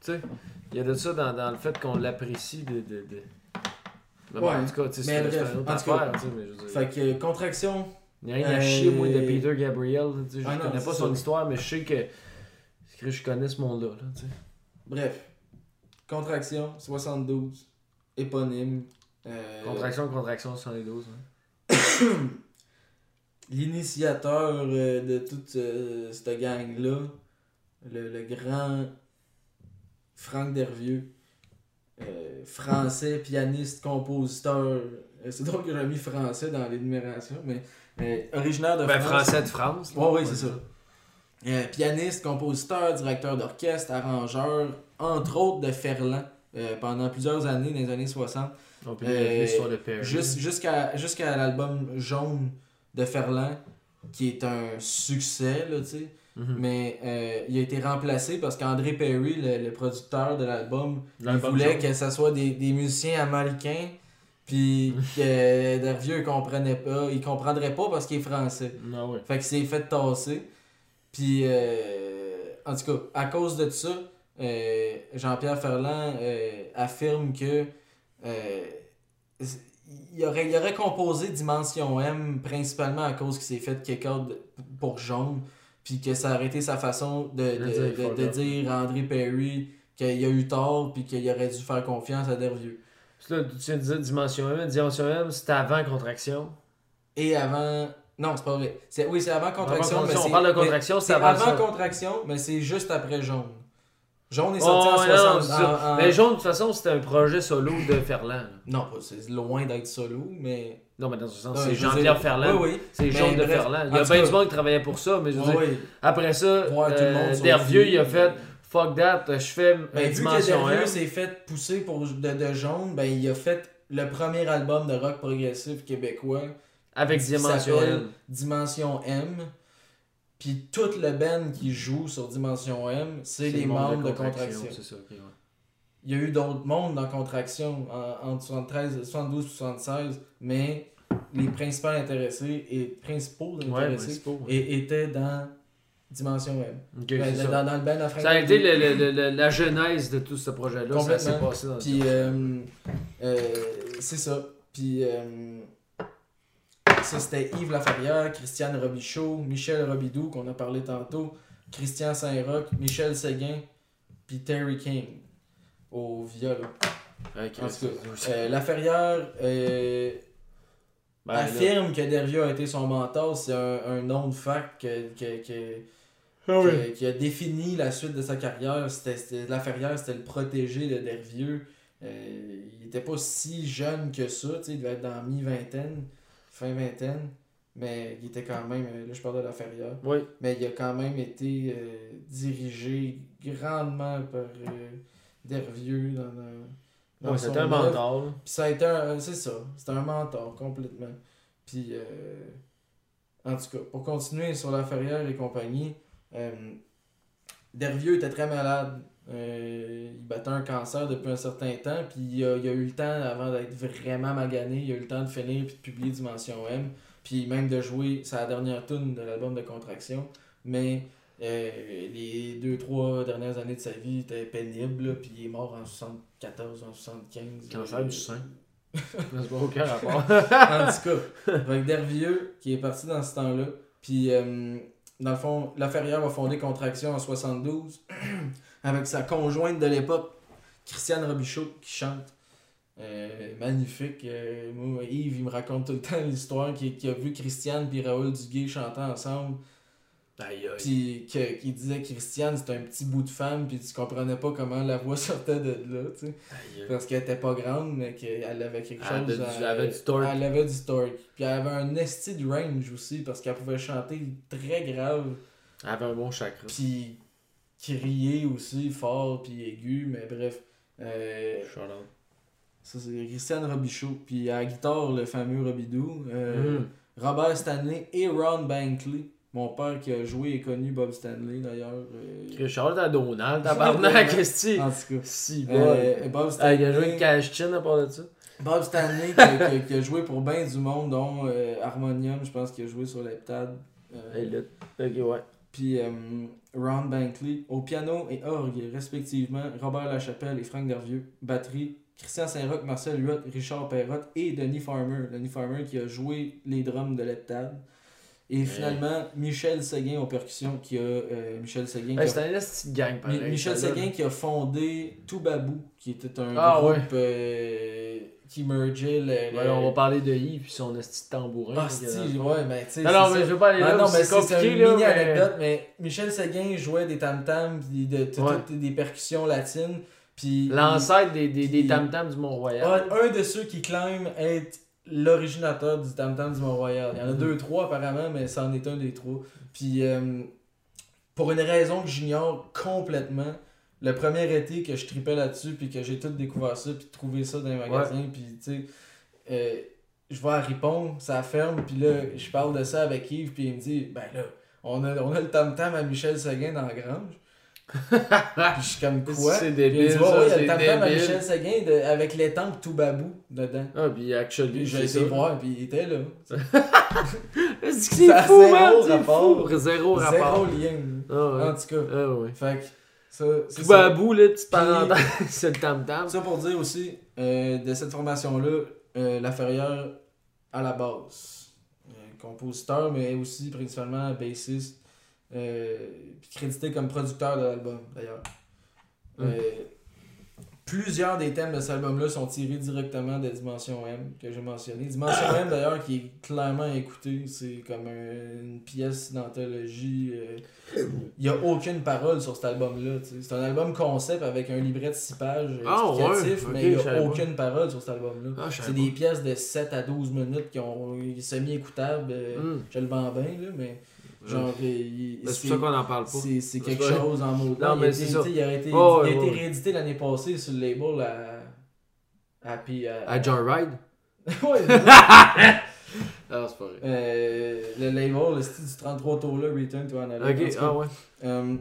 Tu sais, il y a de ça dans, dans le fait qu'on l'apprécie de. de, de... Mais bon, Ouais, en tout cas, tu sais, mais c'est bref, c'est une autre en tout cas, affaire, tu sais, mais je veux dire. Fait que Contraction, Il n'y a rien à Euh, chier, moi, de Peter Gabriel. Tu sais, je Ah non, connais c'est pas son ça. histoire, mais je sais que. que je connais ce monde-là. Là, tu sais. bref. Contraction, soixante-douze, éponyme. euh, Contraction, contraction, soixante-douze. Hein. L'initiateur euh, de toute euh, cette gang-là, le, le grand Franck Dervieux, euh, français, pianiste, compositeur. euh, C'est drôle que j'ai mis français dans l'énumération, mais euh, originaire de Ben, France. français de France. Ouais, oui, c'est ça. Euh, pianiste, compositeur, directeur d'orchestre, arrangeur, entre autres de Ferland, euh, pendant plusieurs années, dans les années soixante. On peut Euh, l'histoire de Perry. Jus- Jusqu'à jusqu'à l'album Jaune de Ferland, qui est un succès, là, tu sais. Mhm. Mais euh, il a été remplacé parce qu'André Perry, le, le producteur de l'album, il L'album voulait Jaune. que ce soit des, des musiciens américains, puis que Dervieux il comprenait pas, il comprendrait pas parce qu'il est français. Ah ouais. Fait qu'il s'est fait tasser. Puis, euh, en tout cas, à cause de ça, euh, Jean-Pierre Ferland euh, affirme que euh, il, aurait, il aurait composé Dimension M principalement à cause qu'il s'est fait kick-out pour Jaune. Puis que ça aurait été sa façon de, de, De dire de- fuck de off. dire à André Perry qu'il a eu tort puis qu'il aurait dû faire confiance à Dervieux. Puis là, tu viens de dire Dimension M. Dimension M, c'était avant Contraction. Et avant... Non, c'est pas vrai. C'est... Oui, c'est avant Contraction, Avant mais Contraction, c'est... on parle de mais Contraction, c'est c'est avant avant ça. Contraction, mais c'est juste après Jaune. Jaune est sorti Oh, en non, soixante... c'est ça. en- en- Mais Jaune, de toute façon, c'était un projet solo de Ferland. là. Non, pas- c'est loin d'être solo, mais... Non, mais dans ce sens, Non, c'est je veux Jean-Pierre dire- Ferland. Oui, oui. C'est Mais Jaune de bref, Ferland. Il y en a tout bien cas- du monde qui travaillait pour ça, mais je veux Oui, dire, oui. après ça, Ouais, tout le monde euh, sauf Dervieux, lui. il a fait fuck that, je fais Ben, euh, vu que Dimension Dervieux M. s'est fait pousser pour, de, de Jaune, ben il a fait le premier album de rock progressif québécois Avec qui Dimension s'appelle M. Dimension M. Puis toute le band qui joue sur Dimension M, c'est les le monde membres de Contraction. C'est ça, ok, ouais. Il y a eu d'autres mondes dans Contraction en, entre soixante-treize, soixante-douze et soixante-seize, mais les principaux intéressés et principaux Ouais, intéressés principaux, ouais. et- étaient dans Dimension M. Ok, Ben, c'est ça. dans, dans le band à Frank Ça a été Dervieux. le- le- le- la genèse de tout ce projet-là. Ça s'est Complètement. passé dans Puis, euh, euh, c'est ça. Puis, euh, ça, c'était Yves Laferrière, Christiane Robichaud, Michel Robidoux, qu'on a parlé tantôt, Christian Saint-Roch, Michel Séguin, puis Terry King au violon. Ok, En tout c'est- cas, euh, Laferrière euh, Ben, là, affirme que Dervieux a été son mentor. C'est un, un nom de fac que, que, que- Ah oui. que- qui a défini la suite de sa carrière. C'était, c'était- Laferrière, c'était le protégé de Dervieux. Euh, il était pas si jeune que ça, tu sais, il devait être dans mi-vingtaine, fin vingtaine, mais il était quand même, euh, là je parle de Laferrière, Oui. mais il a quand même été euh, dirigé grandement par euh, Dervieux dans, dans, dans Ouais, son c'était un œuvre. mentor. là. Puis ça a été un, c'est ça, c'était un mentor complètement. Puis, euh, en tout cas, pour continuer sur Laferrière et compagnie, euh, Dervieux était très malade. Euh, il battait un cancer depuis un certain temps, puis il a, il a eu le temps, avant d'être vraiment magané, il a eu le temps de finir puis de publier Dimension M, puis même de jouer sa dernière tune de l'album de Contraction. Mais euh, les deux, trois dernières années de sa vie étaient pénibles, là, puis il est mort en soixante-quatorze, en soixante-quinze. Cancer du sein. C'est pas aucun rapport. En tout cas, avec Dervieux qui est parti dans ce temps-là. Puis, euh, dans le fond, Laferrière va fonder Contraction en soixante-douze avec sa conjointe de l'époque, Christiane Robichaud, qui chante. Euh, magnifique. Euh, moi, Yves, il me raconte tout le temps l'histoire qu'il qu'il a vu Christiane et Raoul Duguay chanter ensemble. Aïe, aïe. Puis que- qu'il disait que Christiane c'était un petit bout de femme, puis tu comprenais pas comment la voix sortait de là, tu sais. Aïe, aïe. Parce qu'elle était pas grande, mais qu'elle avait quelque Elle chose. avait du- à- elle avait du torque. Elle avait du torque. Puis elle avait un esti de range aussi, parce qu'elle pouvait chanter très grave, Elle avait un bon chakra. puis crier aussi fort, puis aigu, mais bref. Euh, Shout out. ça, c'est Christiane Robichaud. Puis à la guitare, le fameux Robidoux. Euh, Mm. Robert Stanley et Ron Bankley. Mon père qui a joué et connu Bob Stanley d'ailleurs. euh, Charlotte à Donald, tabarnak, qu'est-ce que En c'est? tout cas. Si, bon. Euh, Bob Ah, Stanley. il a joué Cash Chin à part de ça. Bob Stanley qui, a- qui a- qui a joué pour ben du monde, dont euh, Harmonium, je pense qu'il a joué sur l'Heptad. Euh, Elle là. Ok, ouais. Puis, euh, Ron Bankley. Au piano et orgue, respectivement, Robert Lachapelle et Franck Dervieux. Batterie, Christian Saint-Roch, Marcel Huot, Richard Perrotte et Denis Farmer. Denis Farmer qui a joué les drums de Leptade. Et finalement, Michel Séguin aux percussions, qui a... Euh, Michel Séguin... Hey, qui a- c'est un petite gang, pareil. Mi- Michel ça, là. Séguin qui a fondé Toubabou, qui était un Ah, groupe ouais. euh, qui mergeait le... Ouais, le- on va parler de Yves puis son esti de tambourin. Ah, là, si, que- ouais, mais tu sais... Non, non, c'est mais ça. je veux pas aller là, Ah non, mais mais c'est c'est c'est compliqué, une là, mini mais- anecdote, mais Michel Séguin jouait des tam-tams, puis de, de- Ouais. toutes des percussions latines, puis... L'ancêtre des, des, des Puis- tam-tams du Mont-Royal. Un, un de ceux qui clament être l'originateur du tam-tam du Mont-Royal. Il y en a Mhm. deux, trois apparemment, mais c'en est un des trois. Puis, euh, pour une raison que j'ignore complètement, le premier été que je tripais là-dessus, puis que j'ai tout découvert ça, puis trouvé ça dans les magasins, puis tu sais, euh, je vais à Ripon, ça ferme, puis là, je parle de ça avec Yves, puis il me dit, ben là, on a, on a le tam-tam à Michel Séguin dans la grange. Puis je suis comme quoi? C'est Puis il débile, dit, ça, ouais, ouais, il y a c'est le tam-tam à débile. Michel Séguin de- avec l'étampe Toubabou dedans. Ah, puis actually, Puis j'ai c'est été ça. voir, puis il était là. Est-ce que c'est Ça a fou, zéro man? C'est rapport. fou. Zéro Zéro rapport. lien. Ah, ouais. En tout cas. Ah, ouais. Fait que, ça, c'est Tout ça. à bout, là, petite Puis- parenthèse, c'est le tam-tam. Ça pour dire aussi, euh, de cette formation-là, euh, Laferrière à la base. Euh, compositeur, mais aussi principalement bassiste. Euh, puis crédité comme producteur de l'album, d'ailleurs. Mm. Euh, plusieurs des thèmes de cet album-là sont tirés directement de Dimension M, que j'ai mentionné. Dimension M, d'ailleurs, qui est clairement écouté, c'est comme un- une pièce d'anthologie. euh, Il n'y a aucune parole sur cet album-là. tu sais. C'est un album concept avec un livret de six pages euh, Ah, explicatif, ouais, mais ok, il je n'y savais a pas. aucune parole sur cet album-là. Ah, je savais c'est pas. des pièces de sept à douze minutes qui ont semi-écoutables. euh, Mm. Je le vends bien, là, mais genre, il- Ben, c'est pour ça qu'on en parle pas. c'est c'est quelque Ouais. chose en mode. Non, il mais a été- c'est ça. tu sais, Il a été, Oh, il a ouais, été ouais. réédité l'année passée sur le label à. à, P- à, À Joyride? Ouais, Ah, c'est pas vrai. euh, le label, le style du trente-trois tours là, Return to Analog. En Ok, tout cas, ah ouais. euh,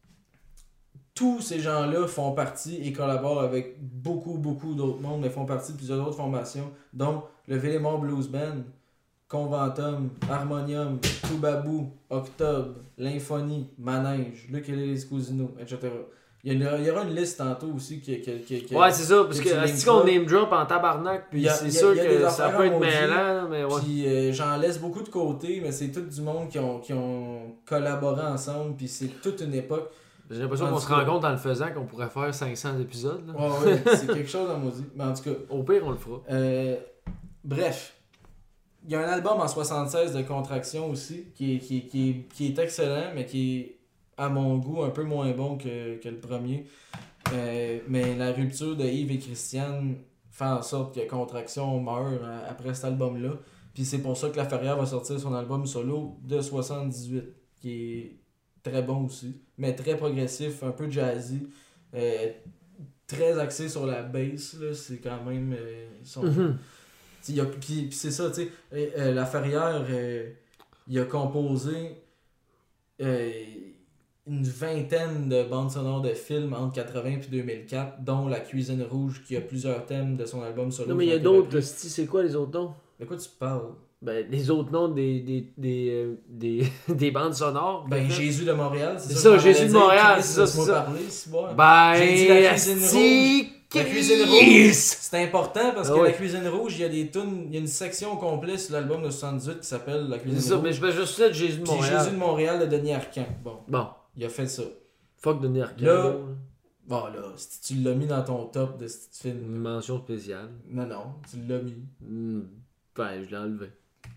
tous ces gens-là font partie et collaborent avec beaucoup, beaucoup d'autres mondes, mais font partie de plusieurs autres formations, dont le Villemont Blues Band, Conventum, Harmonium, Toubabou, Octobre, L'Infonie, Manège, Le Kelly Cousino, et cetera. Il y, en a- il y aura une liste tantôt aussi qui. qui, qui, qui- Ouais, c'est ça, parce que que tu est-ce linkeras. qu'on name drop en tabarnak, puis Il y a- c'est il y a- sûr il y a des que ça affaires peut à être maudire, mêlant, mais ouais. Puis euh, j'en laisse beaucoup de côté, mais c'est tout du monde qui ont, qui ont collaboré ensemble, puis c'est toute une époque. J'ai l'impression en qu'on tout se cas- rend compte en le faisant qu'on pourrait faire cinq cents épisodes. Là. Ouais, ouais, c'est quelque chose en maudit. Mais en tout cas, Au pire, on le fera. euh, bref. Il y a un album en soixante-seize de Contraction aussi, qui est, qui, est- qui, est, qui est excellent, mais qui est, à mon goût, un peu moins bon que, que le premier. Euh, mais la rupture de Yves et Christiane fait en sorte que Contraction meurt euh, après cet album-là. Puis c'est pour ça que Laferrière va sortir son album solo de soixante-dix-huit, qui est très bon aussi, mais très progressif, un peu jazzy, euh, très axé sur la bass, là, c'est quand même... euh, son- Mhm. T'sais, il a- Puis puis c'est ça, tu sais, euh, euh, Laferrière, euh, il a composé euh, une vingtaine de bandes sonores de films entre quatre-vingts et deux mille quatre, dont La Cuisine Rouge, qui a plusieurs thèmes de son album solo. Non, mais il y a qui ont été d'autres, repris. sti, c'est quoi les autres noms? De quoi tu parles? Ben, les autres noms des, des, des, euh, des, des bandes sonores. Ben, peut-être. Jésus de Montréal, c'est C'est ça. ça, que j'en Jésus allais de dire. Montréal, Chris, c'est ça, laisse-moi c'est ça. parler, c'est bon. Ben, J'ai dit la cuisine asti, La Cuisine Chris! Rouge, c'est important parce que Ah oui. La Cuisine Rouge, il y a des tunes, il y a une section complète sur l'album de soixante-dix-huit qui s'appelle La Cuisine C'est ça, Rouge. mais je vais juste dire Jésus de Puis Montréal. Jésus de Montréal de Denis Arcand. Bon, Bon, il a fait ça. fuck Denis Arcand. Là- là. Bon là, si tu l'as mis dans ton top de ce film. Une mention spéciale. Non, non, tu l'as mis. Hmm, Ben, je l'ai enlevé.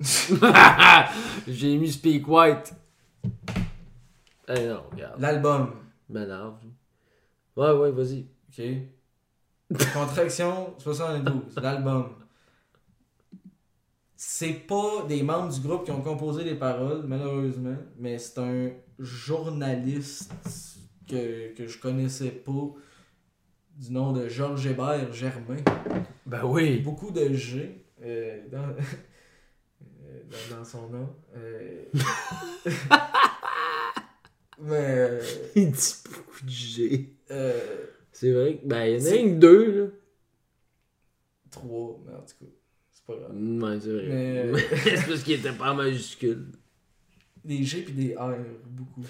J'ai mis Speak White. Eh non, regarde. L'album, M'énerve. Ouais, ouais, vas-y. ok? Contraction soixante-douze, l'album. C'est pas des membres du groupe qui ont composé les paroles, malheureusement, mais c'est un journaliste que, que je connaissais pas, du nom de Georges Hébert Germain. Ben oui. Beaucoup de G euh, dans, euh, dans, dans son nom. Euh, mais euh, Il dit beaucoup de G. euh, C'est vrai que, ben, il y en a C'est- rien que deux, là. trois, mais en tout cas, c'est pas grave. Ouais, c'est vrai. Mais- c'est parce qu'il était pas en majuscule. Des G puis des R, beaucoup.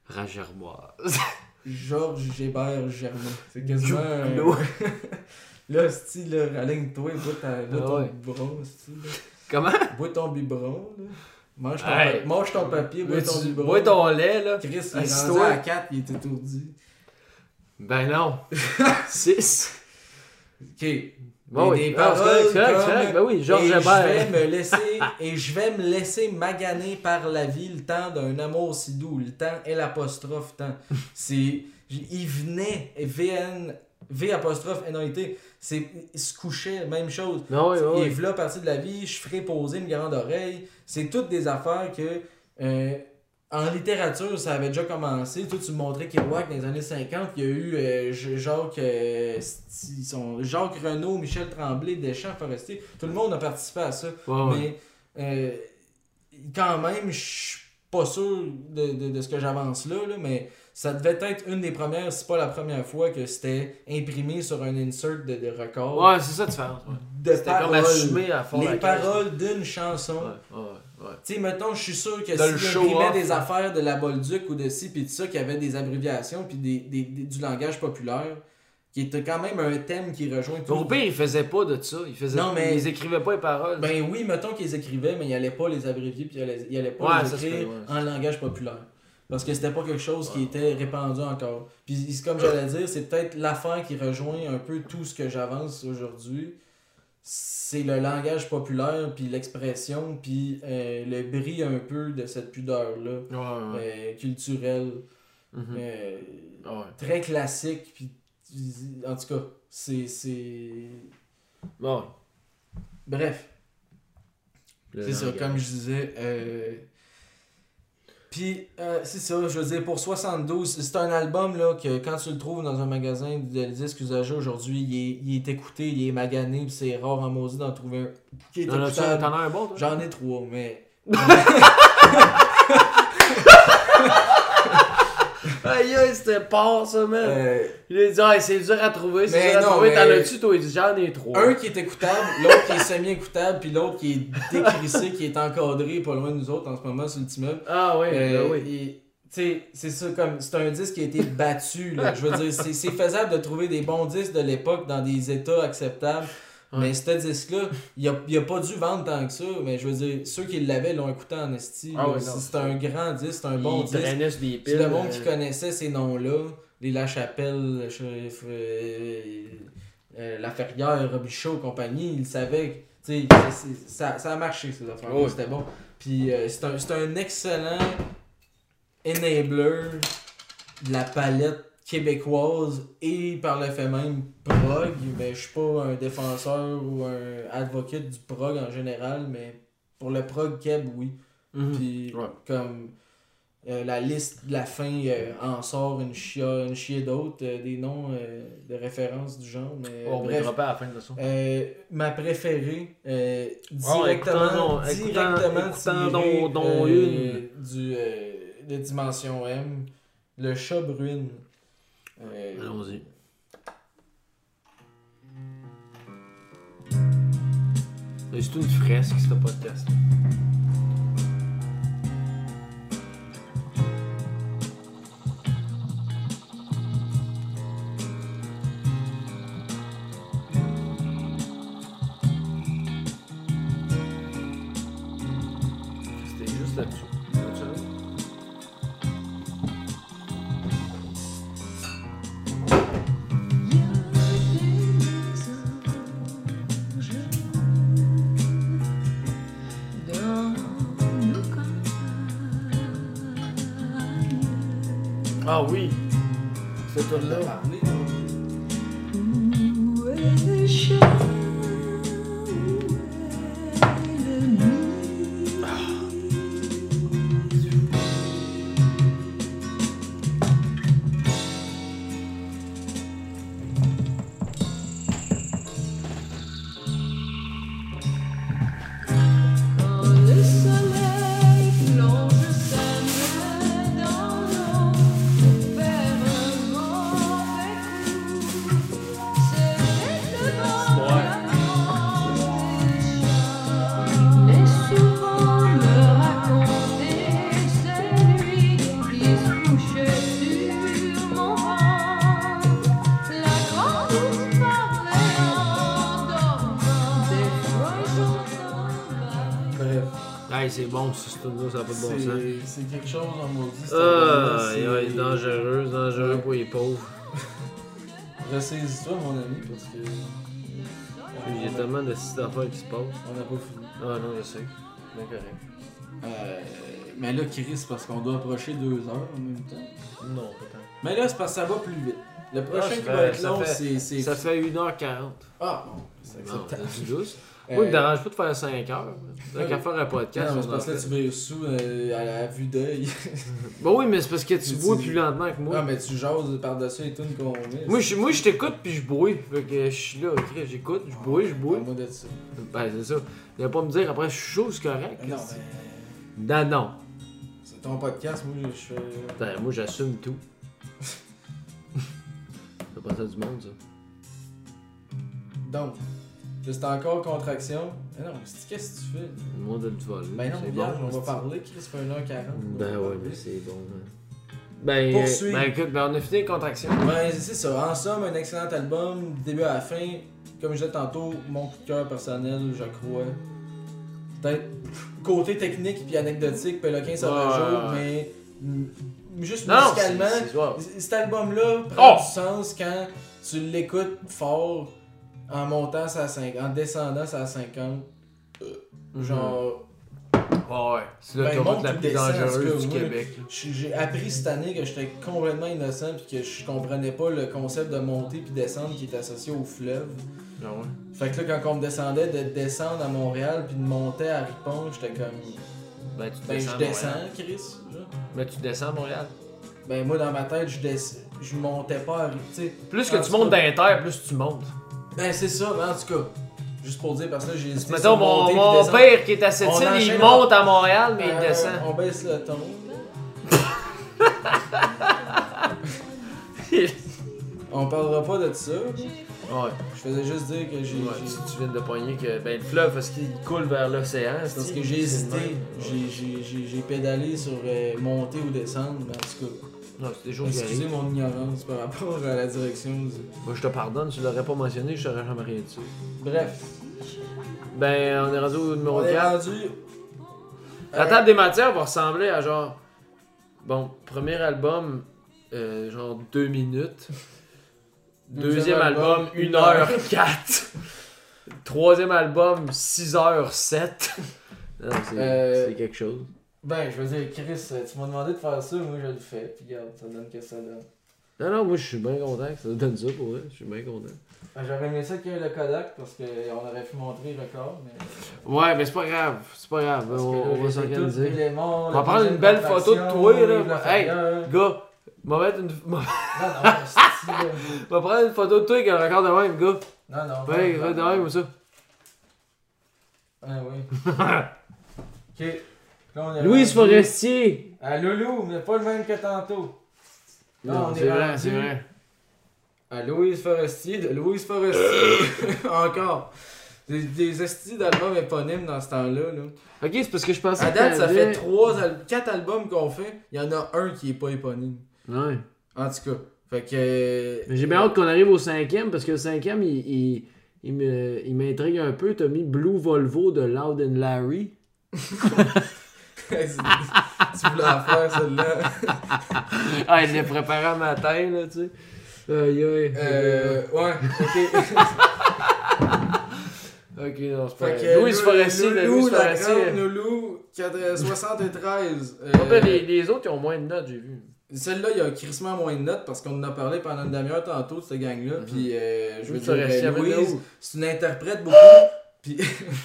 Ragermoise. Georges Gébert Germain. C'est quasiment... un- Joe. Là, style, là, aligne-toi, bois, ta, bois Ah ton ouais. biberon, style. Là. Comment? Bois ton biberon, là. Mange ton, Hey. pa- mange ton papier, bois ton biberon. Bois ton lait, là. Chris, il est Assis-toi. rendu à quatre, il est étourdi. Ben non. six. Ok. Bon, Mais oui. des Ah, c'est paroles correct, c'est correct, comme, c'est correct. Ben oui, Georges et je Hébert. vais me laisser et je vais me laisser maganer par la vie le temps d'un amour si doux, le temps et l'apostrophe temps. C'est il venait V N V apostrophe N A I T, c'est il se couchait, même chose. Non, oui, oui, Il oui. est là partie de la vie, je ferai poser une grande oreille. C'est toutes des affaires que euh, en littérature, ça avait déjà commencé. Toi, tu me montrais Kerouac dans les années cinquante. Il y a eu euh, Jacques, euh, sti- son- Jacques Renaud, Michel Tremblay, Deschamps, Forestier. Tout le monde a participé à ça. Ouais, ouais. Mais euh, quand même, je suis pas sûr de, de, de ce que j'avance là, là, mais ça devait être une des premières, si pas la première fois, que c'était imprimé sur un insert de, de record. Ouais, c'est ça, différent. Ouais. De C'était comme paroles. assumé à fond Les la caisse. paroles d'une chanson. Ouais, ouais, ouais. Tu sais, mettons, je suis sûr que Dans le s'il show imprimait off. des affaires de la Bolduc ou de ci pis de ça, qui avait des abréviations puis des, des, des- du langage populaire, qui était quand même un thème qui rejoint tout. Au pire, il faisait pas de ça. Il faisait... Non, mais- Ils écrivaient pas les paroles. Ben oui, mettons qu'ils écrivaient, mais il allait pas les abrévier puis il allait, il allait pas Ouais, les ça se écrire fait, ouais. en langage populaire. Parce que c'était pas quelque chose qui était répandu encore. Puis c'est comme j'allais dire, c'est peut-être l'affaire qui rejoint un peu tout ce que j'avance aujourd'hui. C'est le langage populaire, puis l'expression, puis euh, le bris un peu de cette pudeur-là, Ouais, ouais. euh, culturelle, Mhm. euh, Ouais. très classique. Puis en tout cas, c'est... c'est... Ouais. Bref. Le C'est ça, langage. comme je disais. Euh... Puis, euh, c'est ça, je veux dire, pour soixante-douze, c'est un album là, que quand tu le trouves dans un magasin de disques usagés aujourd'hui, il est, il est écouté, il est magané, puis c'est rare en maudit d'en trouver un qui est T'en as-tu- écoutable. T'en as un bon, toi? J'en ai trois, mais. Aïe, aïe, c'était pas ça, man. euh, Il a dit, ah, c'est dur à trouver, c'est Mais dur à non, trouver. mais- T'en as-tu, toi? Il dit, j'en ai trois. un qui est écoutable, l'autre qui est semi-écoutable, puis l'autre qui est décrissé, qui est encadré pas loin de nous autres en ce moment sur le petit meuble. Ah, oui, Euh, ben oui. et, tu sais, c'est ça, comme c'est un disque qui a été battu, là. Je veux dire, c'est, c'est faisable de trouver des bons disques de l'époque dans des états acceptables. Ouais. Mais ce disque-là, il a, il a pas dû vendre tant que ça. Mais je veux dire, ceux qui l'avaient l'ont écouté en esti. Ah là. ouais, c'est, non, c'est un grand disque, c'est un Il bon disque. traînait sur des C'est piles. le monde qui euh, connaissait ces noms-là. Les La Chapelle, le Sheriff, euh, euh, La Ferrière, Robichaud, compagnie, ils savaient. Tu sais, c'est- c'est- ça, ça a marché, ces affaires-là. Ouais. C'était bon. Puis euh, c'est un, c'est un excellent enabler de la palette québécoise et par le fait même prog. Ben, je suis pas un défenseur ou un advocate du prog en général, mais pour le prog keb, oui. mhm. Puis Ouais. comme euh, la liste de la fin euh, en sort une, chia, une chier d'autres, euh, des noms euh, de référence du genre. Mais, On va bref, dropper à la fin de ça. euh, ma préférée, euh, Oh, directement, écoutons- directement écoutons tirée, dont- dont euh, une. du, euh, de Dimension M, le chat bruine. Euh, Allons-y. C'est une fresque, ce podcast. C'était juste là-dessus. Là-dessus. Ah oui! Cette on en a là parlé, Le soleil plonge sa main dans l'eau pour faire un mauvais coup. C'est le vent. Hey, c'est bon, ce tune-là, ça n'a pas de bon sens. C'est c'est quelque chose en maudit. cet Ah, album-là, c'est- ouais, dangereux, dangereux pour les pauvres. Ressaisis-toi, mon ami, parce que. Il y a tellement de petites affaires qui se passent. On n'a pas fini. Ah non, je sais. C'est correct. Euh, mais là, Chris, c'est parce qu'on doit approcher deux heures en même temps. Non, pas tant. Mais là, c'est parce que ça va plus vite. Le prochain ça qui fait- va être ça long, fait- c'est. c'est- Ça fait une heure quarante. Ah, bon, c'est Non, acceptable. c'est du douce. Euh, Moi, il me dérange pas de faire cinq heures. Tant ouais. qu'à faire un podcast. Non, mais c'est on parce que en là, tu fait. vas sous euh, à la vue d'œil. Bon, oui, mais c'est parce que tu Tu- bois tu- plus lentement que moi. Ah, mais tu jases par-dessus les tunes qu'on met. Moi, je, moi, je t'écoute puis je brouille. Fait que je suis là, ok, j'écoute, je brouille, je brouille. Moi de ça. Ben, c'est ça. Il va pas me dire après, je suis chaud, c'est correct. Non, mais. Non, non. C'est ton podcast, moi, je fais. Ben, moi, j'assume tout. C'est pas ça du monde, ça. Donc, là, c'est encore contraction. Mais non, c'est- qu'est-ce que tu fais? Le monde a du vol. Ben non, c'est regarde, bon, on va c'est- parler, Chris, ça fait une heure quarante. Ben ouais, mais c'est bon, man. Ben, Poursuis. euh, ben écoute, ben on a fini les contractions. Ben, c'est ça. En somme, un excellent album, du début à la fin. Comme je disais tantôt, mon coup de cœur personnel, je crois. Peut-être côté technique puis anecdotique, Péloquin ça va Ouais. jour, mais mm, juste Non, musicalement, c'est- c'est wow. c- cet album-là prend Oh! du sens quand tu l'écoutes fort en montant ça à cinquante, en descendant ça à cinquante. Genre, Ouais, ouais. C'est Ben, l'autoroute monte la ou plus descend, en tout dangereuse cas, du moi, Québec. J'ai j'ai appris cette année que j'étais complètement innocent puis que je comprenais pas le concept de monter puis descendre qui est associé au fleuve. Ah ouais. Fait que là, quand on me descendait de descendre à Montréal puis de monter à Ripon, j'étais comme. Ben, tu Ben, descends je à descends, Montréal. Chris. genre. Mais tu descends à Montréal. Ben, moi, dans ma tête, je des... je montais pas à Ripon. Plus que En tu tout montes cas- dans les terres, plus tu montes. Ben, c'est ça, mais en tout cas. Juste pour dire, parce que là, j'ai hésité Mettons, sur mon, monter puis mon descendre. père qui est à cette On île, il enchaîne, monte à Montréal, mais il Euh, descend. On baisse le ton. On parlera pas de ça. Ouais. Je faisais juste dire que j'ai. Ouais, j'ai- tu, tu viens de pogner que ben, le fleuve, parce qu'il coule vers l'océan. C'est parce c'est- que j'ai hésité. c'est le même. J'ai- J'ai j'ai- j'ai pédalé sur euh, monter ou descendre, mais en tout cas. Non, c'est des choses qui Excusez arrivent. mon ignorance par rapport à la direction. du- Moi, je te pardonne, tu l'aurais pas mentionné, je t'aurais jamais rien dit. Bref, Ben, on est rendu au numéro on est quatre. rendu. La table des matières va ressembler à genre. Bon, premier album, euh, genre deux minutes. Deuxième, Deuxième album, album, une une heure heure. quatre. Troisième album, six heures sept. Non, c'est Euh, c'est quelque chose. Ben, je veux dire, Chris, tu m'as demandé de faire ça, moi je le fais. Puis regarde, ça donne que ça donne. Non, non, moi je suis bien content que ça donne ça pour vrai. Je suis bien content. Ben, J'aurais aimé ça qu'il y ait le Kodak parce qu'on aurait pu montrer le record, mais. Ouais, mais c'est pas grave. C'est pas grave. Parce On, que là, on va j'ai tous s'organiser. les éléments, On la va prendre une deuxième belle photo de contraction, toi, Yves là. Hey, Lafrenière. gars, on va mettre une. on Non, non, c'est là. va prendre une photo de toi avec un record de même, gars. Non, non. Ouais, non, ouais, de non. même ou ça. Ah oui. Ok. Là, on est Louise rendu Forestier. À Loulou, mais pas le même que tantôt. Là, on est c'est vrai, rendu c'est vrai. À Louise Forestier, de Louise Forestier. Encore. Des, des estis d'albums éponymes dans ce temps-là. Là. Ok, c'est parce que je pensais À que date, ça t'avais- fait trois al- quatre albums qu'on fait. Il y en a un qui est pas éponyme. Ouais. En tout cas. Fait que. euh, Mais j'ai bien hâte qu'on arrive au cinquième parce que le cinquième, il, il, il me- il m'intrigue un peu. T'as mis Blue Volvo de Loud and Larry. tu voulais en faire celle-là. Ah, il l'a préparé à matin, là, tu sais. Aïe, aïe. Euh. Ouais, ok. Ok, non, c'est pas Fait vrai. que. Louise Forestier, de Loulou, Louise la Forestier. grande Loulou, quatre- soixante-treize. euh, Ah, ben, les, les autres, ils ont moins de notes, j'ai vu. Celle-là, il y a crissement moins de notes parce qu'on en a parlé pendant une demi-heure tantôt de cette gang-là. Puis, euh, je veux Louise dire, Forestier, euh, avec Louise, nous. c'est une interprète beaucoup. Puis,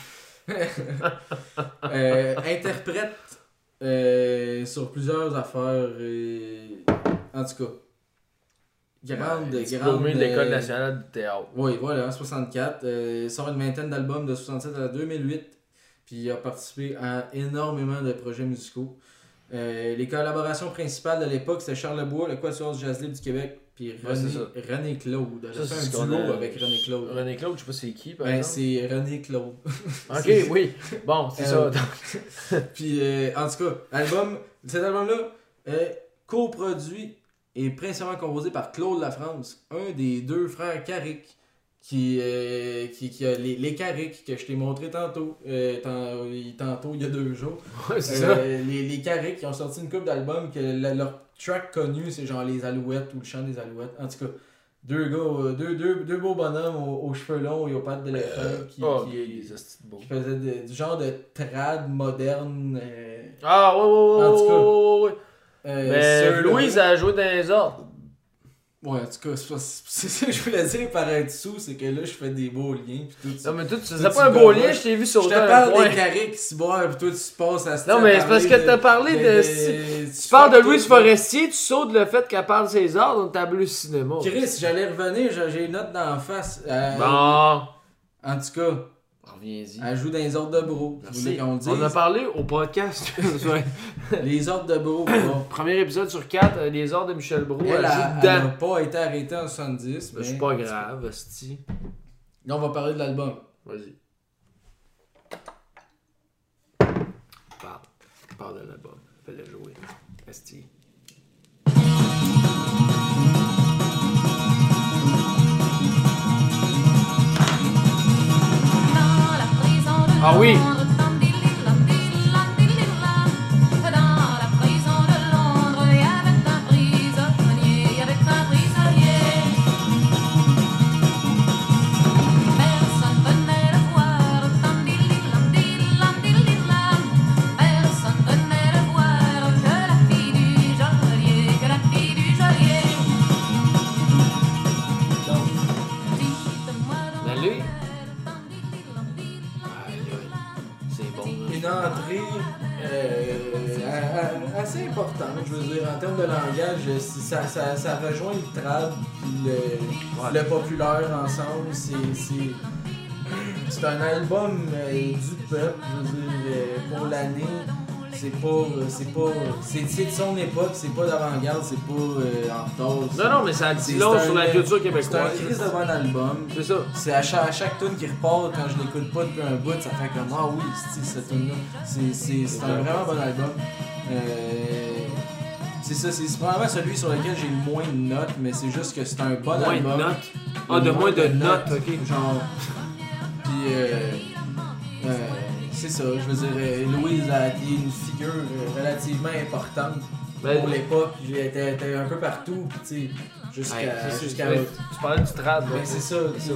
euh, interprète euh, sur plusieurs affaires. euh, en tout cas, grande, grande. Diplômé de l'École euh, nationale du théâtre. Oui, voilà, en soixante-quatre. Euh, il sort une vingtaine d'albums de soixante-sept à deux mille huit. Puis il a participé à énormément de projets musicaux. Euh, les collaborations principales de l'époque, c'était Charles Lebois, le Quatuor du Jazz Libre du Québec, puis Ouais, René, c'est ça. René Claude. Il Ça, a c'est fait ce un qu'on duo a- avec René Claude. René Claude, je sais pas c'est qui, par Ben, exemple. c'est René Claude. Ok, oui. Bon, c'est Euh, ça. Puis, euh, en tout cas, album, cet album-là est coproduit et principalement composé par Claude Lafrance, un des deux frères Carrick, qui, euh, qui, qui a les, les Carrick que je t'ai montré tantôt, euh, tant- tantôt il y a deux jours. Ouais, c'est Euh, ça. les, les Carrick qui ont sorti une couple d'albums que la- leur track connu c'est genre les Alouettes ou le chant des Alouettes. En tout cas, deux gars, euh, deux, deux, deux beaux bonhommes aux, aux cheveux longs et aux pattes d'éléphant qui, Oh, qui, les hosties de beaux. qui faisaient de- du genre de trad moderne. Euh, Ah, ouais, ouais, ouais, En tout cas, ouais, ouais, ouais. euh, Mais ceux-là. Louise a joué dans les ordres. Ouais, en tout cas, c'est pas- c'est ça que je voulais dire par être sous, c'est que là je fais des beaux liens pis tout ça. Non, mais toi, tu Tout faisais tu pas un beau gars, lien, je t'ai vu Je sauter te un parle point. des carrés qui se boivent pis toi tu passes à ce Non, mais c'est parce que t'as parlé de. Tu parles de Louise Forestier, tu sautes le fait qu'elle parle ses ordres dans le tableau cinéma. Chris, j'allais revenir, j'ai j'ai une note d'en face. Euh, Bon. En tout cas, Reviens-y. elle joue dans les ordres de bro. Vous voulez Merci. qu'on le dise? On a parlé au podcast. Ouais. Les ordres de bro. bon. Premier épisode sur quatre, euh, les ordres de Michel Brault, elle, Elle, elle, joue elle dedans. n'a pas été arrêtée en soixante-dix. Ben, mais... c'est pas grave, hostie. Là, on va parler de l'album. Vas-y. Parle. Parle de l'album. Fais-le jouer. Hostie. Ah oui! Mais lui... Aïe, aïe. C'est bon, là. Une entrée euh, a- a- assez importante, je veux dire, en termes de langage, c'est- ça, ça, ça rejoint le trad puis le, Ouais. le populaire ensemble. C'est, c'est, c'est un album euh, du peuple, je veux dire, euh, pour l'année. C'est pas. C'est pas. C'est, c'est de son époque, c'est pas d'avant-garde, c'est pas euh, en retard. c'est- Non, non, mais ça dit c'est- long c'est sur un- la culture C'est un québécoise. crise de bon album. C'est ça. C'est à chaque, à chaque tune qui repart, quand je l'écoute pas depuis un bout, ça fait comme ah oui, c'est cette tune là. C'est, c'est, c'est un vraiment bon album. Euh, c'est ça, c'est, c'est probablement celui sur lequel j'ai le moins de notes, mais c'est juste que c'est un bon Moins de album. notes. Ah, de moins de notes, ok. Genre. Puis euh, euh, c'est ça, je veux dire, euh, Louise a été une figure euh, relativement importante Ben, pour l'époque. Elle était, était un peu partout, puis tu sais, jusqu'à. Hey, c'est- jusqu'à ouais, tu parlais du trad, là. ben, c'est ça, c'est ça.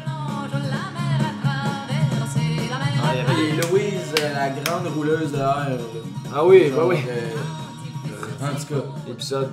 Ah, il y avait- Et Louise, euh, la grande rouleuse de l'air. là. Ah oui, bah Genre, oui. euh, en tout cas, Épisode.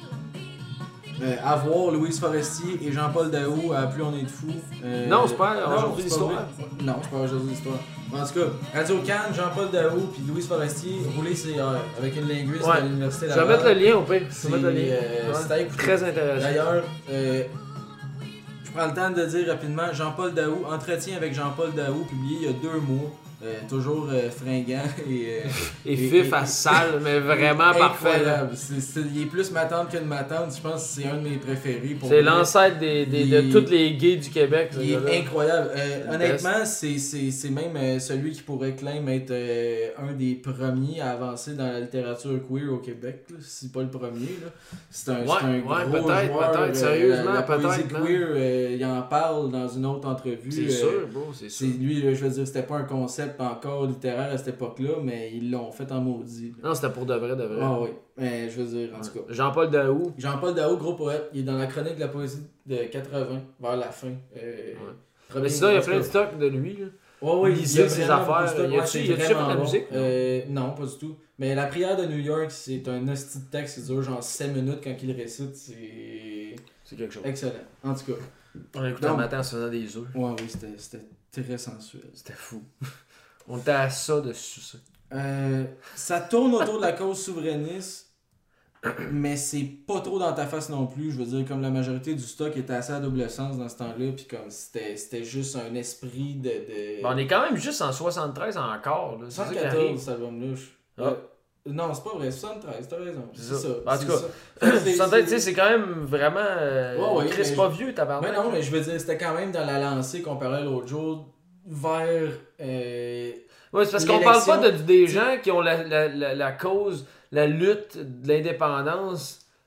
euh, à voir Louise Forestier et Jean-Paul Daou à Plus on est de fous. Euh, Non, c'est pas non, Aujourd'hui c'est pas l'Histoire. vrai. Non, c'est pas aujourd'hui l'histoire. En tout cas, Radio Cannes, Jean-Paul Daou puis Louise Forestier, rouler C R avec une linguiste Ouais. à l'université Je vais Laval. mettre le lien au pire. Je C'est, vais mettre le lien. euh, Ouais. c'est à écouter. Très intéressant. D'ailleurs, euh, je prends le temps de dire rapidement, Jean-Paul Daou, entretien avec Jean-Paul Daou, publié il y a deux mois. Euh, toujours euh, fringant et, euh, Et et- fif et- à salle, mais vraiment parfait. là. incroyable. C'est, c'est- il est plus ma tante que de ma tante. Je pense que c'est un de mes préférés. pour C'est vrai. l'ancêtre des, des, de Il- tous les gays du Québec. ce Il gars-là. est incroyable. Euh, Le honnêtement, c'est, c'est, c'est même euh, celui qui pourrait claim être euh, un des premiers à avancer dans la littérature queer au Québec, là, si pas le premier. Là. C'est un, Ouais, c'est un ouais, gros peut-être, joueur, peut-être, euh, sérieusement, la, la poésie peut-être, man. queer, euh, il en parle dans une autre entrevue. C'est euh, sûr, bro, c'est C'est sûr. lui, là, je veux dire, c'était pas un concept encore littéraire à cette époque-là, mais ils l'ont fait en maudit. là. Non, c'était pour de vrai, de vrai. Ah oui, mais je veux dire, en tout cas. Jean-Paul Daou. Jean-Paul Daou, gros poète, il est dans la chronique de la poésie de quatre-vingts, vers la fin. Euh, premier- Mais sinon, il y a plein de stocks de lui. Là. Ouais, ouais, Lisez il y a ses vraiment beaucoup affaires. de stock. Y a-tu- Ouais, c'est y a-tu vraiment fait de la bon. musique? Euh, non, pas du tout. Mais la prière de New York, c'est un hostie de texte qui dure genre sept minutes quand il le récite. C'est C'est quelque chose. excellent. En tout cas, On a écouté Donc- un matin en se faisant des œufs. ouais, oui, c'était, c'était très sensuel. C'était fou. On était à ça de sucer. Euh, ça tourne autour de la cause souverainiste, mais c'est pas trop dans ta face non plus. Je veux dire, comme la majorité du stock était assez à double sens dans ce temps-là, puis comme c'était, c'était juste un esprit de. de... Ben, on est quand même juste en soixante-treize encore. Là. C'est ça qui arrive. soixante-quatorze, cet album-là. je- Ah. Euh, non, c'est pas vrai, soixante-treize, t'as raison. C'est C'est ça. ça. En tout c'est cas, ça. C'est- soixante-treize, tu sais, c'est- c'est quand même vraiment. Euh, Ouais, ouais, Chris mais pas je- vieux, tabarnak. Mais non, mais je veux dire, c'était quand même dans la lancée qu'on parlait l'autre jour vers. euh, Ouais, c'est parce qu'on parle pas de, l'élection, des gens qui ont la, la, la, la cause, la lutte de l'indépendance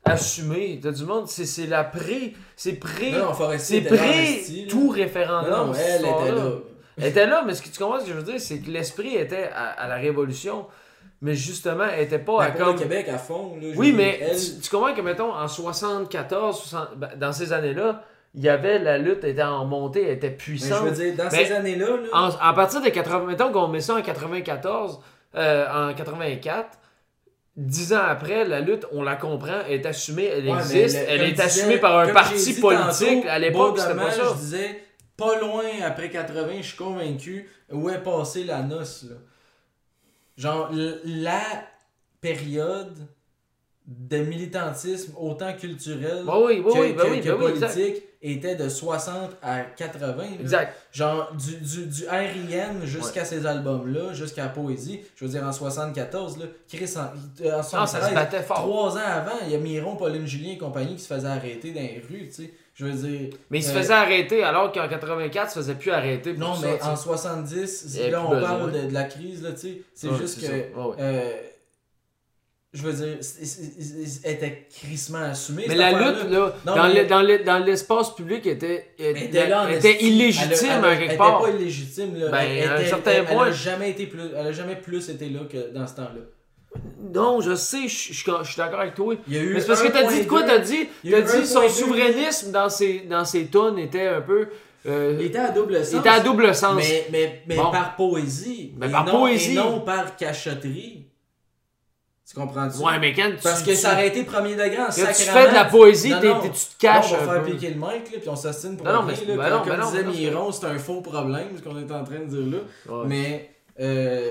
assumé. T'as du monde, c'est, c'est la pré... C'est pré... Non, non, Forestier c'est était là en pré esti, là. tout référendum. Non, non, cette elle était histoire-là. là. Elle était là, mais ce que tu comprends ce que je veux dire, c'est que l'esprit était à, à la Révolution, mais justement, elle était pas Ben, à pour comme... le Québec, à fond. Là, je Oui, veux mais dire, elle... tu, tu comprends que, mettons, en soixante-quatorze, soixante ben, dans ces années-là, il y avait la lutte était en montée, elle était Mais puissante. je veux dire, dans Mais ces années-là, là, En, à partir de quatre-vingts, mettons qu'on met ça en quatre-vingt-quatorze, euh, en quatre-vingt-quatre, dix ans après, la lutte, on la comprend, elle est assumée, elle ouais, existe, mais le- elle comme est je disais- assumée par un comme parti j'ai dit politique. tantôt, À l'époque, c'était pas Beau ça. dommage, je disais, pas loin après quatre-vingts, je suis convaincu, où est passée la noce, là. Genre, l- la période de militantisme autant culturel Bah oui, oui, que, oui, bah que- oui, que bah oui, exact. politique était de soixante à quatre-vingts. là. Exact. Genre, du, du, du R I N jusqu'à ces albums-là, jusqu'à la poésie, je veux dire, en soixante-quatorze, là, Chris, en, en Non, ça se soixante-treize, battait fort. trois ans avant, il y a Miron, Pauline Julien et compagnie qui se faisaient arrêter dans les rues, tu sais. Je veux dire... Mais il se euh, faisait arrêter alors qu'en quatre-vingt-quatre, il se faisait plus arrêter pour Non, ça, mais tu sais. en soixante-dix, Il y avait là, plus on parle besoin. de, de la crise, là, tu sais. C'est Ouais, juste c'est que... ça. Ouais, ouais. euh, je veux dire, c'est- c'est- c'est- elle était crissement assumée. Mais cette la affaire-là. lutte, là, Non, dans, mais- le- dans, le- dans l'espace public, était, Elle était là en était esti. illégitime Elle a- elle a- à quelque elle part. était pas illégitime, là. Ben, elle, à un était- certain elle, point. Elle a jamais été plus, elle a jamais plus été là que dans ce temps-là. Non, je sais, je, je, je suis d'accord avec toi. Il y a eu Mais c'est parce que t'as dit de quoi? un T'as point deux, dit, il y a t'as eu dit son un point deux. souverainisme dans ses, dans ses tonnes était un peu... euh, Il était à double sens. il était à double sens. Mais, mais, mais Bon. par poésie. Mais et par non, poésie. Et non par cachotterie. Tu comprends-tu? Ouais, mais quand tu... Parce que tu- ça aurait été premier degré en quand tu sacrament. fais de la poésie, Non, t'es- non. t'es- tu te caches Là, on va un faire peu. piquer le mic, là, puis on s'assine pour Non, non, rien, mais- là. ben Comme- non, Comme ben non, disait ben non, Miron, c'est un faux problème, ce qu'on est en train de dire là. Ouais. Mais euh,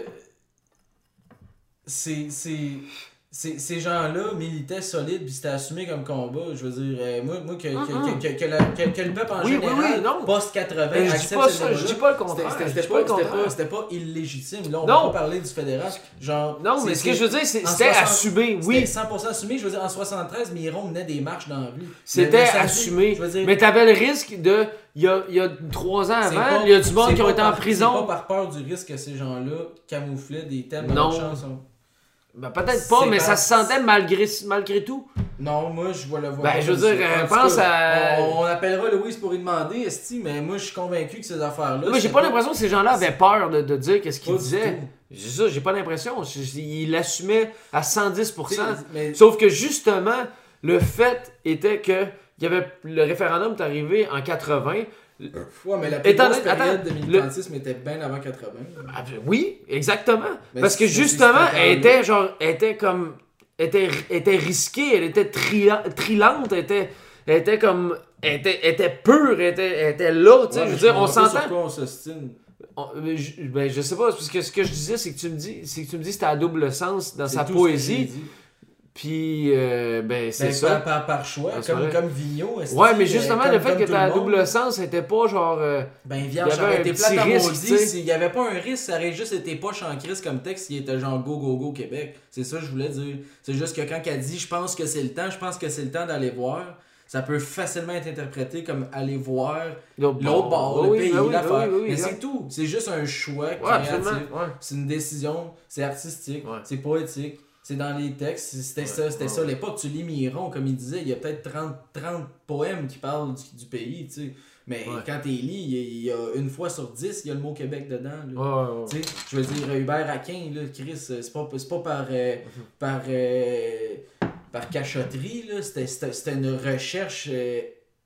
c'est, c'est, c'est, ces gens-là militaient solides, puis c'était assumé comme combat. Je veux dire, euh, moi, moi que, que, Mm-hmm. que, que, la- que- que le peuple en Oui, oui, général, oui, non. post-quatre-vingts, Mais je dis accepte pas ces ça, je lois-là, dis pas le contraire, C'était, je c'était, dis pas, pas le c'était, contraire. pas, c'était pas illégitime. Là, on Non. va pas parler du fédéral. Genre, Non, c'est- mais ce que c'est- je veux dire, c'est en c'était soixante assumé, C'était oui. cent pour cent assumé. Je veux dire, en soixante-treize, Miron menait des marches dans la rue. C'était Le- le samedi, assumé. je veux dire, Mais t'avais le risque de... Il y a, il y a trois ans c'est avant, pas- il y a du monde c'est qui ont pas été en par- C'est prison. pas par peur du risque que ces gens-là camouflaient des thèmes dans Non. leurs chansons. Ben, peut-être pas, C'est mais pas- ça se sentait malgré, malgré tout. Non, moi, je vois le voir. Ben, pas je veux comme dire, ça. euh, En tout pense cas, à- On, on appellera Louise pour lui demander, esti, mais moi, je suis convaincu que ces affaires-là. Moi, j'ai c'était pas l'impression que ces gens-là avaient peur de, de dire qu'est-ce qu'ils Pas du disaient. tout. C'est ça, j'ai pas l'impression. Je- je- Ils l'assumaient à cent dix pour cent. Tu sais, mais- Sauf que justement, le fait était que il y avait, le référendum est arrivé en quatre-vingts. Ouais, mais la plus Étant grosse donné- période attends, de militantisme était bien avant quatre-vingts. Ah, oui, exactement. Mais Parce que c'est- justement, c'est- c'est- elle était genre, elle était comme, était, était risquée, elle était tria- trilante, elle était, elle était comme, elle était, elle était pure, elle était, elle était là, tu sais. Ouais, je veux je dire, on comprends pas s'entend. sur quoi on s'ostine. On- mais je, ben, je sais pas, parce que ce que je disais, c'est que tu me dis, c'est que tu me dis que c'était à double sens dans C'est sa tout ce que j'ai poésie. dit. Puis, euh, ben, c'est Ben, ça. Par, par, par choix, Ah, c'est comme, vrai. comme Vigneault. esti, Ouais, mais euh, justement, comme- le fait comme que tout t'as à le monde. double sens, c'était pas genre. euh, Ben, Il y vierge, avait ça aurait un été petit plate à risque, maudit. tu sais. S'il y avait pas un risque, ça aurait juste été poche en crise comme texte, il était genre go, go, go Québec. C'est ça que je voulais dire. C'est juste que quand elle dit je pense que c'est le temps, je pense que c'est le temps d'aller voir, ça peut facilement être interprété comme aller voir l'autre l'autre bord, Oui, le pays, ben oui, ben l'affaire. oui, ben oui, Mais exact. c'est tout. C'est juste un choix Ouais, créatif. absolument. Ouais. C'est une décision, c'est artistique, Ouais. c'est poétique. C'est dans les textes, c'était ça, c'était ouais, ça ouais. l'époque. Tu lis Miron, comme il disait, il y a peut-être trente, trente poèmes qui parlent du, du pays, tu sais. Mais Ouais. quand t'es lis, il y, a, il y a une fois sur dix, il y a le mot Québec dedans. Là. Ouais, ouais, ouais. Tu sais, je veux dire, Hubert Aquin, là, Chris, c'est pas, c'est pas par, euh, par, euh, par cachotterie, là, c'était, c'était, c'était une recherche euh,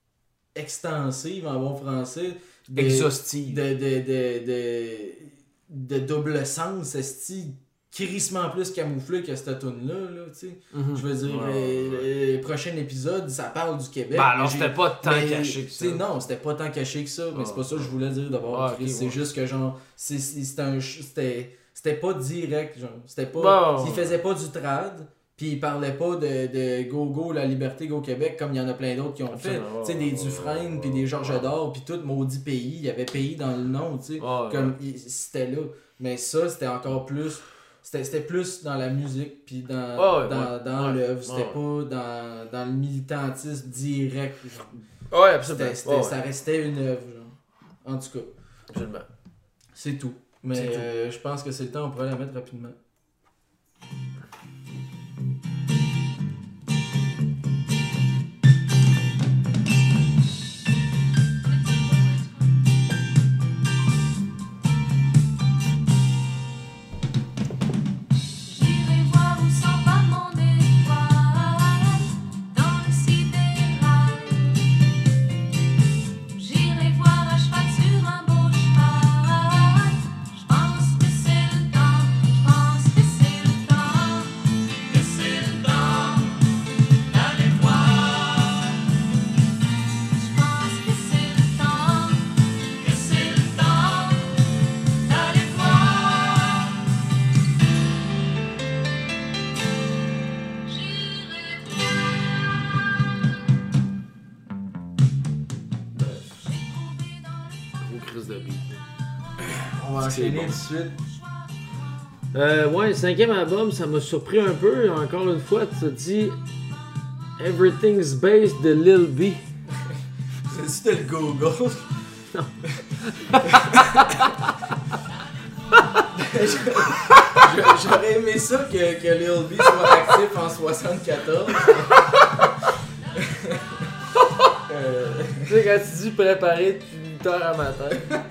extensive en bon français. de- Exhaustive. De, de, de, de, de double sens, esti, crissement plus camouflé que cette tune-là, là, tu sais. Mhm. Je veux dire, Ouais, euh, le prochain épisode, ça parle du Québec. Ben alors, mais c'était j'ai- pas tant mais, caché que ça. tu sais, non, c'était pas tant caché que ça, mais c'est pas ça que je voulais dire d'abord. Ah, ok, Chris. C'est ouais. juste que, genre, c'est, c'est, c'était un. ch- C'était, c'était pas direct, genre. C'était pas. Bon. Il faisait pas du trad, puis il parlait pas de, de Go Go, la liberté, Go Québec, comme il y en a plein d'autres qui ont fait. Absolument, Tu sais, des ouais, Dufresne, ouais, puis des ouais, Georges ouais. d'Or, puis tout maudit pays. Il y avait pays dans le nom, tu sais. Ouais, comme ouais. il- c'était là. Mais ça, c'était encore plus. C'était, c'était plus dans la musique, puis dans, Ouais, dans, ouais, dans ouais, l'œuvre. C'était ouais. pas dans, dans le militantisme direct. Genre. Ouais, absolument. C'était, c'était- Ouais, Ça restait une œuvre, genre. En tout cas, absolument. c'est tout. Mais C'est tout. euh, je pense que c'est le temps, on pourrait la mettre rapidement. crise de beat. On va C'est enchaîner bon. tout de suite. Euh, ouais, le cinquième album, ça m'a surpris un peu. Encore une fois, tu te dis Everything's Based de Lil B. C'était le Google. Non. J'aurais aimé ça que, que Lil B soit actif en soixante-quatorze. euh, Tu sais, quand tu dis préparer depuis huit heures à matin.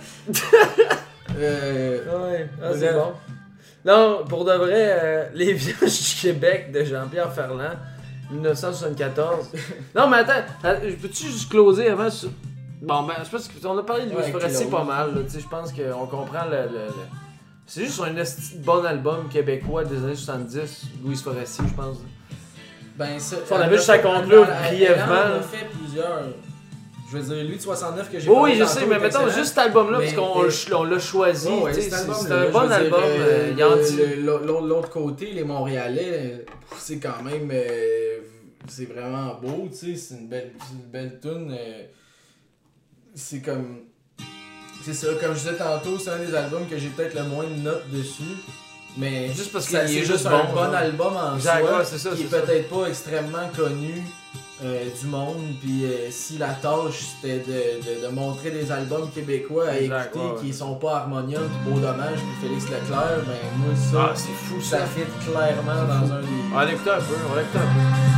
euh, Ouais, ah, Bref. c'est bon. Non, pour de vrai, euh, Les Vierges du Québec de Jean-Pierre Ferland, dix-neuf cent soixante-quatorze. Non, mais attends, attends, peux-tu juste closer avant sur... Bon, ben, je pense qu'on a parlé de Louis Ouais, Forestier close. pas mal, là, tu sais, je pense qu'on comprend le... le, le... C'est juste un esti de bon album québécois des années soixante-dix, Louis Forestier, je pense. ben, ça, On avait elle juste a à fait- conclure elle- elle- brièvement. Elle en a fait plusieurs. Je veux dire, lui de soixante-neuf que j'ai Oui, parlé je tantôt sais, mais est mettons excellent. juste cet album-là, Mais- parce qu'on mais- le ch- on l'a choisi, Oh, ouais, tu sais, cet c'est album-là, c'est un je bon veux dire, album, euh, euh, il y a le- anti- le- L'autre l'autre côté, les Montréalais, c'est quand même. euh, c'est vraiment beau, tu sais, c'est une belle, c'est une belle tune. euh, c'est comme. C'est ça, comme je disais tantôt, c'est un des albums que j'ai peut-être le moins de notes dessus. Mais Juste parce ça, qu'il est c'est juste juste un bon, bon genre. album en Exact, soi, ouais, c'est ça, qui est c'est ça. peut-être pas extrêmement connu euh, du monde. Puis euh, si la tâche c'était de, de, de montrer des albums québécois à Exact, écouter ouais, ouais. qui sont pas Harmonium puis Beau Dommage puis Félix Leclerc, ben moi ça, Ah, c'est fou ça ça. fit clairement dans un des. On va l'écouter un peu, on va l'écouter un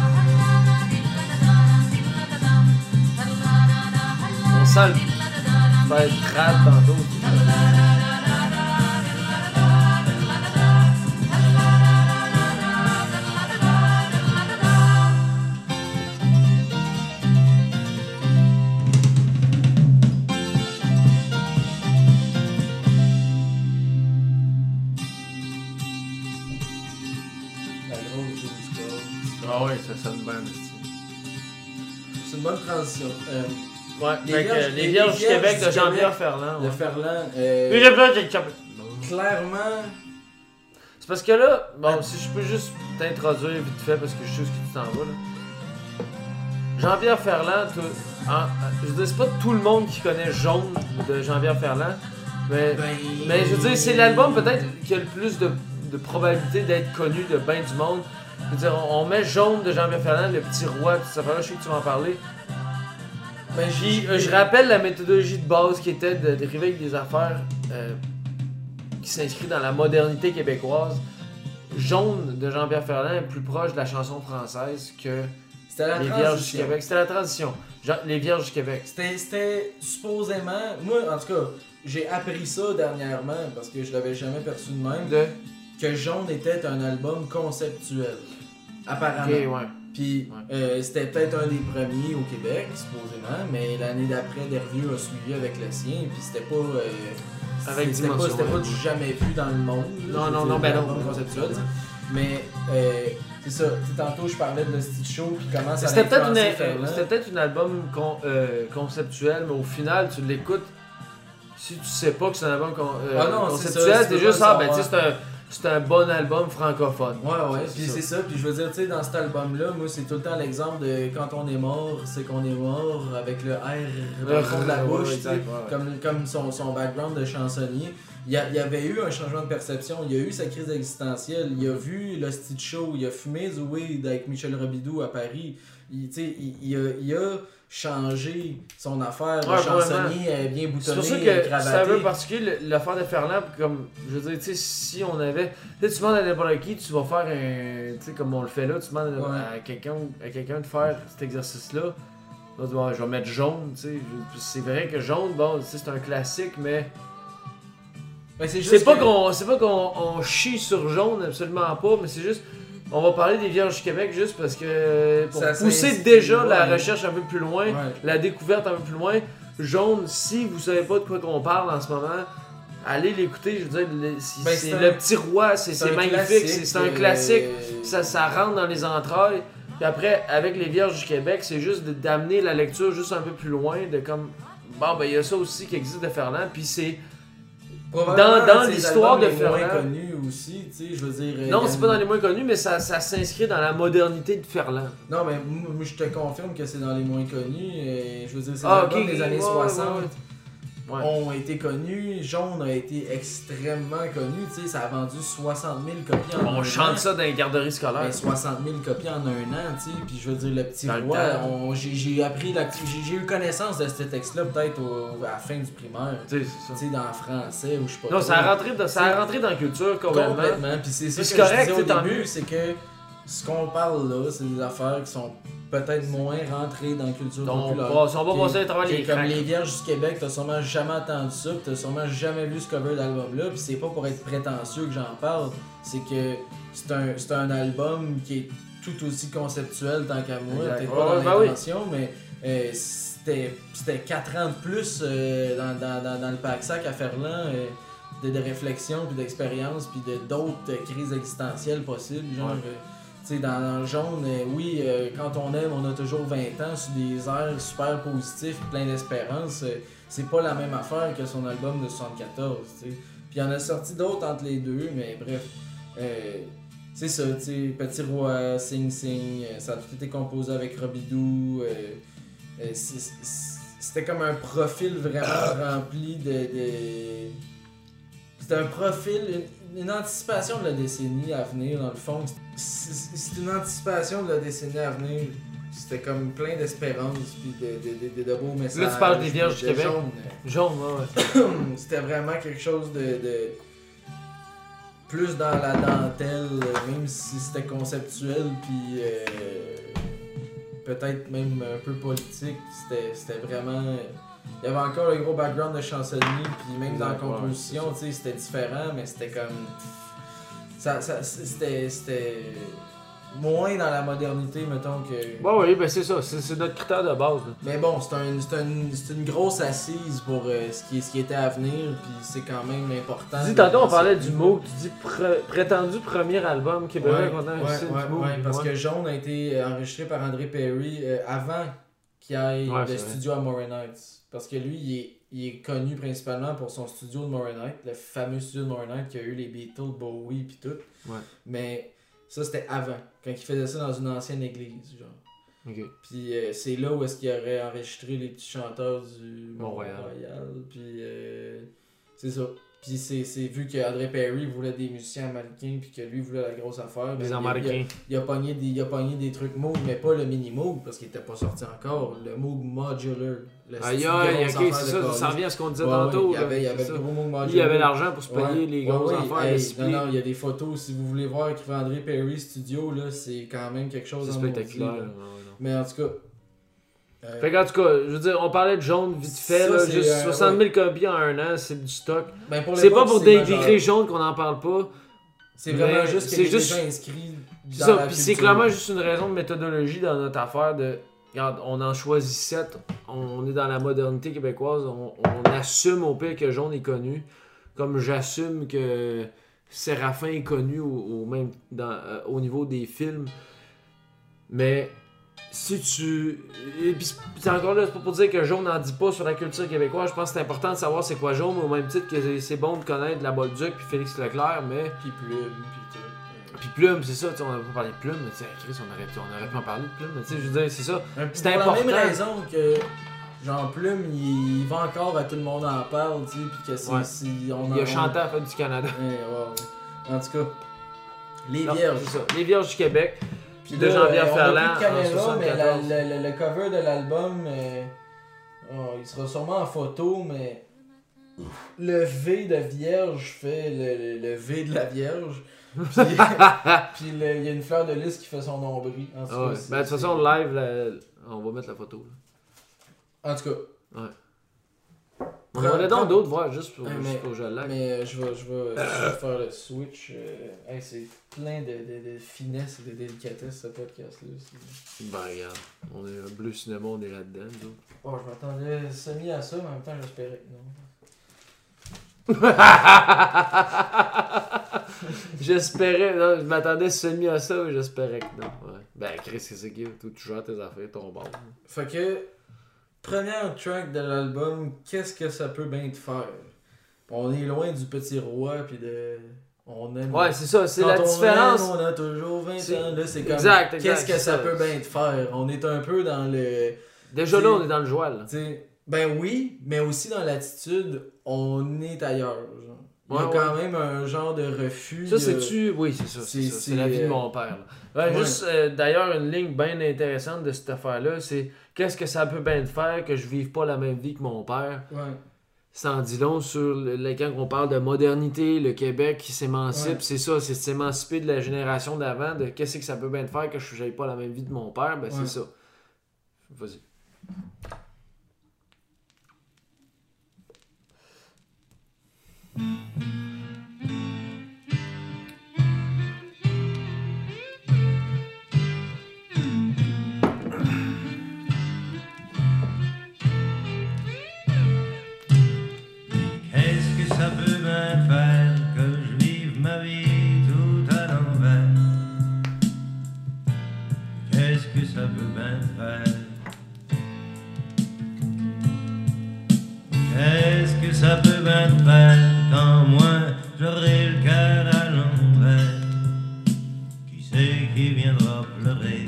peu. On sent le... va être trad tantôt. La grosse douze cordes. Ah ouais, ça sonne bien, le style. C'est une bonne transition. Euh, Ouais, Les fait que, Vierges- euh, les- Les Vierges du les Québec Vierges de du Jean-Pierre Québec Ferland. de ouais. Ferland, euh, Oui, j'ai pas j'ai capé. clairement. C'est parce que là, bon, si je peux juste t'introduire vite fait parce que je sais où ce que tu t'en vas là. Jean-Pierre Ferland, tout- en- je veux dire, c'est pas tout le monde qui connaît Jaune de Jean-Pierre Ferland, mais, Ben, mais je veux dire, c'est l'album peut-être qui a le plus de, de probabilité d'être connu de ben du monde. Je veux dire, on, on met Jaune de Jean-Pierre Ferland, le petit roi, tout ça, là, je sais que tu vas en parler. Ben, Puis, j'ai- euh, je rappelle la méthodologie de base qui était de dériver avec des affaires euh, qui s'inscrivent dans la modernité québécoise. Jaune de Jean-Pierre Ferland est plus proche de la chanson française que C'était la Les Vierges du transition. Québec. C'était la transition. Jean- Les Vierges du Québec. C'était, c'était supposément. Moi, en tout cas, j'ai appris ça dernièrement parce que je l'avais jamais perçu de même. De. Que Jaune était un album conceptuel. Apparemment. Ok, ouais. Puis Ouais. euh, c'était peut-être un des premiers au Québec, supposément, mais l'année d'après, Dervieux a suivi avec le sien, puis c'était pas. euh, Avec c'était pas, Dimension, c'était pas ouais. du jamais vu dans le monde. là, Non, je non, veux non, dire, ben non. l'album conceptuel. Mais euh, c'est ça, tu sais, tantôt je parlais de le style show, puis comment ça C'était a peut-être influencé une- Ferland. c'était peut-être un album con- euh, conceptuel, mais au final, tu l'écoutes. Si tu sais pas que c'est un album con- euh, Ah non, c'est ça, conceptuel, tu t'es peux juste, pas ah, le ben, tu sais, c'est un, c'est un bon album francophone. Ouais, ouais, C'est puis ça. c'est ça, puis je veux dire, tu sais, dans cet album-là, moi, c'est tout le temps l'exemple de quand on est mort, c'est qu'on est mort avec le R dans le fond de la Ouais, bouche, ouais, tu sais, exact, ouais, ouais. comme, comme son, son background de chansonnier. Il y, a- il y avait eu un changement de perception, il y a eu sa crise existentielle, il a vu le Stitch Show, il a fumé du weed avec Michel Robidoux à Paris, il, tu sais, il, il a, il a changé son affaire de Ouais, chansonnier euh, bien C'est boutonné, pour ça euh, que c'est un cravaté. peu particulier le- l'affaire de Ferland, comme je veux dire, tu sais, si on avait. Tu sais, tu demandes à n'importe qui, tu vas faire un. Tu sais, comme on le fait là, tu demandes à- Ouais. à quelqu'un à quelqu'un de faire cet exercice-là. Là, tu vas, je vais mettre jaune, tu sais. je- C'est vrai que jaune, bon, tu sais, c'est un classique, mais. Ben, c'est C'est juste pas que- qu'on c'est pas qu'on on chie sur jaune, absolument pas, mais c'est juste. On va parler des Vierges du Québec juste parce que. Pour Ça pousser s'inscrit, déjà la ouais. recherche un peu plus loin, Ouais. la découverte un peu plus loin. Jaune, si vous savez pas de quoi qu'on parle en ce moment, allez l'écouter. Je veux dire, le- c'est Ben, c'est c'est le un- petit roi, c'est c'est un magnifique, classique, c'est c'est un euh, classique. Ça, ça rentre dans les entrailles. Puis après, avec les Vierges du Québec, c'est juste de- d'amener la lecture juste un peu plus loin, de comme. Bon, ben il y a ça aussi qui existe de Ferland, puis c'est. Probablement Dans- dans un de ses l'histoire albums de les moins Ferland. connus aussi, tu sais, je veux dire. euh, Non, il y a c'est pas une- dans les moins connus, mais ça, ça s'inscrit dans la modernité de Ferland. Non, mais moi, je te confirme que c'est dans les moins connus. Et je veux dire, c'est Ah, l'album ok, des années ouais, soixante. ouais, ouais. Ouais. ont été connus. Jaune a été extrêmement connu. Tu sais, ça a vendu soixante mille copies en un an. On chante ça dans les garderies scolaires. Ben, soixante mille copies en un an, tu sais. Puis je veux dire, le petit Dans le roi, temps. on- j'ai j'ai appris, la- j'ai j'ai eu connaissance de ce texte-là peut-être au- à la fin du primaire. Tu sais, c'est ça. Tu sais, dans le français ou je sais pas. Non, trop. ça a rentré dans, ça a rentré dans la culture complètement. Complètement. Puis c'est ça Puis que c'est correct, je disais au c'est tant début, mieux. c'est que ce qu'on parle là, c'est des affaires qui sont peut-être moins rentrées dans la culture Donc, populaire. on va Qui- passer à travers qui est les Comme cracks. les Vierges du Québec, t'as sûrement jamais entendu ça, pis t'as sûrement jamais vu ce cover d'album-là, pis c'est pas pour être prétentieux que j'en parle, c'est que c'est un, c'est un album qui est tout aussi conceptuel tant qu'à moi, Exact. peut-être Ouais, pas ouais, dans ben oui. l'intention, mais euh, c'était c'était quatre ans de plus euh, dans, dans, dans, dans le pack-sac à Ferland, euh, de, de réflexion, puis d'expérience, puis de d'autres euh, crises existentielles possibles, genre... Ouais. euh, tu sais, dans, dans le jaune, euh, oui, euh, quand on aime, on a toujours vingt ans sur des airs super positifs, plein d'espérance. Euh, c'est pas la même affaire que son album de soixante-quatorze, tu sais. Puis il y en a sorti d'autres entre les deux, mais bref. Euh, c'est ça, tu sais, Petit Roi, Sing Sing, euh, ça a tout été composé avec Robidou. Euh, euh, c'est- c'est- c'était comme un profil vraiment rempli de... de... C'était un profil, une, une anticipation de la décennie à venir, dans le fond. C'est c'est une anticipation de la décennie à venir. C'était comme plein d'espérance, puis de, de, de, de, de beaux messages. Là, tu parles des Vierges du de Québec. jaune. Jaune, ouais, ouais. C'était vraiment quelque chose de, de plus dans la dentelle, même si c'était conceptuel, puis euh, peut-être même un peu politique. C'était c'était vraiment... Il y avait encore le gros background de chansonnier, puis même dans la Exact, ouais, composition, tu sais, c'était différent, mais c'était comme... Ça, ça, c'était, c'était moins dans la modernité, mettons, que... Ouais, oui, ben c'est ça. C'est c'est notre critère de base. Là. Mais bon, c'est un, c'est un- c'est une grosse assise pour euh, ce, qui, ce qui était à venir, puis c'est quand même important. Tu dis, de tantôt, on penser- parlait du mot. Tu dis pr- prétendu premier album québécois Ouais, qu'on a ouais, ici, ouais, du mot. ouais, parce Ouais. que Jaune a été enregistré par André Perry euh, avant qu'il aille Ouais, le c'est vrai. studio à Moray Nights. Parce que lui, il est, il est connu principalement pour son studio de Moray Night, le fameux studio de Moray Night qui a eu les Beatles, Bowie puis tout. Ouais. Mais ça, c'était avant, quand il faisait ça dans une ancienne église, genre. Ok. Puis euh, c'est là où est-ce qu'il aurait enregistré les petits chanteurs du Mont-Royal. Mont-Royal. Puis euh, c'est ça. Puis c'est, c'est vu qu'André Perry voulait des musiciens américains puis que lui voulait la grosse affaire. ben, Les il a- Américains. Il a, il, a pogné des, il a pogné des trucs Moog, mais pas le mini Moog parce qu'il était pas sorti encore. Le Moog Modular. Le Aïe style aïe, grosse ok, affaire c'est de ça, Carlis. ça revient à ce qu'on disait Ouais, tantôt. ouais, il y là, avait, il y avait c'est le ça. gros Moog Modular. Lui, il avait l'argent pour se payer Ouais, les ouais, grosses ouais, affaires. hey, de six non, pieds. non, il y a des photos, si vous voulez voir, écrivez André Perry Studio, là, c'est quand même quelque chose C'est en maudit, spectaculaire. là. ouais, ouais, non. Mais en tout cas. euh, Fait qu'en tout cas, je veux dire, on parlait de jaune vite fait, Ça, là, c'est, juste euh, soixante mille copies en un an, c'est du stock. ben, pour C'est l'époque, pas pour c'est dénigrer majeur. jaune qu'on en parle pas. C'est vraiment mais juste c'est qu'il est juste- déjà inscrit C'est dans ça, la puis c'est culture. clairement juste une raison de méthodologie dans notre affaire de. Regarde, on en choisit sept, on est dans la modernité québécoise, on, on assume au pire que Jaune est connu, comme j'assume que Séraphin est connu au, au même dans, euh, au niveau des films. Mais si tu. Et puis c'est encore là, c'est pas pour dire que Jaune n'en dit pas sur la culture québécoise, je pense que c'est important de savoir c'est quoi Jaune, au même titre que c'est bon de connaître la Bolduc puis Félix Leclerc, mais. Puis plume, puis tout. Puis Plume, c'est ça, tu sais, on n'a pas parlé de Plume, mais tu sais, Chris, on aurait, pu- on aurait pu en parler de Plume, mais tu sais, je veux dire, c'est ça. C'est Pour important. la même raison que Jean Plume, il, il va encore à tout le monde en parle, tu sais, puis que c'est, Ouais. si on Il a en- chanté à la fête du Canada. Ouais, ouais, ouais. En tout cas, les Non, Vierges. c'est ça. Les Vierges du Québec. Puis de là, Jean-Pierre euh, on a Ferland plus de en caméra, mais la- soixante-quatorze. le, le- le cover de l'album, euh, oh, il sera sûrement en photo, mais le V de Vierge fait le, le- le V de la Vierge. Puis, puis le- il y a une fleur de lys qui fait son nombril. En tout Ah cas, ouais. c'est- Ben, de toute façon, live, là, on va mettre la photo. Là. En tout cas. Ouais. On Prends- aurait prends- donc d'autres voir juste pour, Ouais, juste mais- pour que je le like. Mais euh, je vais, je vais, je vais faire le switch. euh, hey, c'est plein de, de, de finesse et de délicatesse ce podcast-là. c'est- Ben, regarde, on est un bleu cinéma, on est là-dedans, nous autres. Oh, je m'attendais semi à ça, mais en même temps, j'espérais que non. J'espérais, non, je m'attendais semi à ça, mais j'espérais que non. Ouais. Ben, Chris, c'est ça qui est, tu gères tes affaires, ton bord. Fait que, première track de l'album, qu'est-ce que ça peut bien te faire? On est loin du Petit Roi, puis de. On aime. Ouais, c'est ça, c'est Quand la on différence. aime, on a toujours vingt C'est- ans. Là, c'est comme. Exact, exact, Qu'est-ce que c'est ça, ça. peut bien te faire? On est un peu dans le. Déjà c'est- là, on est dans le joie, là. Tu sais, Ben oui, mais aussi dans l'attitude, on est ailleurs. Genre. Il y a Ouais, quand ouais. même un genre de refus. Ça, de... c'est-tu... Oui, c'est ça. C'est, C'est- ça. c'est, c'est la vie de euh, mon père. Là. Ouais, ouais. Juste, euh, d'ailleurs, une ligne bien intéressante de cette affaire-là, c'est qu'est-ce que ça peut bien faire que je vive pas la même vie que mon père? Ouais. Ça en dit long sur le, le- quand on parle de modernité, le Québec qui s'émancipe, Ouais. c'est ça, c'est de s'émanciper de la génération d'avant, de qu'est-ce que ça peut bien faire que je n'aille pas la même vie de mon père, ben Ouais. c'est ça. Vas-y. Qu'est-ce que ça peut bien faire que je vive ma vie tout à l'envers? Qu'est-ce que ça peut bien faire? Qu'est-ce que ça peut bien faire quand moi j'aurai le cœur à l'envers? Qui c'est qui viendra pleurer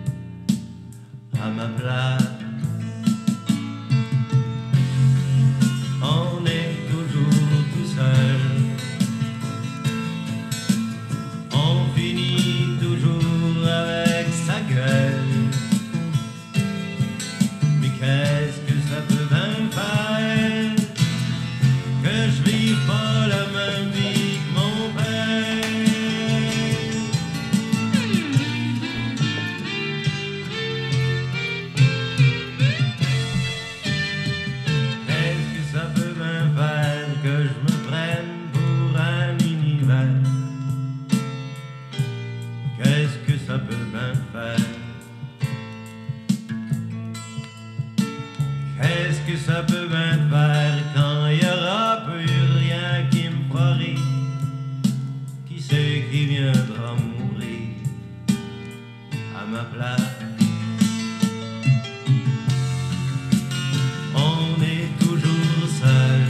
à ma place? On est toujours tout seul. On finit toujours avec sa gueule. Mais qu'est-ce que ça peut bien faire que je vive pas la même vie que mon père? Qu'est-ce que ça peut bien faire que je me prenne pour un univers? Qu'est-ce que ça peut bien faire? Qu'est-ce que ça peut bien faire quand il y aura plus rien qui me fera rire? Qui c'est qui viendra mourir à ma place? On est toujours seul.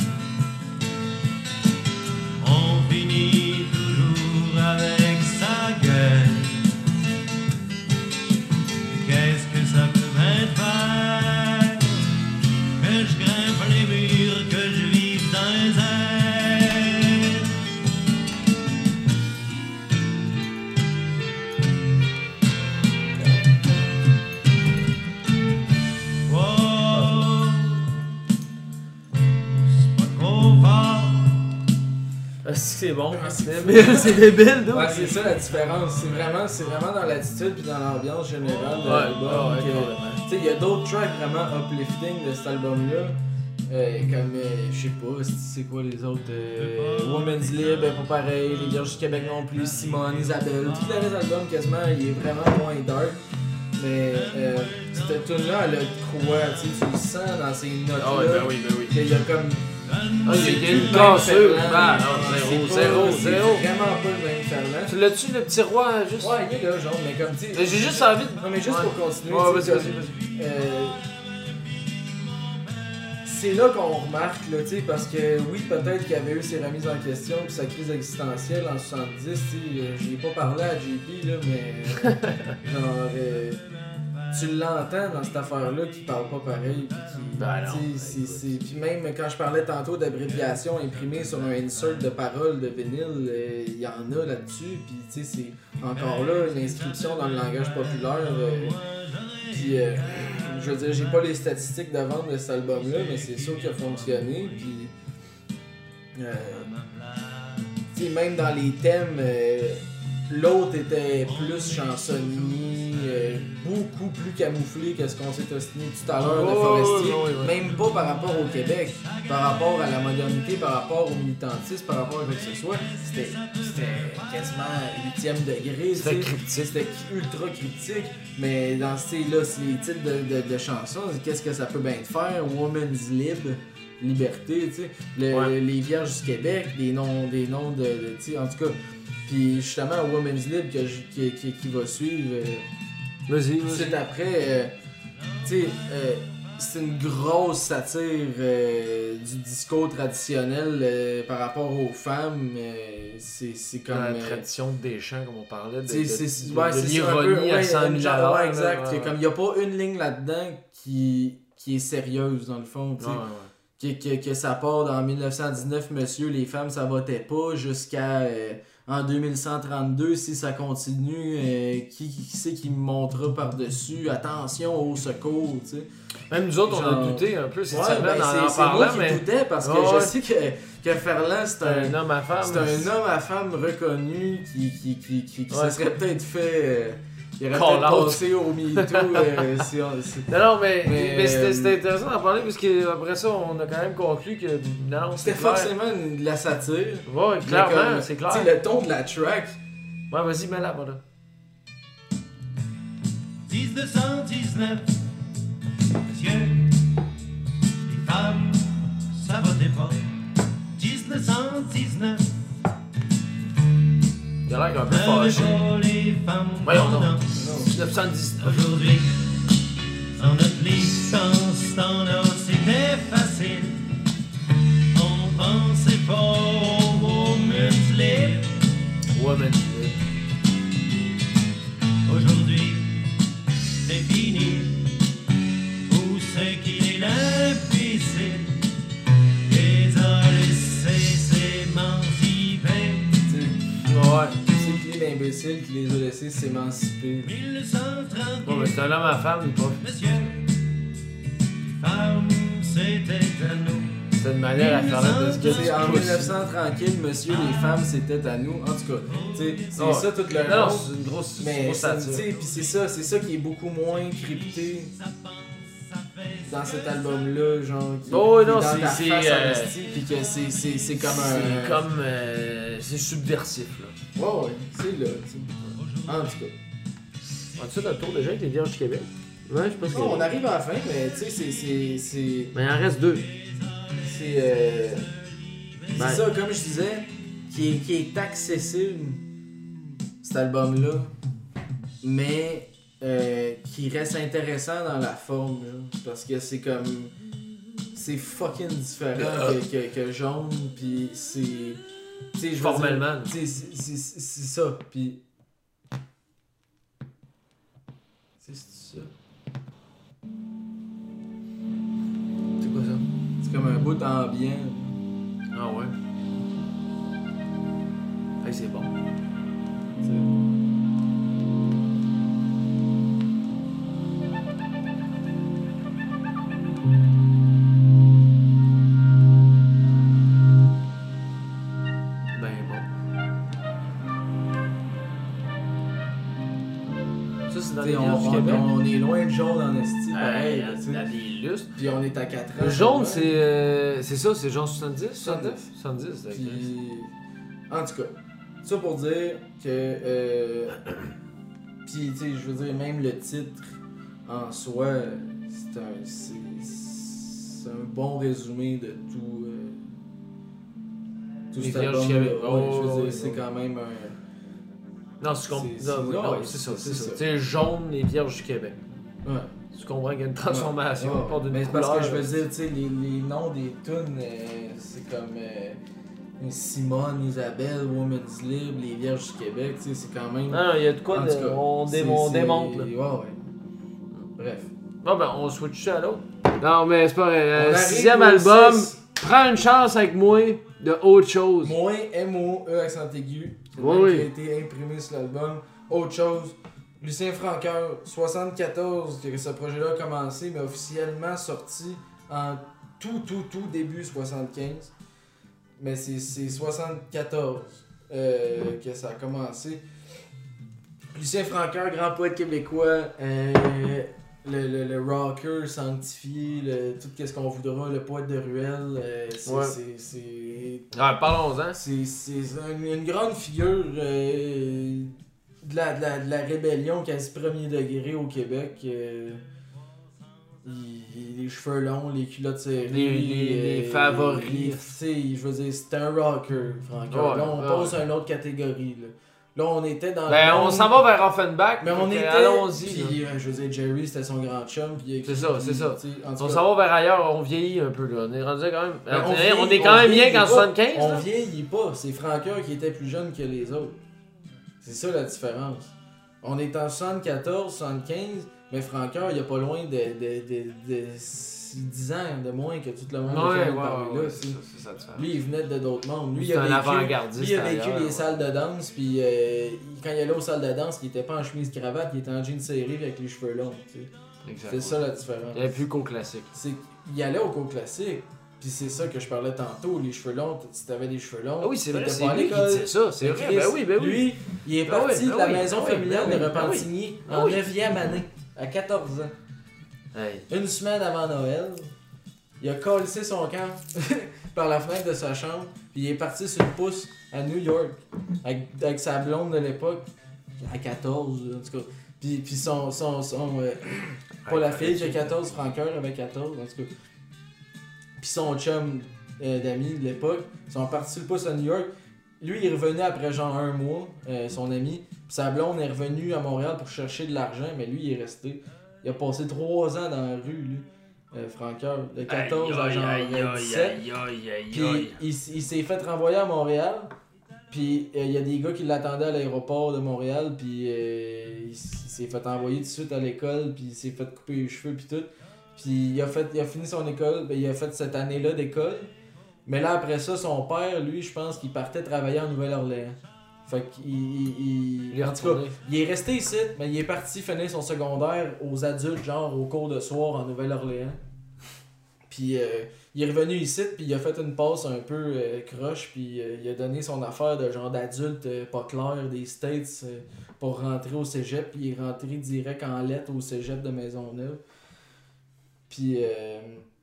On finit toujours avec sa gueule. Qu'est-ce que ça peut bien faire que je grimpe les murs, que je vive dans les airs? Oh, c'est pas trop fort. Est-ce que c'est bon? C'est débile, c'est débile, d'où? Ouais, c'est ça la différence. C'est vraiment, c'est vraiment dans l'attitude puis dans l'ambiance générale de Ouais, l'album. ouais, ouais, que- carrément. Tu sais, il y a d'autres tracks vraiment uplifting de cet album-là. Euh, comme, euh, je sais pas, c'est- c'est quoi les autres euh, Women's Lib, pas pareil, Les Vierges du Québec non plus, Simone, Isabelle. Tout le reste de l'album, quasiment, il est vraiment moins dark. Mais euh, cette tune-là, elle a de quoi, tu sais, tu le sens dans ces notes-là. Ah ouais, ben oui, ben oui. Qu'il y a comme. Ah, il y a- il y a une même cassure. ferment. Ah, non, C'est zéro, pas- zéro, c'est zéro. vraiment pas le même ferment. Tu l'as-tu, le petit roi, juste? Ouais, il est là, genre, mais comme tu sais. J'ai juste envie de... Non, mais juste Ouais. pour continuer. Ouais, tu sais, vas-y, comme, vas-y, vas-y. euh, c'est là qu'on remarque, là, tu sais, parce que oui, peut-être qu'il y avait eu ses remises en question puis sa crise existentielle en soixante-dix, tu sais, euh, j'y ai pas parlé à J P, là, mais euh, genre, euh, tu l'entends dans cette affaire-là qui parle pas pareil, puis qui, Ben non, tu sais, c'est- c'est- puis même quand je parlais tantôt d'abréviation imprimée sur un insert de paroles de vinyle, euh, il y en a là-dessus, puis tu sais, c'est encore là une inscription dans le langage populaire. euh, Puis, euh, je veux dire, j'ai pas les statistiques de vente de cet album-là, mais c'est sûr qu'il a fonctionné. Puis, euh, tu sais, même dans les thèmes, euh, l'autre était plus chansonnier, euh, beaucoup plus camouflé que ce qu'on s'est ostiné tout à l'heure de Oh, Forestier. oui, oui. Même pas par rapport au Québec, par rapport à la modernité, par rapport au militantisme, par rapport à quoi que ce soit. C'était c'était quasiment huitième degré. C'était tu sais. cryptique. C'était ultra cryptique. Mais dans ce là c'est les titres de, de, de chansons. Qu'est-ce que ça peut bien te faire? Woman's Lib, liberté, tu sais. Le- Ouais. Les Vierges du Québec, des noms, des noms de, de tu sais, en tout cas. Puis justement, Woman's Lib que je- qui, qui, qui va suivre. euh, Vas-y, tout de vas-y. suite après, euh, tu sais, euh, c'est une grosse satire euh, du discours traditionnel euh, par rapport aux femmes. euh, c'est c'est comme. Dans la euh, tradition des chants, comme on parlait, de, tu sais, de, c'est de- ouais, de c'est ça, un peu, l'ironie à ouais, cent mille à l'heure. ouais, là, exact. ouais, Comme il n'y a pas une ligne là-dedans qui, qui est sérieuse dans le fond, tu sais. Ouais, ouais. Que, que, que ça part dans dix-neuf cent dix-neuf, monsieur, les femmes ça votait pas, jusqu'à euh, en deux mille cent trente-deux, si ça continue, euh, qui, qui c'est qui me montera par-dessus, attention au secours, tu sais. Même nous autres, on Genre- a douté un peu cette Ouais, semaine ben, en c'est, en c'est moi parlant, qui mais doutais parce que Ouais, je ouais. sais que, que Ferland, c'est c'est un, un homme à femme. c'est un homme à femme reconnu qui, qui, qui, qui, qui Ouais. se serait peut-être fait... euh, il aurait Call peut-être out. passé au MeToo. euh, si on- si- Non, non, mais, Mais, mais, c'était, euh, c'était intéressant d'en parler parce qu'après ça, on a quand même conclu que non, C'était c'est clair. forcément une- de la satire. Ouais, Mais clairement, comme, c'est clair. Tu sais, le ton de la track, Ouais, vas-y, mets-la, voilà. dix-neuf cent dix-neuf, monsieur, les femmes, ça votait pas. dix-neuf cent dix-neuf, Il a l'air un peu n'avait fâché. pas les femmes Voyons qu'on donc. a. dix-neuf cent dix-neuf. Aujourd'hui, sans notre licence, temps là, c'était facile. On pensait pas au woman's lib. Woman. Aujourd'hui, c'est fini. Où c'est qu'il est l'imbécile? Les a laissés s'émanciper. tu sais, Ouais. c'est qui l'imbécile qui les a laissés s'émanciper. mille neuf cent trente, Bon, mais c'est un homme à femme, il pas. monsieur, les femmes, c'était à nous. C'était une manière à faire la Tu sais, en discussion. dix-neuf cent tranquille, monsieur, les femmes, c'était à nous. En tout cas, tu sais, c'est Ouais. ça tout le Non, non, long. c'est une grosse, une Mais grosse ça, tu satire. sais, puis c'est ça, c'est ça qui est beaucoup moins crypté dans cet album-là, genre. Qui, Oh, oui, qui est non, dans c'est- ta c'est, face euh, en esti, puis que c'est, c'est, c'est comme un. C'est comme. euh, c'est subversif, là. Ouais, ouais, c'est là, tu sais. En tout cas. As-tu fait le tour déjà avec les Vierges du Québec? Ouais, je pense que. Non, on arrive à la fin, mais tu sais, c'est. C'est. C'est. Mais il en reste deux. C'est, euh, Ben. c'est ça, comme je disais, qui est, qui est accessible, cet album-là, mais euh, qui reste intéressant dans la forme, là, parce que c'est comme. C'est fucking différent que, que, que Jaune, pis c'est. Tu sais, je veux Formellement. dire, tu sais, c'est- c'est c'est- c'est ça, pis. C'est ça. C'est quoi ça? C'est comme un bout ambiant. Ah ouais. Hey, c'est bon. tu sais. Ben bon. Ça, c'est dans T'sais, les on, Vierges du on- Québec. on est loin de jaune en esti, pareil. Hey, là, tu sais. la des lustres. Puis on est à quatre ans. Le jaune, ouais. c'est. euh, c'est ça, c'est genre soixante-dix? soixante-dix. soixante-dix, c'est Puis, en tout cas, ça pour dire que. Euh, puis, tu sais, je veux dire, même le titre en soi, c'est un, c'est, c'est un bon résumé de tout. Euh, tout Les cet Vierges album. du Québec. Ouais, Oh, je veux dire, ouais, c'est ouais. quand même un. Non, tu comprends. C'est- Non, c'est- oui, non, non, ouais, c'est ça, c'est c'est ça. ça. Tu sais, jaune, les Vierges du Québec. Ouais. Tu comprends qu'il y a une transformation Ouais, à part d'une mais c'est couleur. parce que je veux dire, tu sais, les, les noms des tunes, euh, c'est comme euh, Simone, Isabelle, Women's Lib, les Vierges du Québec, tu sais, c'est quand même. Non, non, il y a de quoi En de. tout cas, On, dé- c'est- on c'est- démonte, là. Ouais, ouais. Bref. Bon, ben, on switch ça à l'autre. Non, mais c'est pas vrai. On Euh, arrive sixième au album, six. prends une chance avec moi de autre chose. Moins M O E accent aigu. C'est le Oui, même oui. qui a été imprimé sur l'album. Autre chose. Lucien Francoeur, soixante-quatorze que ce projet-là a commencé, mais officiellement sorti en tout, tout, tout début soixante-quinze. Mais c'est c'est soixante-quatorze euh, que ça a commencé. Lucien Francoeur, grand poète québécois, euh, le, le, le rocker sanctifié, le, tout ce qu'on voudra, le poète de ruelle. euh, c'est Ouais. c'est- c'est Ouais, parlons-en. c'est c'est une, une grande figure euh, de, la, de, la, de la rébellion quasi premier degré au Québec. euh, il- il- les cheveux longs, les culottes serrées. Les- les- les euh, favoris. les- tu sais, je veux dire, c'était un rocker, Francoeur. Ouais, Là, on ouais, passe ouais. à une autre catégorie. Là, là on était dans Ben, le on monde- s'en va vers Offenbach. Mais on fait que était. Allons-y. là. Puis, euh, je veux dire, Jerry, c'était son grand chum. puis il a écrit- C'est ça, c'est ça. tu sais, en tout On cas, s'en va vers ailleurs, on vieillit un peu là. On est rendu quand même. ben, on, est- vieillit- on est quand même bien vieillit qu'en pas. soixante-quinze. On là. vieillit pas, c'est Francoeur qui était plus jeune que les autres. C'est ça la différence. On est en soixante-quatorze, soixante-quinze, Mais Francoeur, il a pas loin de, de, de, de dix ans de moins que tout le monde Ouais, qui ouais, vient de ouais, parler ouais, là. c'est tu sais. ça, c'est ça de faire. Lui, il venait de d'autres mondes. Lui, C'est il a un vécu, avant-gardiste lui, il a vécu ailleurs, les ouais. salles de danse, puis euh, il- quand il allait aux salles de danse, il était pas en chemise cravate, il était en jean serré avec les cheveux longs. tu sais. Exact. C'est ça la différence. Il n'y avait plus qu'au classique. C'est qu'il allait au cours classique, puis c'est ça que je parlais tantôt, les cheveux longs, si t'avais des cheveux longs, Ah oui, c'est vrai, t'étais c'est pas à lui qui l'école. disait ça, c'est Mais vrai. Chris, Ben oui, ben oui. Lui, il est Ben parti oui, de ben la oui, maison ben oui, familiale ben de oui, ben Repentigny Ben en oui. neuvième année, à quatorze ans. Hey. Une semaine avant Noël, il a collé son camp par la fenêtre de sa chambre, puis il est parti sur le pouce à New York, avec, avec sa blonde de l'époque, à quatorze, en tout cas. Puis, puis son, son, son euh, pas la fille qui a quatorze, Francoeur avait quatorze, en tout cas. Puis son chum euh, d'amis de l'époque, ils sont partis sur le pouce à New York. Lui, il est revenu après genre un mois, euh, son ami. Puis sa blonde est revenue à Montréal pour chercher de l'argent, mais lui, il est resté. Il a passé trois ans dans la rue, lui, euh, Francoeur, de quatorze à genre euh, dix-sept. aïe, aïe, aïe, Puis aïe. il, s- il s'est fait renvoyer à Montréal. Puis euh, il y a des gars qui l'attendaient à l'aéroport de Montréal. Puis euh, il, s- il s'est fait envoyer tout de suite à l'école. Puis il s'est fait couper les cheveux. Puis tout. Puis il a, fait, il a fini son école. Ben, il a fait cette année-là d'école. Mais là, après ça, son père, lui, je pense qu'il partait travailler en Nouvelle-Orléans. Fait qu'il. il- il- Il est en tout cas, retourné. il est resté ici, mais il est parti finir son secondaire aux adultes, genre au cours de soir en Nouvelle-Orléans. Puis euh, il est revenu ici, puis il a fait une passe un peu euh, croche, puis euh, il a donné son affaire de genre d'adulte euh, pas clair des States euh, pour rentrer au cégep, puis il est rentré direct en lettres au cégep de Maisonneuve. Puis euh,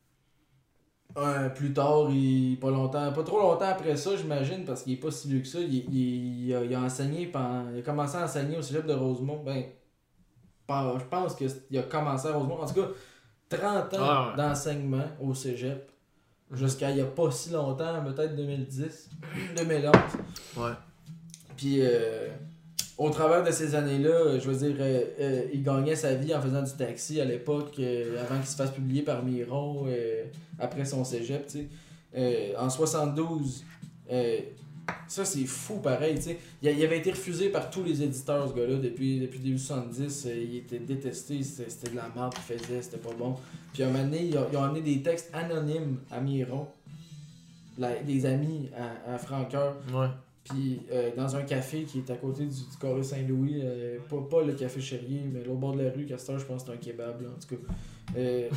un, plus tard, il, pas longtemps, pas trop longtemps après ça, j'imagine, parce qu'il est pas si vieux que ça, il, il, il a, il a enseigné, pendant, il a commencé à enseigner au cégep de Rosemont. Ben, pas- je pense qu'il a commencé à Rosemont. En tout cas, trente ans Ah ouais. d'enseignement au cégep. Jusqu'à il y a pas si longtemps, peut-être deux mille dix, deux mille onze. Ouais. Puis, euh, au travers de ces années-là, je veux dire, euh, euh, il gagnait sa vie en faisant du taxi à l'époque, euh, avant qu'il se fasse publier par Miron, euh, après son cégep, tu sais. Euh, en soixante-douze, euh, ça c'est fou pareil, tu sais. Il, a- il avait été refusé par tous les éditeurs, ce gars-là, depuis, depuis début soixante-dix. Euh, il était détesté, c'était c'était de la merde qu'il faisait, c'était pas bon. Puis à un moment donné, ils ont, ils ont amené des textes anonymes à Miron, la- des amis à, à Francoeur. Ouais. Puis euh, dans un café qui est à côté du, du Carré Saint-Louis, euh, pas, pas le café Chérier, mais l'autre bord de la rue, Castor, je pense que c'est un kebab, là, en tout cas. Euh,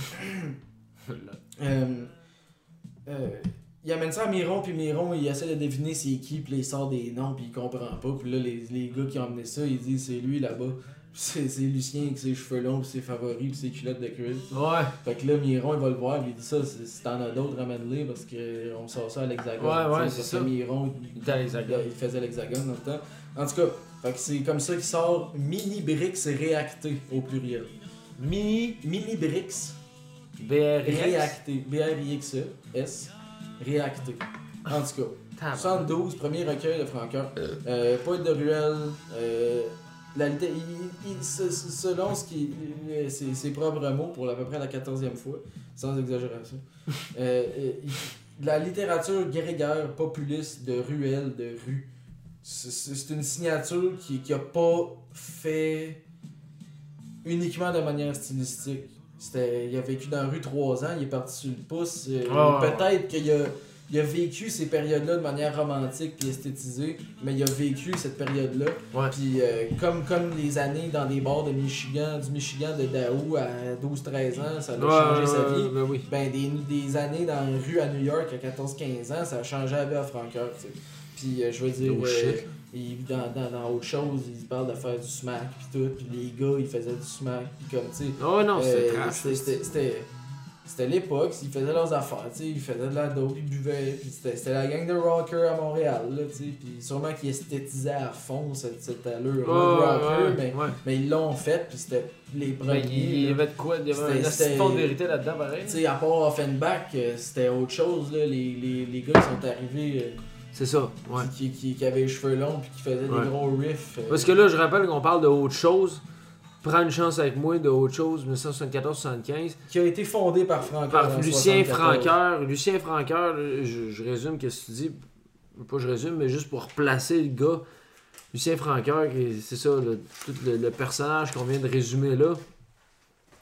euh, euh, il amène ça à Miron, puis Miron, il essaie de deviner c'est qui, puis là, il sort des noms, puis il comprend pas. Puis là, les, les gars qui ont amené ça, ils disent c'est lui là-bas. Puis c'est c'est Lucien avec ses cheveux longs, puis ses favoris, puis ses culottes de cuir. Ouais. Fait que là, Miron, il va le voir, puis il dit ça, si si t'en as d'autres, ramène-les, parce qu'on sort ça à l'Hexagone. Ouais, ouais, Tu sais, c'est parce ça. que Miron, Il était à l'Hexagone. il faisait l'Hexagone dans le temps. En tout cas, fait que c'est comme ça qu'il sort Mini Brix réacté au pluriel. Mini Mini Brix B R X. réacté. B R I X E S. Réacté. En tout cas, Tabarnak. soixante-douze, premier recueil de Francoeur. Euh, poète de ruelle. Euh, la litté- il, il- se- se- selon ce qui, euh, ses, ses propres mots, pour à peu près la quatorzième fois, sans exagération, euh, euh, il- la littérature grégaire, populiste, de ruelle, de rue. C'est- C'est c'est une signature qui, qui a pas fait uniquement de manière stylistique. C'était, il a vécu dans la rue trois ans, il est parti sur le pouce. euh, Ah, ouais, Peut-être qu'il a, il a vécu ces périodes-là de manière romantique puis esthétisée, mais il a vécu cette période-là. Ouais. Puis euh, comme, comme les années dans des bars de Michigan, du Michigan de Daou à douze treize ans, ça a changé sa vie. Ben oui. Ben des, des années dans les rues à New York à quatorze quinze ans, ça a changé la vie à Francoeur, tu sais. Puis euh, je veux dire, Oh, euh, shit. il, dans, dans, dans autre chose, il parle de faire du smack pis tout, pis les gars ils faisaient du smack, pis comme tu sais. Oh non, c'était euh, trash. c'était- c'était- C'était c'était l'époque, ils faisaient leurs affaires, tu sais, ils faisaient de la dope, ils buvaient, pis c'était c'était la gang de rockers à Montréal, là, tu sais, pis sûrement qu'ils esthétisaient à fond cette, cette allure Oh, rocker, ouais, mais, ouais. mais ils l'ont fait, pis c'était les Ben, premiers. il y là. avait de quoi? Il y avait C'était- un c'était- petit fond de vérité là-dedans, pareil. Tu sais, à part Offenbach, euh, c'était autre chose, là, les, les, les gars qui sont arrivés, euh, C'est ça, ouais. qui, qui, qui avaient les cheveux longs, puis qui faisaient Ouais. des gros riffs. euh, Parce que là, je rappelle qu'on parle de autre chose. Prends une chance avec moi de autre chose, dix-neuf cent soixante-quatorze soixante-quinze. qui a été fondé par Francoeur. Par en Lucien soixante-quatorze. Francoeur. Lucien Francoeur, là, je, je résume qu'est-ce que tu dis. Pas je résume, mais juste pour replacer le gars. Lucien Francoeur, qui- c'est ça, le, tout le, le personnage qu'on vient de résumer là.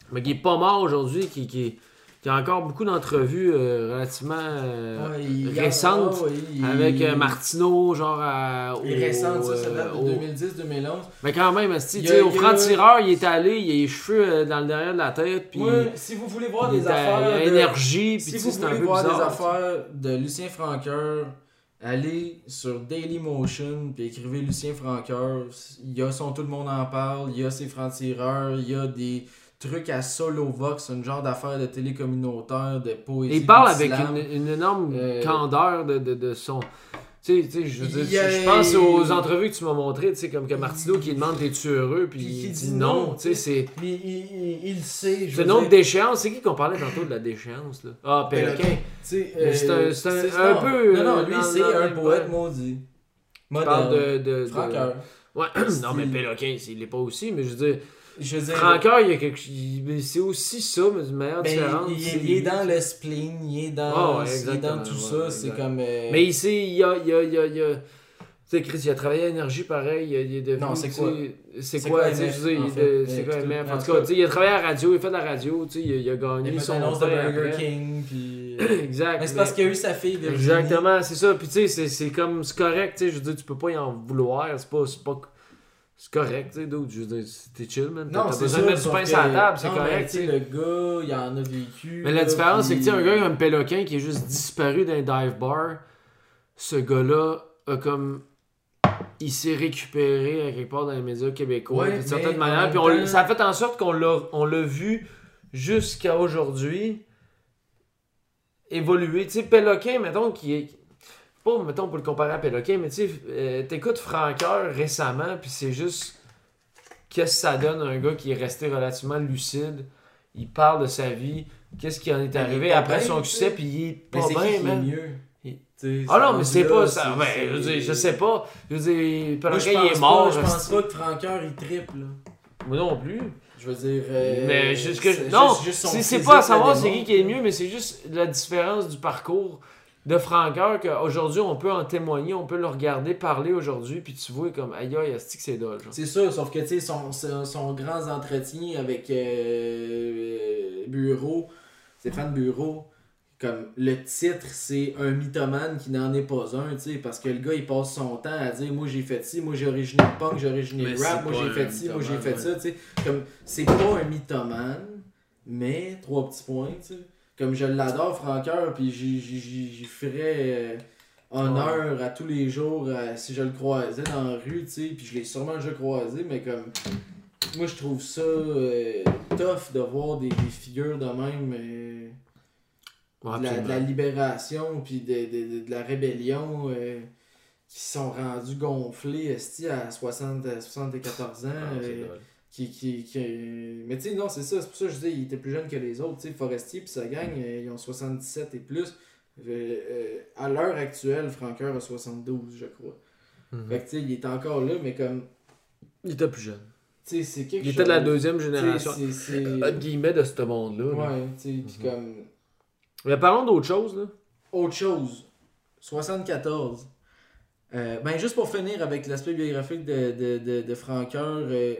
mais qui est pas mort aujourd'hui, qui, qui, qui a encore beaucoup d'entrevues euh, relativement euh, Ouais, il- récentes ah, ouais, il- avec euh, Martineau, genre à, au, Il est récente, ça, ça date de au- deux mille dix deux mille onze. Mais quand même, esti, Il tu y a- sais, au il y a- franc-tireur, il est allé, il a les cheveux euh, dans le derrière de la tête, puis Ouais, si vous voulez voir il des a affaires. de- énergie, puis Si tu sais, vous c'est un voulez peu voir bizarre. des affaires de Lucien Francoeur, allez sur Dailymotion puis écrivez Lucien Francoeur. Il y a son Tout le monde en parle, il y a ses francs-tireurs, il y a des trucs à Solovox, un genre d'affaires de télé communautaire, de poésie. Et il parle avec d'islam. une, une énorme Euh, candeur de, de, de son. Tu sais, tu sais, je veux Il dire, y a- je pense aux entrevues que tu m'as montrées, tu sais, comme que Martineau qui demande t'es-tu heureux, puis Puis il qui dit dit non, non, tu sais, c'est. Puis il, il, il le sait. je C'est veux le nombre dire. d'échéances. C'est qui qu'on parlait tantôt de la déchéance, là? Ah, Péloquin. Tu sais, Mais c'est euh, un- c'est un- c'est- un non, peu, Non, non, euh, lui, dans- c'est dans un le- poète ouais. maudit. Tu parles de. de, de- Francoeur. Ouais, non, mais Style. Péloquin, il l'est pas aussi, mais je veux dire. Je veux dire. Francoeur, il y a quelque chose. C'est aussi ça, mais d'une meilleure Ben, différence. il, c'est- il est dans le spleen, il est dans, Ah ouais, il est dans exactement, tout ouais, ça, c'est exact. comme... euh, Mais ici, il y a. Il y a, il y a, il y a- tu sais, Chris, il a travaillé à Énergie pareil. Il, a- il est devenu. Non, c'est tu sais, quoi? C'est C'est quoi, quoi, tu sais, M F, je veux dire, en il- fait? de- c'est Euh, quoi, tout- M F? En en tout tout cas, cas, tu sais, il a travaillé à la radio, il a fait de la radio, tu sais, il a, il a il gagné a fait son l'annonce de temps Burger après. King, puis... Exact. Mais c'est parce qu'il y a eu sa fille, Virginie. Exactement, c'est ça. Puis tu sais, c'est- c'est comme, c'est correct, tu sais, je veux dire, tu peux pas y en vouloir, c'est pas, c'est pas, c'est correct, tu sais, d'autres, je veux dire, t'es chill, man. Non, T'as c'est besoin ça, de mettre du sauf pain que- sur la table, c'est non, mais, correct, tu tu sais, sais. le gars, il en a vécu. Mais la là, différence, c'est que, tu sais, un puis- gars comme Péloquin qui est juste disparu d'un dive bar, ce gars-là a comme... Il s'est récupéré à quelque part dans les médias québécois, Ouais, d'une mais certaine en manière. même Puis on l- temps- ça a fait en sorte qu'on l'a, on l'a vu jusqu'à aujourd'hui évoluer. Tu sais, Péloquin, mettons, qui est... Pas, mettons, pour le comparer à Péloquin, mais tu sais, euh, t'écoutes Francoeur récemment, puis c'est juste... Qu'est-ce que ça donne à un gars qui est resté relativement lucide? Il parle de sa vie. Qu'est-ce qui en est Mais il arrivé est pas après bien, son tu sais. succès, puis il est Mais pas c'est qui bien, qui est man. mieux? Il- Tu sais, Ah non, mais rendu c'est là, pas ça. Ben, c'est- je veux dire, je c'est- sais pas. Je veux dire, Moi, je Péloquin, il pense est mort. pas- Je pense hostie. pas que Francoeur, il triple, là. Moi non plus. Je veux dire... euh, Mais juste que. c'est Non, juste- juste son c'est c'est physique pas à savoir le c'est qui démontre, qui est là. mieux, mais c'est juste la différence du parcours de Francoeur qu'aujourd'hui on peut en témoigner, on peut le regarder, parler aujourd'hui, puis tu vois comme aïe aïe, asti que c'est dole. genre. C'est ça, sauf que tu sais, son, son, son grand entretien avec euh, euh, Bureau, Stéphane Bureau, comme le titre, c'est un mythomane qui n'en est pas un, tu sais, parce que le gars il passe son temps à dire moi j'ai fait ci, moi j'ai originé le punk, j'ai originé Mais le c'est rap, moi pas j'ai un fait ci, moi j'ai mythomane, fait ça, tu sais. Comme c'est pas un mythomane, mais trois petits points, tu sais. Comme je l'adore, Francoeur, puis j'y- j'y j'y- j'y ferais euh, honneur à tous les jours euh, si je le croisais dans la rue, tu sais, puis je l'ai sûrement déjà croisé, mais comme moi je trouve ça euh, tough de voir des, des figures de même euh, Ouais, de, la, de la absolument. libération puis de, de, de, de la rébellion euh, qui sont rendus gonflés esti, à soixante, à soixante-quatorze ans. Ah, c'est euh, dole. qui, qui, qui, mais tu sais, non, c'est ça. C'est pour ça que je dis il était plus jeune que les autres. Tu sais, Forestier puis sa gang, euh, ils ont soixante-dix-sept et plus. Euh, euh, à l'heure actuelle, Francoeur a soixante-douze, je crois. Mhm. Fait que tu sais, il est encore là, mais comme. Il était plus jeune. Tu sais, c'est quelque Il chose. était de la deuxième Tu sais, génération. c'est- c'est- Entre guillemets de ce monde-là. là. Ouais, tu sais, pis comme. Mais parlons d'autre chose, là. Autre chose. soixante-quatorze. Euh, ben, juste pour finir avec l'aspect biographique de, de, de, de Francoeur, euh,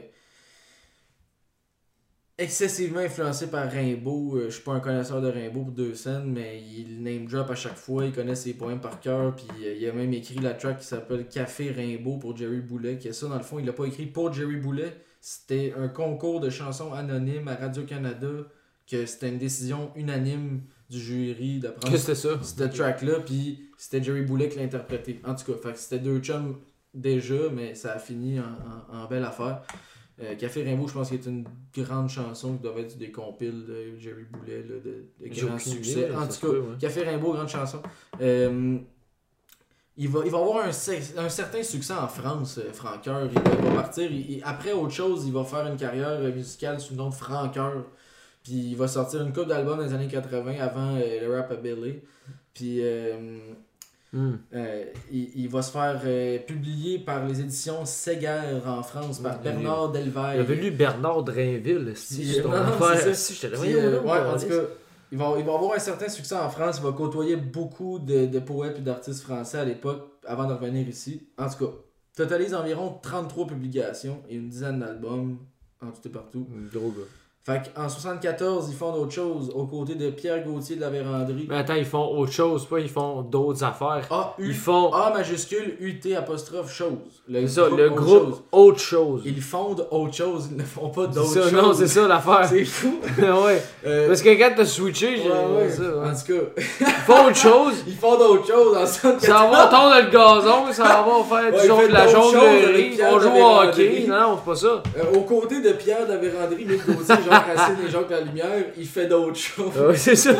excessivement influencé par Rimbaud. Euh, je suis pas un connaisseur de Rimbaud pour deux scènes, mais il name drop à chaque fois, il connaît ses poèmes par cœur, puis euh, il a même écrit la track qui s'appelle Café Rimbaud pour Jerry Boulet, qui est ça dans le fond, il l'a pas écrit pour Jerry Boulet, c'était un concours de chansons anonymes à Radio-Canada, que c'était une décision unanime du jury de prendre Que c'était ça? cette track-là, puis c'était Jerry Boulet qui l'a interprété. En tout cas, fait que c'était deux chums déjà, mais ça a fini en, en, en belle affaire. Euh, Café Rimbaud, je pense qu'il est une grande chanson qui doit être des compiles de Jerry Boulet, là, de, de J'ai grands aucune succès. idée, en ça tout se cas, peut, ouais. Café Rimbaud, grande chanson. Euh, il, va, il va avoir un, cer- un certain succès en France, euh, Francoeur. Il va, il va partir. il- il- après autre chose, il va faire une carrière euh, musicale sous le nom de Francoeur. Puis il va sortir une couple d'albums dans les années quatre-vingts avant euh, le rap à Billy. Puis euh, Hmm. euh, il, il va se faire euh, publier par les éditions Séguer en France par Oui, Bernard Delvaille. J'avais lu Bernard Drainville, si Puis, c'est ton non, non, affaire. c'est ça. Si, je te Puis, voyons, euh, là, ouais, en câlisse. tout cas, il va, il va avoir un certain succès en France. Il va côtoyer beaucoup de, de poètes et d'artistes français à l'époque avant de revenir ici. En tout cas, totalise environ trente-trois publications et une dizaine d'albums en tout et partout. Gros gars. Fait qu'en soixante-quatorze, ils font d'autres choses aux côtés de Pierre Gauthier de la Vérandrie. Mais attends, ils font autre chose, pas ils font d'autres affaires. A, U, Ils font. A majuscule, U, T apostrophe chose. Le C'est ça, le autre groupe chose. autre chose. Ils fondent autre chose, ils ne font pas C'est d'autres ça, choses. non, c'est ça l'affaire. C'est fou. ouais. Euh, Parce que quand t'as switché, j'ai. ouais, ouais. ça, ouais. En tout cas, Ils font autre chose. ils font d'autres choses en soixante-quatorze. Ça va tondre le gazon, ça va faire Ouais, du il fait de la d'autres choses avec jonglerie, Pierre on de joue au Vérandrie. hockey. Non, non, c'est pas ça. Euh, aux côtés de Pierre de la Vérandrie, Luc Gauthier, Jacques Racine et Jacques Lalumière, il fait d'autres choses. Ouais, c'est ça.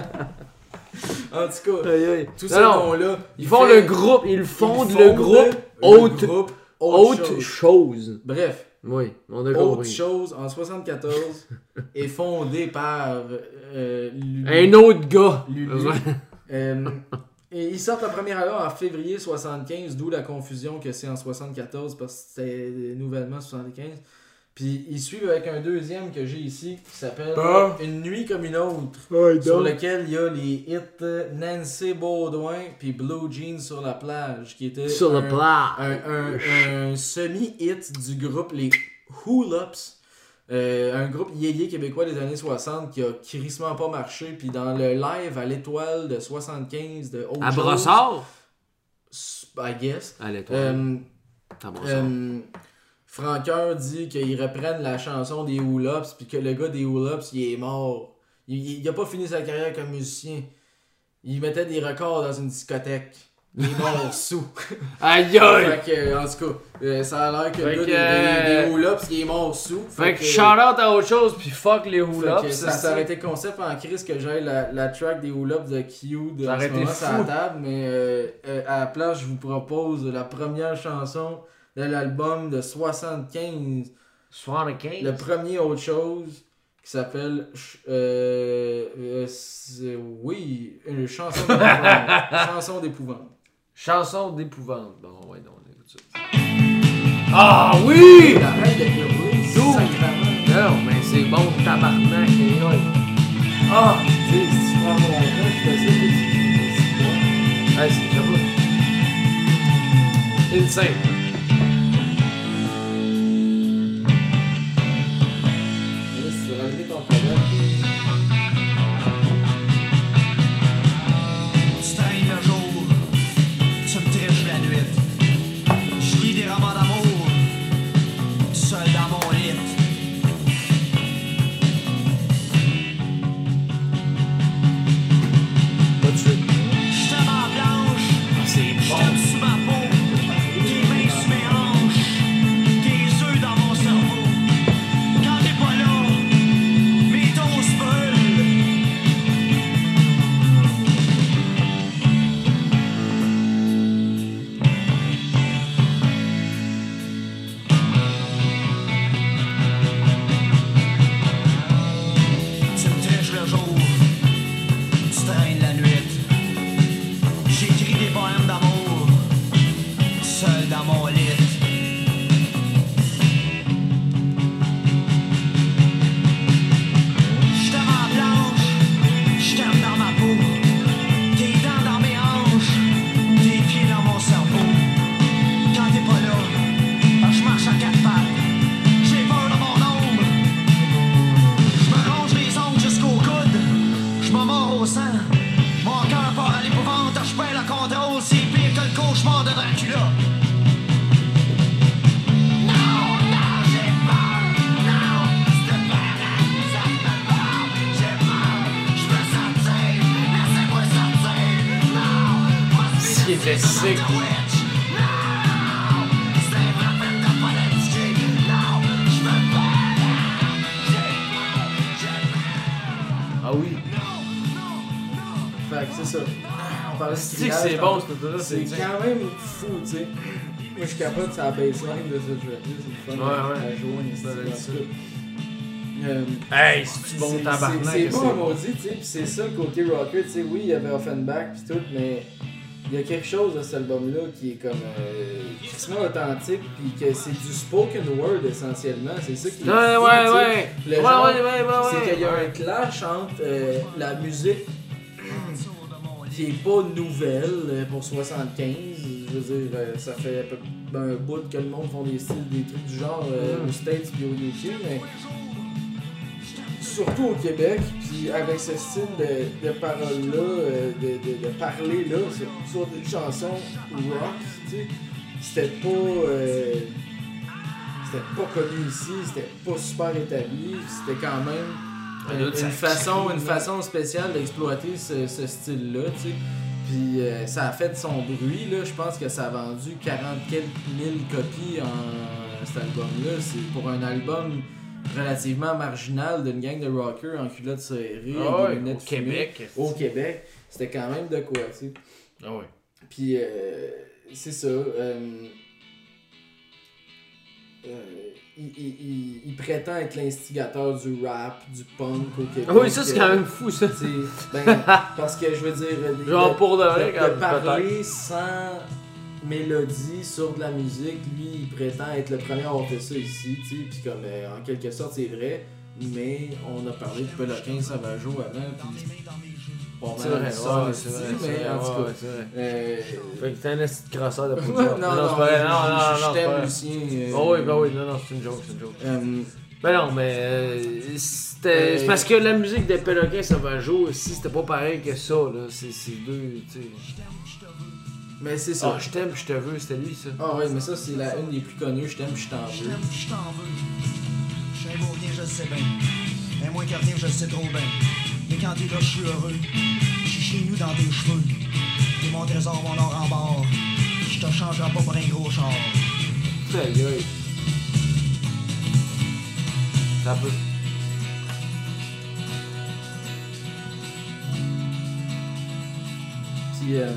En tout cas, Aïe, aïe. tout Non, ce non. nom-là. Ils font fait- le groupe, ils fondent ils le fondent groupe le Autre groupe Autre chose. chose. Bref, Oui, on a Autre compris. chose en soixante-quatorze est fondé par euh, Lulu. Un autre gars. Lulu. Ouais. Euh, et ils sortent le premier album en février soixante-quinze, d'où la confusion que c'est en soixante-quatorze parce que c'était nouvellement soixante-quinze. Puis ils suivent avec un deuxième que j'ai ici qui s'appelle Ah. Une nuit comme une autre, Ouais, sur donc. lequel il y a les hits euh, Nancy Baudouin puis Blue Jeans sur la plage qui était Sur un, le plat. un, un, un semi-hit du groupe les Hoolops. Euh, un groupe yéyé québécois des années soixante qui a crissement pas marché. Puis dans le live à l'Étoile de soixante-quinze de Autre À Chose, Brossard. I guess. Allez, toi. Euh, T'as Brossard. euh, Franqueur dit qu'ils reprennent la chanson des Hoolops puis que le gars des Hoolops il est mort. Il, il, il a pas fini sa carrière comme musicien. Il mettait des records dans une discothèque. Il est mort sous. Aïe aïe! Fait que, en tout cas, euh, ça a l'air que Fait le gars que, des, euh, des, des Hoolops il est mort sous. Fait que shout out à autre chose, pis fuck les Fait hula que ça, ça aurait été concept en crise que j'aille la, la track des Hoolops de Q de Ça en aurait ce été moment fou. sur la table, mais euh, euh, à la place, je vous propose la première chanson de l'album de soixante-quinze, soixante-quinze. le premier autre chose, qui s'appelle ch- euh, euh, c'est- oui, une chanson d'épouvante. chanson d'épouvante. Chanson d'épouvante. Bon, ouais, non, on écoute ça. Ah oui! Arrête de hurler, D'où? sacrément. Non, mais c'est bon, tabarnak, et ouais. Ah, tu sais, si tu prends mon temps, je fais ça, puis tu c'est bon. Ouais, c'est déjà pas. Insane. Là, si tu veux rallumer ton problème. Tu traînes le jour, tu me triches la nuit. Je lis des romans d'amour, seul dans mon lit. Pas de suite. Je t'aime en planche, C'est je bon. t'aime sous ma peau. Tes mains sous mes hanches, tes yeux dans mon cerveau. Quand t'es pas là, mes toasts brûlent. Tu me triches le jour, tu traînes la nuit. J'écris des poèmes d'amour, seul dans mon lit. J't'aime en planche, j't'aime dans ma peau. Tes dents dans mes hanches, tes pieds dans mon cerveau. Quand t'es pas là, j'marche à quatre pattes. J'ai peur de mon ombre. J'me ronge les ongles jusqu'au coude. J'me mords au sang. Mon cœur part à l'épouvante. J'perds le contrôle. C'est pire que le cauchemar de Dracula. Non, non, j'ai peur. Non, cette parade, ça me fait peur. J'ai peur. J'veux sortir. Laissez-moi sortir. Non, moi, Si, il était sick. Ah oui. Fait que c'est ça. On parlait de C'est que tirage c'est tantôt. bon, cette autre-là. C'est quand même fou, tu sais. Moi, je capote sur la baseline de ce jeu-là. C'est le fun Ouais, à- ouais. à jouer, mais Ça c'est va être en ça. tout cas. Euh, Hey, c'est-tu bon c'est- tabarnak? c'est- C'est que pas un maudit, tu sais, pis c'est ça le côté rocker, tu sais, oui, il y avait Offenbach pis tout, mais il y a quelque chose de cet album-là qui est comme euh, crissement authentique pis que c'est du spoken word essentiellement, c'est ça qui est Ouais, fou, ouais, tu sais. ouais. Le Ouais, genre, ouais, ouais, ouais, ouais. c'est qu'il y a un clash entre euh, la musique qui est pas nouvelle euh, pour soixante-quinze, je veux dire, euh, ça fait à peu- un bout que le monde font des styles, des trucs du genre euh, Mm. aux States pis au U K, mais surtout au Québec, puis avec ce style de, de parole-là, euh, de, de, de parler-là, sur, sur des chansons rock, tu sais, c'était pas... Euh, c'était pas connu ici, c'était pas super établi, c'était quand même euh, une, façon, une façon spéciale d'exploiter ce, ce style-là, tu sais. Puis euh, ça a fait son bruit, là. Je pense que ça a vendu quarante quelques mille copies en cet album-là. C'est pour un album relativement marginal d'une gang de rockers en culotte serrée, oh, avec des lunettes au Québec. Au Québec, c'était quand même de quoi, tu sais. Ah ouais. Puis euh, c'est ça. Euh, euh, il, il, il, il prétend être l'instigateur du rap, du punk au Québec. Oui, ça c'est quand même fou ça. Ben, parce que je veux dire, genre de, pour de vrai, de, de parler sans mélodie sur de la musique, lui il prétend être le premier à avoir fait ça ici, tu sais, puis comme euh, en quelque sorte c'est vrai, mais on a parlé de Péloquin Sauvageau avant, puis bon, c'est vrai, ça, ouais, c'est vrai, mais c'est en tout cas, ouais, c'est vrai. Euh, fait que t'es un esti de crasseur de non, production. non, non, non, c'est pas vrai, non, non, non, je non, t'aime c'est Lucien. Euh, oh oui, ben oui, non, non, c'est une joke, c'est une joke. Euh, Ben non, mais euh, c'était. Euh, c'est parce que la musique des Péloquins Sauvageau aussi, c'était pas pareil que ça, là. C'est, c'est deux, tu sais. Mais c'est ça. Ah, je t'aime, je te veux, c'était lui ça. Ah ouais, mais ça c'est la une des plus connues, je t'aime, je t'en Je veux. t'aime, je t'en veux. Je suis un beau rien, je le sais bien. Mais moins que rien, je le sais trop bien. Mais quand t'es là, je suis heureux. Je suis chez nous dans tes cheveux. T'es mon trésor, mon or en bord. Je te changerai pas pour un gros char. Ta gueule. Ça peut. Puis, euh,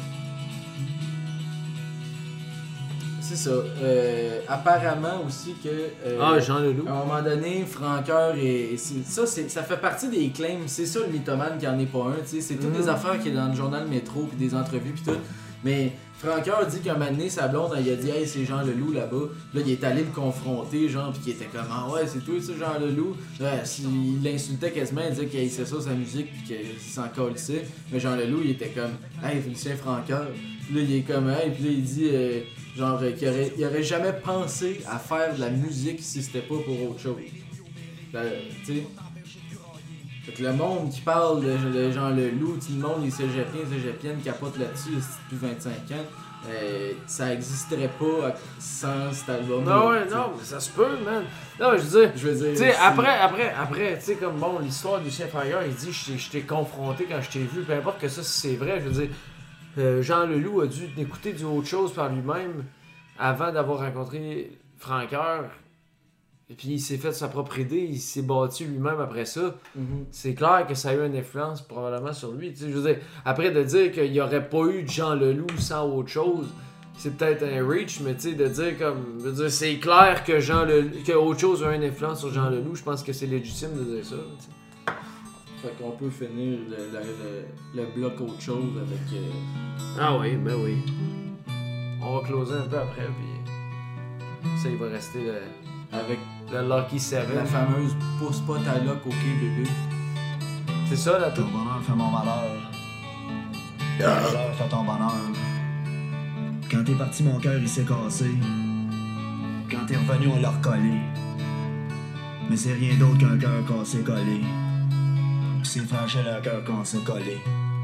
c'est ça. Euh, apparemment aussi que. Euh, Ah, Jean Leloup. À un moment donné, Francoeur et. et c'est- ça, c'est, ça fait partie des claims. C'est ça le mythomane qui en est pas un. Tu sais, c'est toutes Mhm. des affaires qui est dans le journal Métro, puis des entrevues, puis tout. Mais Francoeur dit qu'un moment donné, sa blonde, elle a dit, hey, c'est Jean Leloup là-bas. Là, il est allé le confronter, genre, puis qu'il était comme, ah ouais, c'est toi, ça, Jean Leloup. Là, il l'insultait quasiment, il disait qu'il haïssait ça, sa musique, puis qu'il s'en calissait. Mais Jean Leloup, il était comme, hey, Lucien Francoeur. Puis là, il est comme, hey, puis là, il dit, euh, genre, euh, qu'il aurait, il aurait jamais pensé à faire de la musique si c'était pas pour autre chose. Ben, tu sais. Fait que le monde qui parle de, de Jean Leloup, tout le monde, les cégepiens, cégepiennes capotent là-dessus depuis vingt-cinq ans. Euh, ça existerait pas sans cet album. Non, ouais, non, mais ça se peut, man. Non, mais je veux dire, Je veux dire. tu sais, c'est- après, après, après, tu sais, comme bon, l'histoire de Lucien Francoeur, il dit, je t'ai- je t'ai confronté quand je t'ai vu, peu importe que ça, si c'est vrai, je veux dire, euh, Jean Leloup a dû écouter du autre chose par lui-même avant d'avoir rencontré Francoeur. Et puis il s'est fait sa propre idée, il s'est bâti lui-même après ça. Mhm. C'est clair que ça a eu une influence probablement sur lui. Tu sais, je veux dire, après de dire qu'il n'y aurait pas eu de Jean Leloup sans autre chose, c'est peut-être un reach, mais tu sais, de dire comme. Je veux dire, c'est clair que Jean Leloup, que autre chose a une influence sur Jean Leloup, je pense que c'est légitime de dire ça. Tu sais. Fait qu'on peut finir le, le, le, le bloc autre chose avec. Euh... Ah oui, ben oui. On va closer un peu après, puis ça, il va rester le, avec le Lucky Seven. la fameuse pousse pas ta loc, ok bébé. C'est ça, la Ton toute. bonheur fait mon malheur. Mon malheur fait ton bonheur. Quand t'es parti, mon cœur il s'est cassé. Quand t'es revenu, on l'a recollé. Mais c'est rien d'autre qu'un cœur cassé collé. Pis c'est fragile un cœur qu'on s'est collé.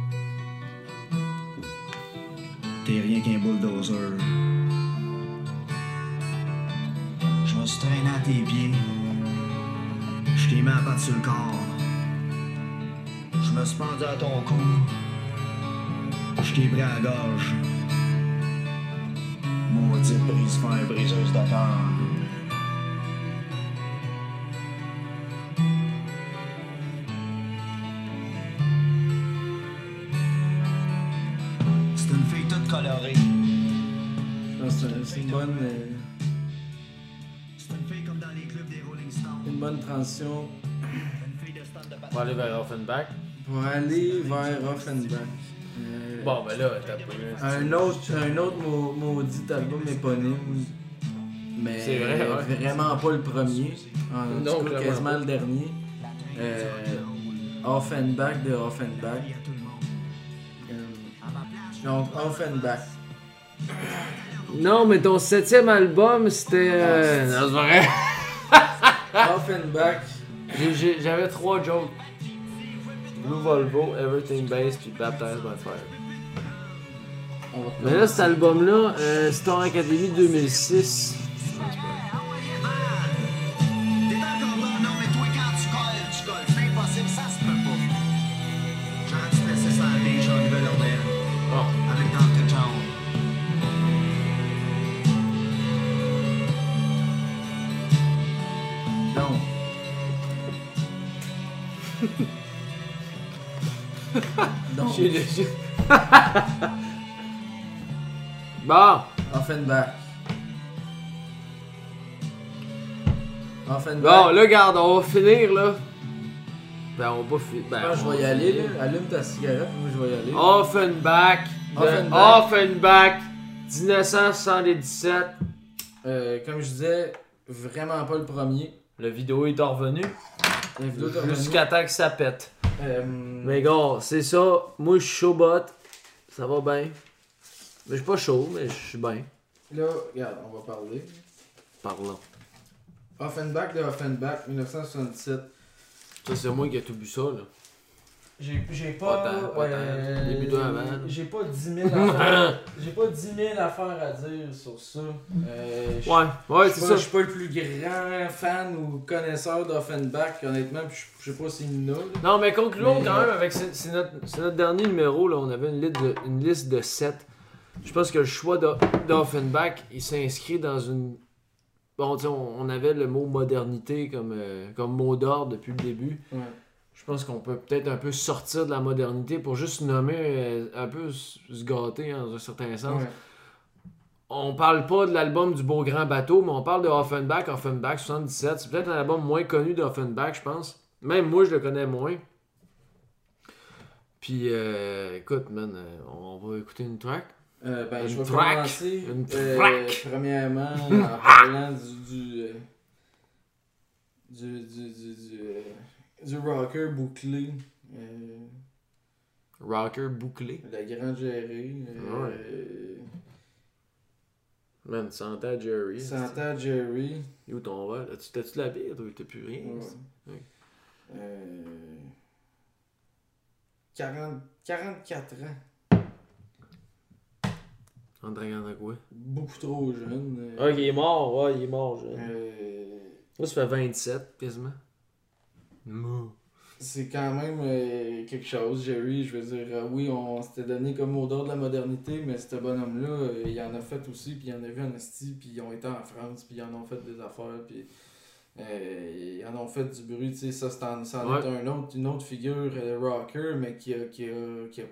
T'es rien qu'un bulldozer. Je me suis traîné à tes pieds. Je t'ai mis à battre sur le corps. Je me suis pendu à ton cou. Je t'ai pris à la gorge. Maudite brise-fer, briseuse de cœur. C'est une fille toute colorée. Je pense que c'est- c'est une bonne. Euh, C'est une fille comme dans les clubs des Rolling Stones. une bonne transition Une fille de stand de On va aller vers Offenbach. pour aller vers Offenbach. Euh, Bon, ben là, t'as pas eu Un autre, un autre mau- maudit album éponyme. Mais C'est vrai, ouais. vraiment pas le premier. En Non, tout cas, clairement quasiment pas. le dernier. Euh, Offenbach de Offenbach. Euh, donc, Offenbach. Non, mais ton septième album, c'était. Euh... Non, c'est pas vrai. Offenbach. J'ai- j'ai- J'avais trois jokes. Blue Volvo, Everything Bass, puis Baptized by Fire. On va Mais là, cet album-là, euh, Star Academy deux mille six. T'es encore là, non, mais toi, quand tu colles, tu colles. C'est impossible, ça se peut pas. J'aurais dû laisser ça à déjà en Nouvelle-Orléans. Oh. Avec docteur John. Non. Non. J'ai j'ai- Bon, Offenbach. Offenbach. bon, là, regarde, on va finir, là. Ben, on va pas finir. Ben, Ah, je on vais y va aller, finir. là. Allume ta cigarette, moi je vais y aller. Offenbach. de Offenbach. Offenbach. dix-neuf cent soixante-dix-sept. Euh, comme je disais, vraiment pas le premier. La vidéo est revenue. La vidéo est revenue. Jusqu'à temps que ça pète. Euh, Mais gars, c'est ça. Moi, je suis chaud bot. Ça va bien. Mais je suis pas chaud, mais je suis bien. Là, regarde, on va parler. Parlons. Offenbach de Offenbach, dix-neuf cent soixante-dix-sept. Ça, c'est moi qui ai tout bu ça, là. J'ai, j'ai Pas pas. tant, pas tant. Début de avant, là. J'ai pas dix mille affaires. J'ai pas dix mille affaires à dire sur ça. Euh, je- Ouais, ouais, je c'est suis pas- ça. Je suis pas le plus grand fan ou connaisseur d'Offenbach, honnêtement, puis je je sais pas s'il y en a. là. Non, mais concluons Mais, quand euh, même avec. C'est c'est notre, c'est notre dernier numéro, là. On avait une liste de, une liste de sept. Je pense que le choix d'O- d'Offenbach, il s'inscrit dans une. Bon, tu sais, on, on avait le mot modernité comme, euh, comme mot d'ordre depuis le début. Ouais. Je pense qu'on peut peut-être un peu sortir de la modernité pour juste nommer euh, un peu se se gâter hein, dans un certain sens. Ouais. On parle pas de l'album du Beau Grand Bateau, mais on parle de Offenbach, Offenbach soixante-dix-sept. C'est peut-être un album moins connu d'Offenbach, je pense. Même moi, je le connais moins. Puis, euh, écoute, man, euh, on va écouter une track. Euh, ben, Une je vais track. commencer. Une euh, track. Premièrement, en parlant du. du, euh, du, du, du, du, euh, du rocker bouclé. Euh, Rocker bouclé. la grande gérée. Euh, Man, santé à Jerry. Santa Jerry. Et où ton verre? T'as-tu t'as-tu de la bière? Toi, t'as plus rien. Ouais. Ouais. Euh, quarante, quarante-quatre ans. André Ganagoué. Beaucoup trop jeune. Ah, il est mort, ouais, il est mort, jeune. Euh, Moi, ça fait vingt-sept, quasiment. Mou. C'est quand même euh, quelque chose, Jerry. Je veux dire, euh, oui, on s'était donné comme mot d'ordre de la modernité, mais ce bonhomme-là, euh, il en a fait aussi, puis il en a vu en esti, puis ils ont été en France, puis ils en ont fait des affaires, puis euh, ils en ont fait du bruit, tu sais. Ça, c'est en, c'en Ouais. est un autre, une autre figure euh, rocker, mais qui a, qui a, qui a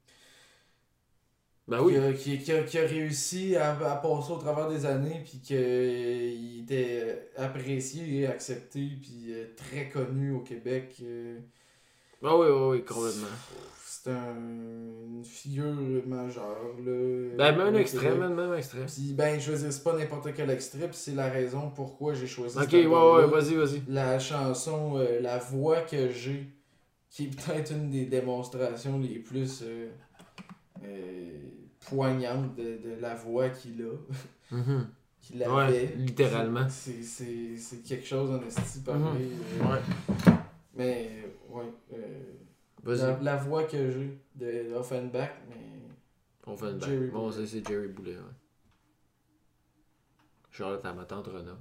Ben oui. qui, a, qui, qui a, qui a réussi à, à passer au travers des années, puis qu'il était apprécié et accepté, puis euh, très connu au Québec. euh, Ben oui, oui, oui, complètement. C'est un, une figure majeure. Là, Ben, même un au extrait, Québec. même, même extrait. Puis, ben, je veux dire, c'est pas n'importe quel extrait, puis c'est la raison pourquoi j'ai choisi Ok, cet ouais, album-là. ouais, vas-y, vas-y. La chanson, euh, la voix que j'ai, qui est peut-être une des démonstrations les plus euh, euh, poignantes de, de la voix qu'il a, Mhm. qu'il avait. Ouais, littéralement. C'est, c'est, c'est quelque chose en esti Mhm. pareil. euh, Ouais. Mais, ouais. Euh, Vas-y. la, la voix que j'ai de Offenbach, mais. On fait une Jerry bague. Bon, Boulet. ça, c'est Jerry Boulet, ouais. Charlotte à ma tante Renaud.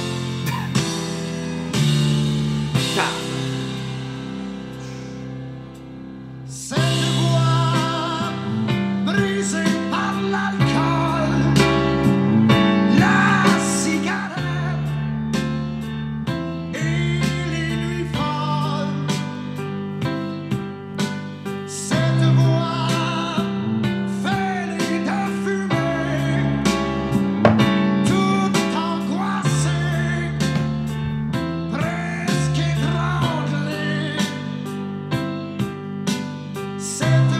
Cette voix brisée par l'alcool, la cigarette et les nuits folles. Cette voix fêlée de fumée, toute angoissée, presque étranglée. Cette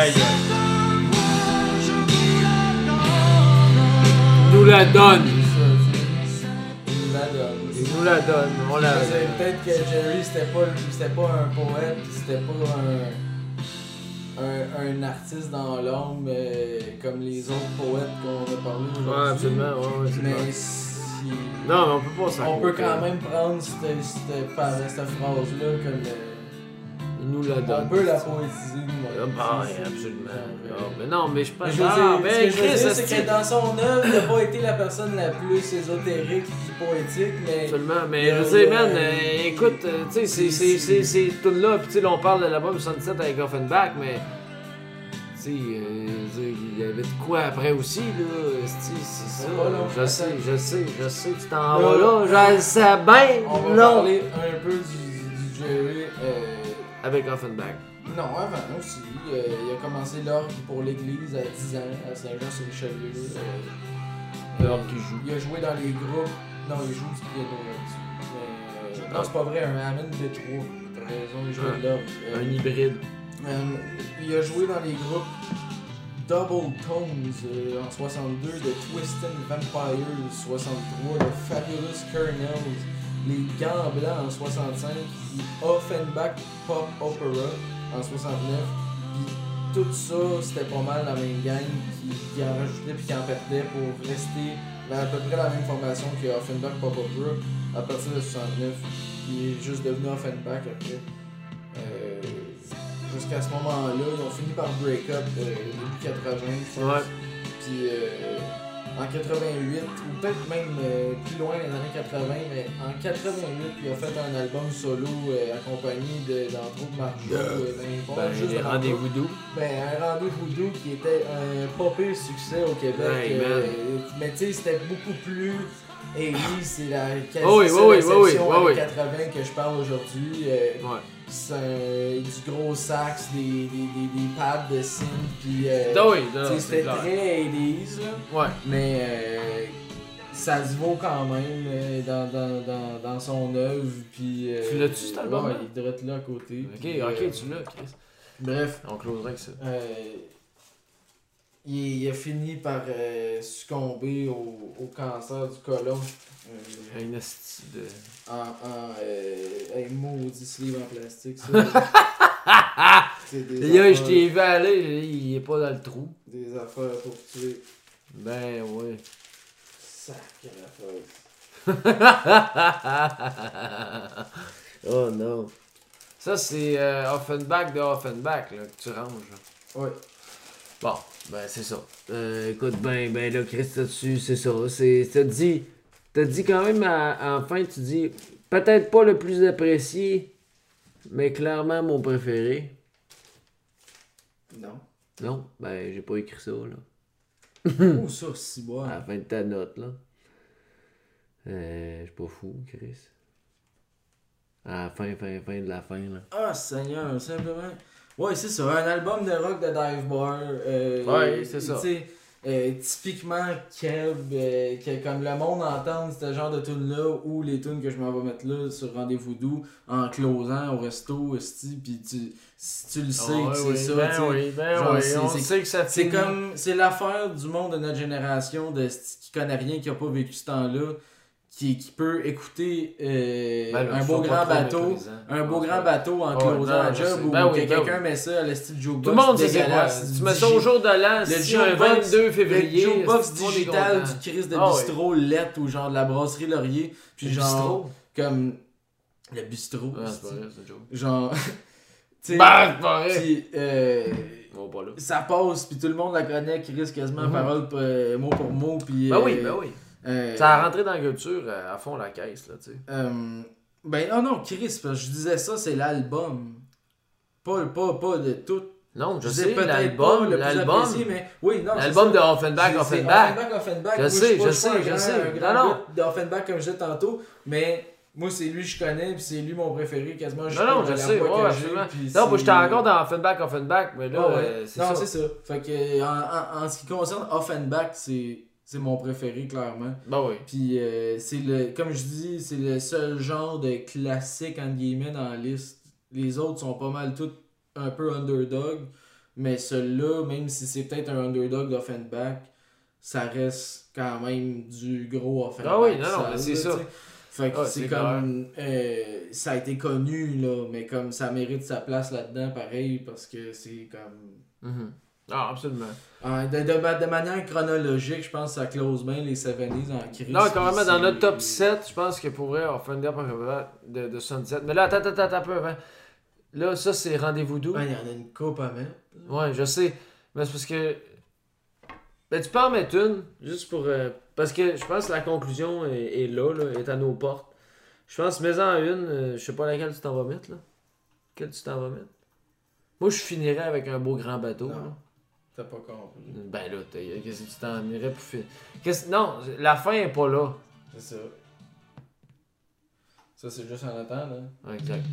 Aïe. Il nous la donne. Il nous la donne. Il nous la donne. On la... C'est peut-être que Jerry c'était pas, c'était pas un poète, c'était pas un, un, un artiste dans l'ombre euh, comme les autres poètes qu'on a parlé aujourd'hui. Ouais, absolument. Ouais, ouais, c'est mais vrai. si... Non, mais on peut pas s'en On peut couper. quand même prendre cette, cette, par- cette phrase-là comme. euh, Il nous la donne. on peut la poétiser. mais- Ah, bah, absolument. Euh, Ah, mais non, mais je pense Mais je veux ah, dire, mais ce que je veux Chris, dire, esti- c'est que dans son œuvre, il n'a pas été la personne la plus ésotérique et poétique, mais. Absolument, mais Il y a- je veux dire, il y a- man, euh, écoute, euh, tu sais, c'est- c'est- c'est c'est tout là, pis tu sais, là, on parle de l'album soixante-dix-sept avec Offenbach, mais. Tu sais, euh, je veux dire, il y avait de quoi après aussi, là. esti, C'est ça. Pas long, Je attends. sais, je sais, je sais, tu t'en Là, vas là, je sais bien, On va non. parler un peu du, du Jerry. Euh, Avec Offenbach. non, avant aussi. Euh, il a commencé l'orgue pour l'église à dix ans, à Saint-Jean-sur-Richelieu. Euh, L'orgue qui joue. Il a joué dans les groupes. Non, il joue du piano là-dessus. Mais, euh, non, c'est pas vrai, un Hammond B trois. T'as raison, il jouait de l'orgue. Euh, Un hybride. Euh, il a joué dans les groupes Double Tones euh, en soixante-deux, The Twisted Vampires soixante-trois, The Fabulous Colonels, Les Gants Blancs en soixante-cinq, puis Offenbach Pop Opera en soixante-neuf. Puis tout ça, c'était pas mal la même gang qui, qui en rajoutait puis qui en perdait pour rester dans à peu près la même formation que Offenbach Pop Opera à partir de soixante-neuf, qui est juste devenu Offenbach après. Euh, Jusqu'à ce moment-là, ils ont fini par break-up euh, début quatre-vingts, je pense. Ouais. Puis euh, en quatre-vingt-huit, ou peut-être même euh, plus loin dans les années quatre-vingts, mais en quatre-vingt-huit, il a fait un album solo euh, accompagné de, d'entre autres Marjo. Euh, ben, pas Ben, juste les de rendez-vous doux. Ben, un rendez-vous doux qui était un pas pire succès au Québec. Hey, euh, man. mais tu sais, c'était beaucoup plus. Et oui, c'est la quasi Oh oui, seule oui, oui, exception oui, oui, années oui. quatre-vingts que je parle aujourd'hui. Euh, Ouais. c'est un- du gros sax, des, des, des, des pads de synth, puis euh, Ah oui, non, tu sais, c'est c'était clair. très eighties, là, Ouais. mais euh, ça se vaut quand même euh, dans, dans, dans, dans son œuvre. Puis, euh, Tu l'as-tu, cet album-là? Ouais, il devrait être là à côté. Ok, puis, ok, euh, tu l'as, Chris. Bref, On closera avec ça. euh, il, il a fini par euh, succomber au, au cancer du côlon. Euh, Un esti de. en en euh, hey, maudit sleeve en plastique, ça. C'est des Là, je affaires- t'ai vu aller, j'ai dit, il est pas dans le trou. Des affaires pour tuer. Ben ouais. Sacré affaire. Oh non. Ça, c'est euh, Offenbach de Offenbach là, que tu ranges. là. Ouais. Bon, ben c'est ça. Euh, écoute, ben, ben là, Chris, là-dessus, c'est ça. C'est, t'as dit, t'as dit quand même, à, enfin, tu dis, peut-être pas le plus apprécié, mais clairement mon préféré. Non. Non? Ben, j'ai pas écrit ça, là. Oh, ça, si bon. À la fin de ta note, là. Euh, je suis pas fou, Chris. À la fin, fin, fin de la fin, là. Ah, Seigneur, simplement. Ouais, c'est ça, un album de rock de dive bar. Euh, Ouais, c'est ça. Tu sais, euh, typiquement Kev, euh, que comme le monde entend ce genre de tunes là ou les tunes que je m'en vais mettre là sur Rendez-vous Doux en closant au resto, esti, pis tu, si tu le sais Ah, que c'est oui, ça, ben tu sais. oui, ben genre, oui, c'est- on c'est- sait que ça C'est finit. comme, c'est l'affaire du monde de notre génération de esti qui connaît rien, qui a pas vécu ce temps-là, qui, qui peut écouter euh, Ben là, un ils beau sont pas grand trop bateau, méprisants. un beau Ouais, grand ouais. bateau en Ouais, closant non, un je job sais. ou Ben oui, que ben quelqu'un oui. met ça à le style jukebox. Tout le monde sait c'est quoi. dégueulasse, Tu mets du ça au ju- jour de l'an, le si un jukebox- vingt-deux février. Le jukebox tout le monde est digital content. du Chris de Ah oui. bistrot Lette ou genre de la brasserie Laurier. Puis Le genre, bistrot? comme le bistrot. Ah, c'est c'est- pas vrai, c'est une joke. genre, tu sais, Bah, c'est pas vrai. puis, euh, On va pas là. ça passe, puis tout le monde la connaît, qui risque quasiment Mhm. parole euh, mot pour mot. Puis, Ben euh, oui, ben oui. euh, Ça a rentré dans la culture euh, à fond la caisse, là, tu sais. Euh, ben non, non, Chris, parce que je disais ça, c'est l'album. Pas, pas, pas de tout. Non, je, Je sais, sais peut-être l'album, pas le plus l'album, apprécié, mais oui, non, c'est l'album de ça. Offenbach, C'est- c'est Offenbach. Offenbach, Offenbach. Je Moi, sais, suis pas- je je suis pas sais, un je grand- sais. un grand Non, non. gars d'Offenbach, comme je disais tantôt, mais moi, c'est lui que je connais, puis c'est lui mon préféré, quasiment. Non, non, je la sais, voix ouais, que absolument. j'ai, puis Non, moi, c'est- j'étais encore dans Offenbach, Offenbach, mais là, Ouais, ouais. euh, c'est non, ça. c'est ça. Fait que, en, en, en ce qui concerne Offenbach, c'est c'est mon préféré, clairement. Ben oui. Puis, euh, c'est le, comme je dis, c'est le seul genre de classique, entre guillemets, dans la liste. Les autres sont pas mal tous un peu underdog. Mais celui-là, même si c'est peut-être un underdog d'Offenbach, ça reste quand même du gros Offenbach. Ah oui, non, non, sale, c'est là, ça. t'sais. Fait que Ah, c'est c'est comme... Euh, ça a été connu, là, mais comme ça mérite sa place là-dedans, pareil, parce que c'est comme... Mm-hmm. Ah, absolument. Ah, de, de, de manière chronologique, je pense que ça close bien les soixante-dix en crise. Non, quand même, dans notre top sept, je pense que pour vrai, on fait une de, de soixante-dix. Mais là, attends, attends, attends un peu avant. Là, ça, c'est Rendez-vous doux. Ouais, il y en a une coupe à mettre. Ouais, je sais. Mais c'est parce que... Ben, tu peux en mettre une, juste pour... Euh... Parce que je pense que la conclusion est, est là, là, est à nos portes. Je pense, mets-en une, euh, je sais pas laquelle tu t'en vas mettre, là. Quelle tu t'en vas mettre? Moi, je finirais avec un beau grand bateau, Non. là. T'as pas compris. Ben là, t'as- qu'est-ce que tu t'en irais pour finir? Qu'est-ce... Non, la fin est pas là. C'est ça. Ça, c'est juste en attendant, là. Ouais, exact.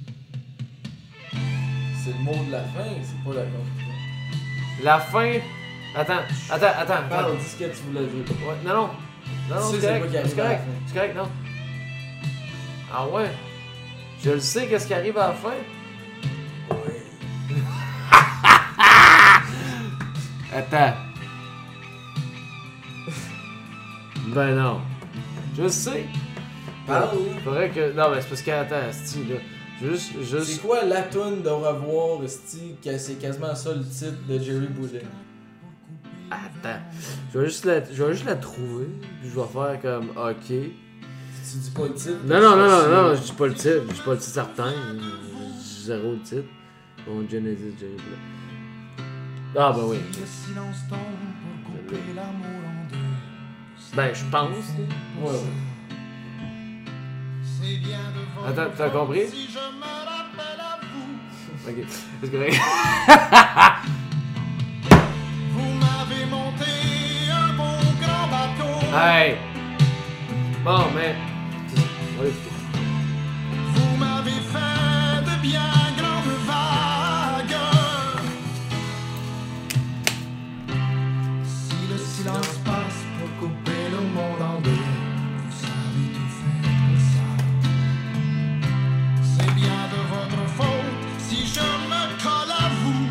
C'est le mot de la fin, c'est pas la conclusion. La fin... Attends, attends, attends. Parle, attends. dis ce que tu voulais dire. Ouais, non, non. Non, non, Tu sais, c'est c'est correct. pas qui arrive C'est correct. à la fin. C'est correct, non. Ah ouais? Je le sais, qu'est-ce qui arrive à la fin? Oui. Attends. Ben non. Je le sais. Parle. Faudrait que... Non, mais c'est parce que... Attends, sti, là. Juste... C'est juste... quoi la toune de Revoir, esti, que c'est quasiment ça le titre de Jerry Boulet? Attends. Je vais juste la, je vais juste la trouver. Puis je vais faire comme... OK. Tu dis pas le titre? Non, non, non, non, non, je dis pas le titre. Je dis pas le titre certain. Je dis zéro le titre. Bon, Genesis, Jerry Boulet. Ah, ben oui. Le silence tombe pour couper l'amour en deux. Ben, je pense. Ouais, ouais. C'est bien de votre Attends, t'as compris? Si je me rappelle à vous, Ok. C'est correct. vous m'avez monté un bon grand bateau. Hey! Bon, mais... On va l'écouter. Vous m'avez fait de bien grandes vagues. Si le silence passe pour couper le monde en deux, vous savez tout faire pour ça. C'est bien de votre faute si je me colle à vous.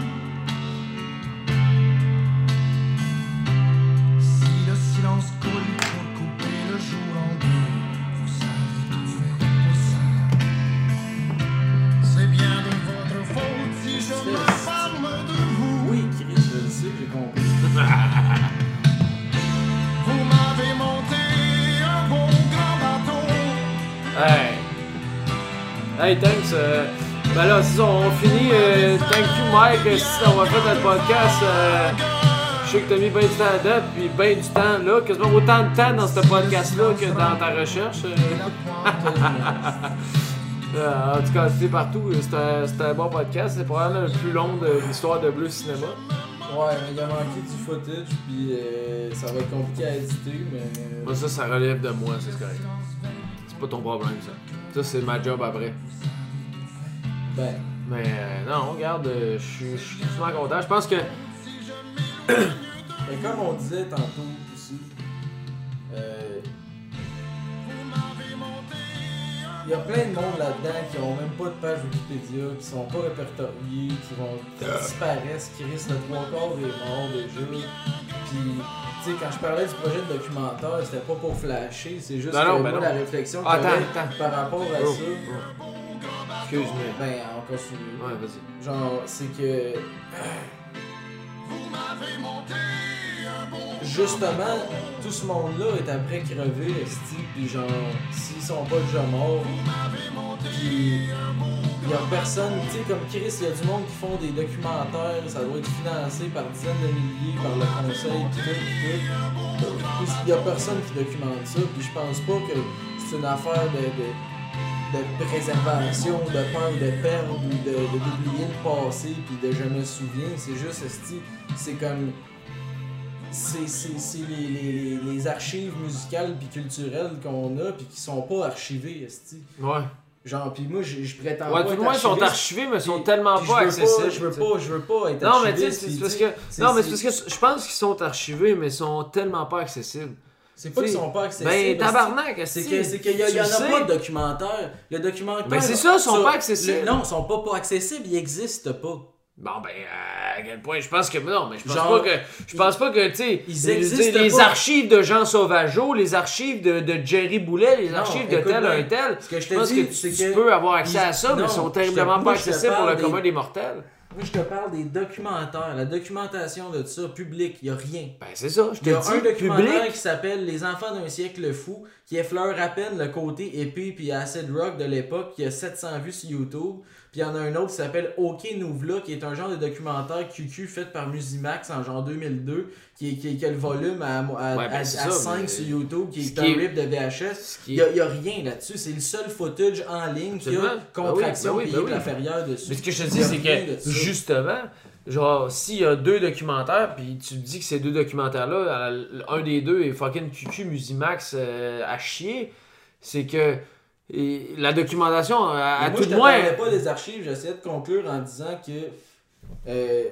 Si le silence coule pour couper le jour en deux, vous savez tout faire pour ça. C'est bien de votre faute si je me ferme de vous. Oui, Chris, je le sais, j'ai compris. Vous m'avez monté un bon grand bateau. Hey! Hey, thanks. Euh... Ben là, c'est ça, on finit. Euh, thank you, Mike. Si on va faire notre podcast, euh... je sais que t'as mis bien du temps à date, puis bien du temps là. Quasiment autant de temps dans ce podcast-là que dans ta recherche. Euh... euh, en tout cas, c'était partout. C'était un, c'était un bon podcast. C'est probablement le plus long de l'histoire de Bleu Cinéma. Ouais, mais il a manqué du footage, puis euh, ça va être compliqué à éditer, mais... Moi, ça, ça relève de moi, ça, c'est correct. C'est pas ton problème, ça. Ça, c'est ma job après. Ben, Mais euh, non, regarde, euh, je suis- je suis super content. Je pense que. mais comme on disait tantôt aussi, euh, il y a plein de monde là-dedans qui ont même pas de page Wikipédia, qui sont pas répertoriés, qui vont qui disparaissent, qui risquent le trois quarts est mort déjà. Puis, tu sais, quand je parlais du projet de documentaire, c'était pas pour flasher, c'est juste Non, que non, moi, ben non. la réflexion que Attends, j'avais attends. par rapport à Oh, ça, oh. Excuse-moi. ben, on continue. Ouais, vas-y. Genre, c'est que. Justement, tout ce monde-là est après crever, esti, pis genre, s'ils sont pas déjà morts, pis y a personne, tu sais, comme Chris, y a du monde qui font des documentaires, ça doit être financé par dizaines de milliers, par le conseil, pis tout, pis tout. Pis y a personne qui documente ça, pis je pense pas que c'est une affaire de, de, de préservation, de peur de perdre, ou de, de d'oublier le passé, pis de je me souviens, c'est juste, esti, c'est comme... C'est, c'est, c'est les, les, les archives musicales puis culturelles qu'on a puis qui sont pas archivées, esti. Ouais. Genre, pis moi, je, je prétends Ouais, pas tout être le moins, ils sont archiviste, archivés, mais ils sont puis- tellement puis pas je veux accessibles. Je veux t'sais. pas, je veux pas être Non, mais archiviste. tu sais, c'est puis parce tu sais, que. c'est- Non, mais c'est- c'est parce que je pense qu'ils sont archivés, mais ils sont tellement pas accessibles. C'est pas qu'ils t'sais, sont pas accessibles. Ben, esti. tabarnak, C'est esti, que c'est qu'il y, a- tu il y en le a sais. pas de documentaire. Le documentaire. Ben, c'est ça, ils sont sur- pas accessibles. le- non, ils sont pas pas accessibles, ils existent pas. Bon, ben, à quel point, je pense que, non, mais je pense Genre, pas que, je pense pas que, tu sais, ils les, existent les pas. archives de Jean Sauvageau, les archives de, de Jerry Boulet, les Non, archives de écoute tel, bien, un tel, ce que je je te pense dis, que tu, c'est tu que peux avoir accès ils- à ça, mais non, ils sont je te- terriblement moi, pas je te accessibles pour parle le des- commun des mortels. Moi, je te parle des documentaires, la documentation de ça, public, il n'y a rien. Ben, c'est ça, je te Il y a dis, un documentaire public. qui s'appelle Les enfants d'un siècle fou, qui effleure à peine le côté épée puis acid rock de l'époque, qui a sept cents vues sur YouTube. Puis il y en a un autre qui s'appelle OK Nouvla, qui est un genre de documentaire Q Q fait par Musimax en genre deux mille deux, qui, est, qui, est- qui a le volume à, à, Ouais, ben, à, c'est à ça, cinq mais sur YouTube, qui ce est qui un est- rip de V H S. ce qui Il n'y a, a rien là-dessus, c'est le seul footage en ligne qui a Absolument. contraction Ben oui, ben oui, payée ben de oui. la ferrière dessus. Mais ce que je te Il dis, y a c'est rien de que, ça. justement, genre, s'il y a deux documentaires, puis tu me dis que ces deux documentaires-là, un des deux est fucking Q Q Musimax euh, à chier, c'est que et la documentation, à, à Mais moi, tout je de te moins... parlais pas des archives, j'essayais de conclure en disant que euh,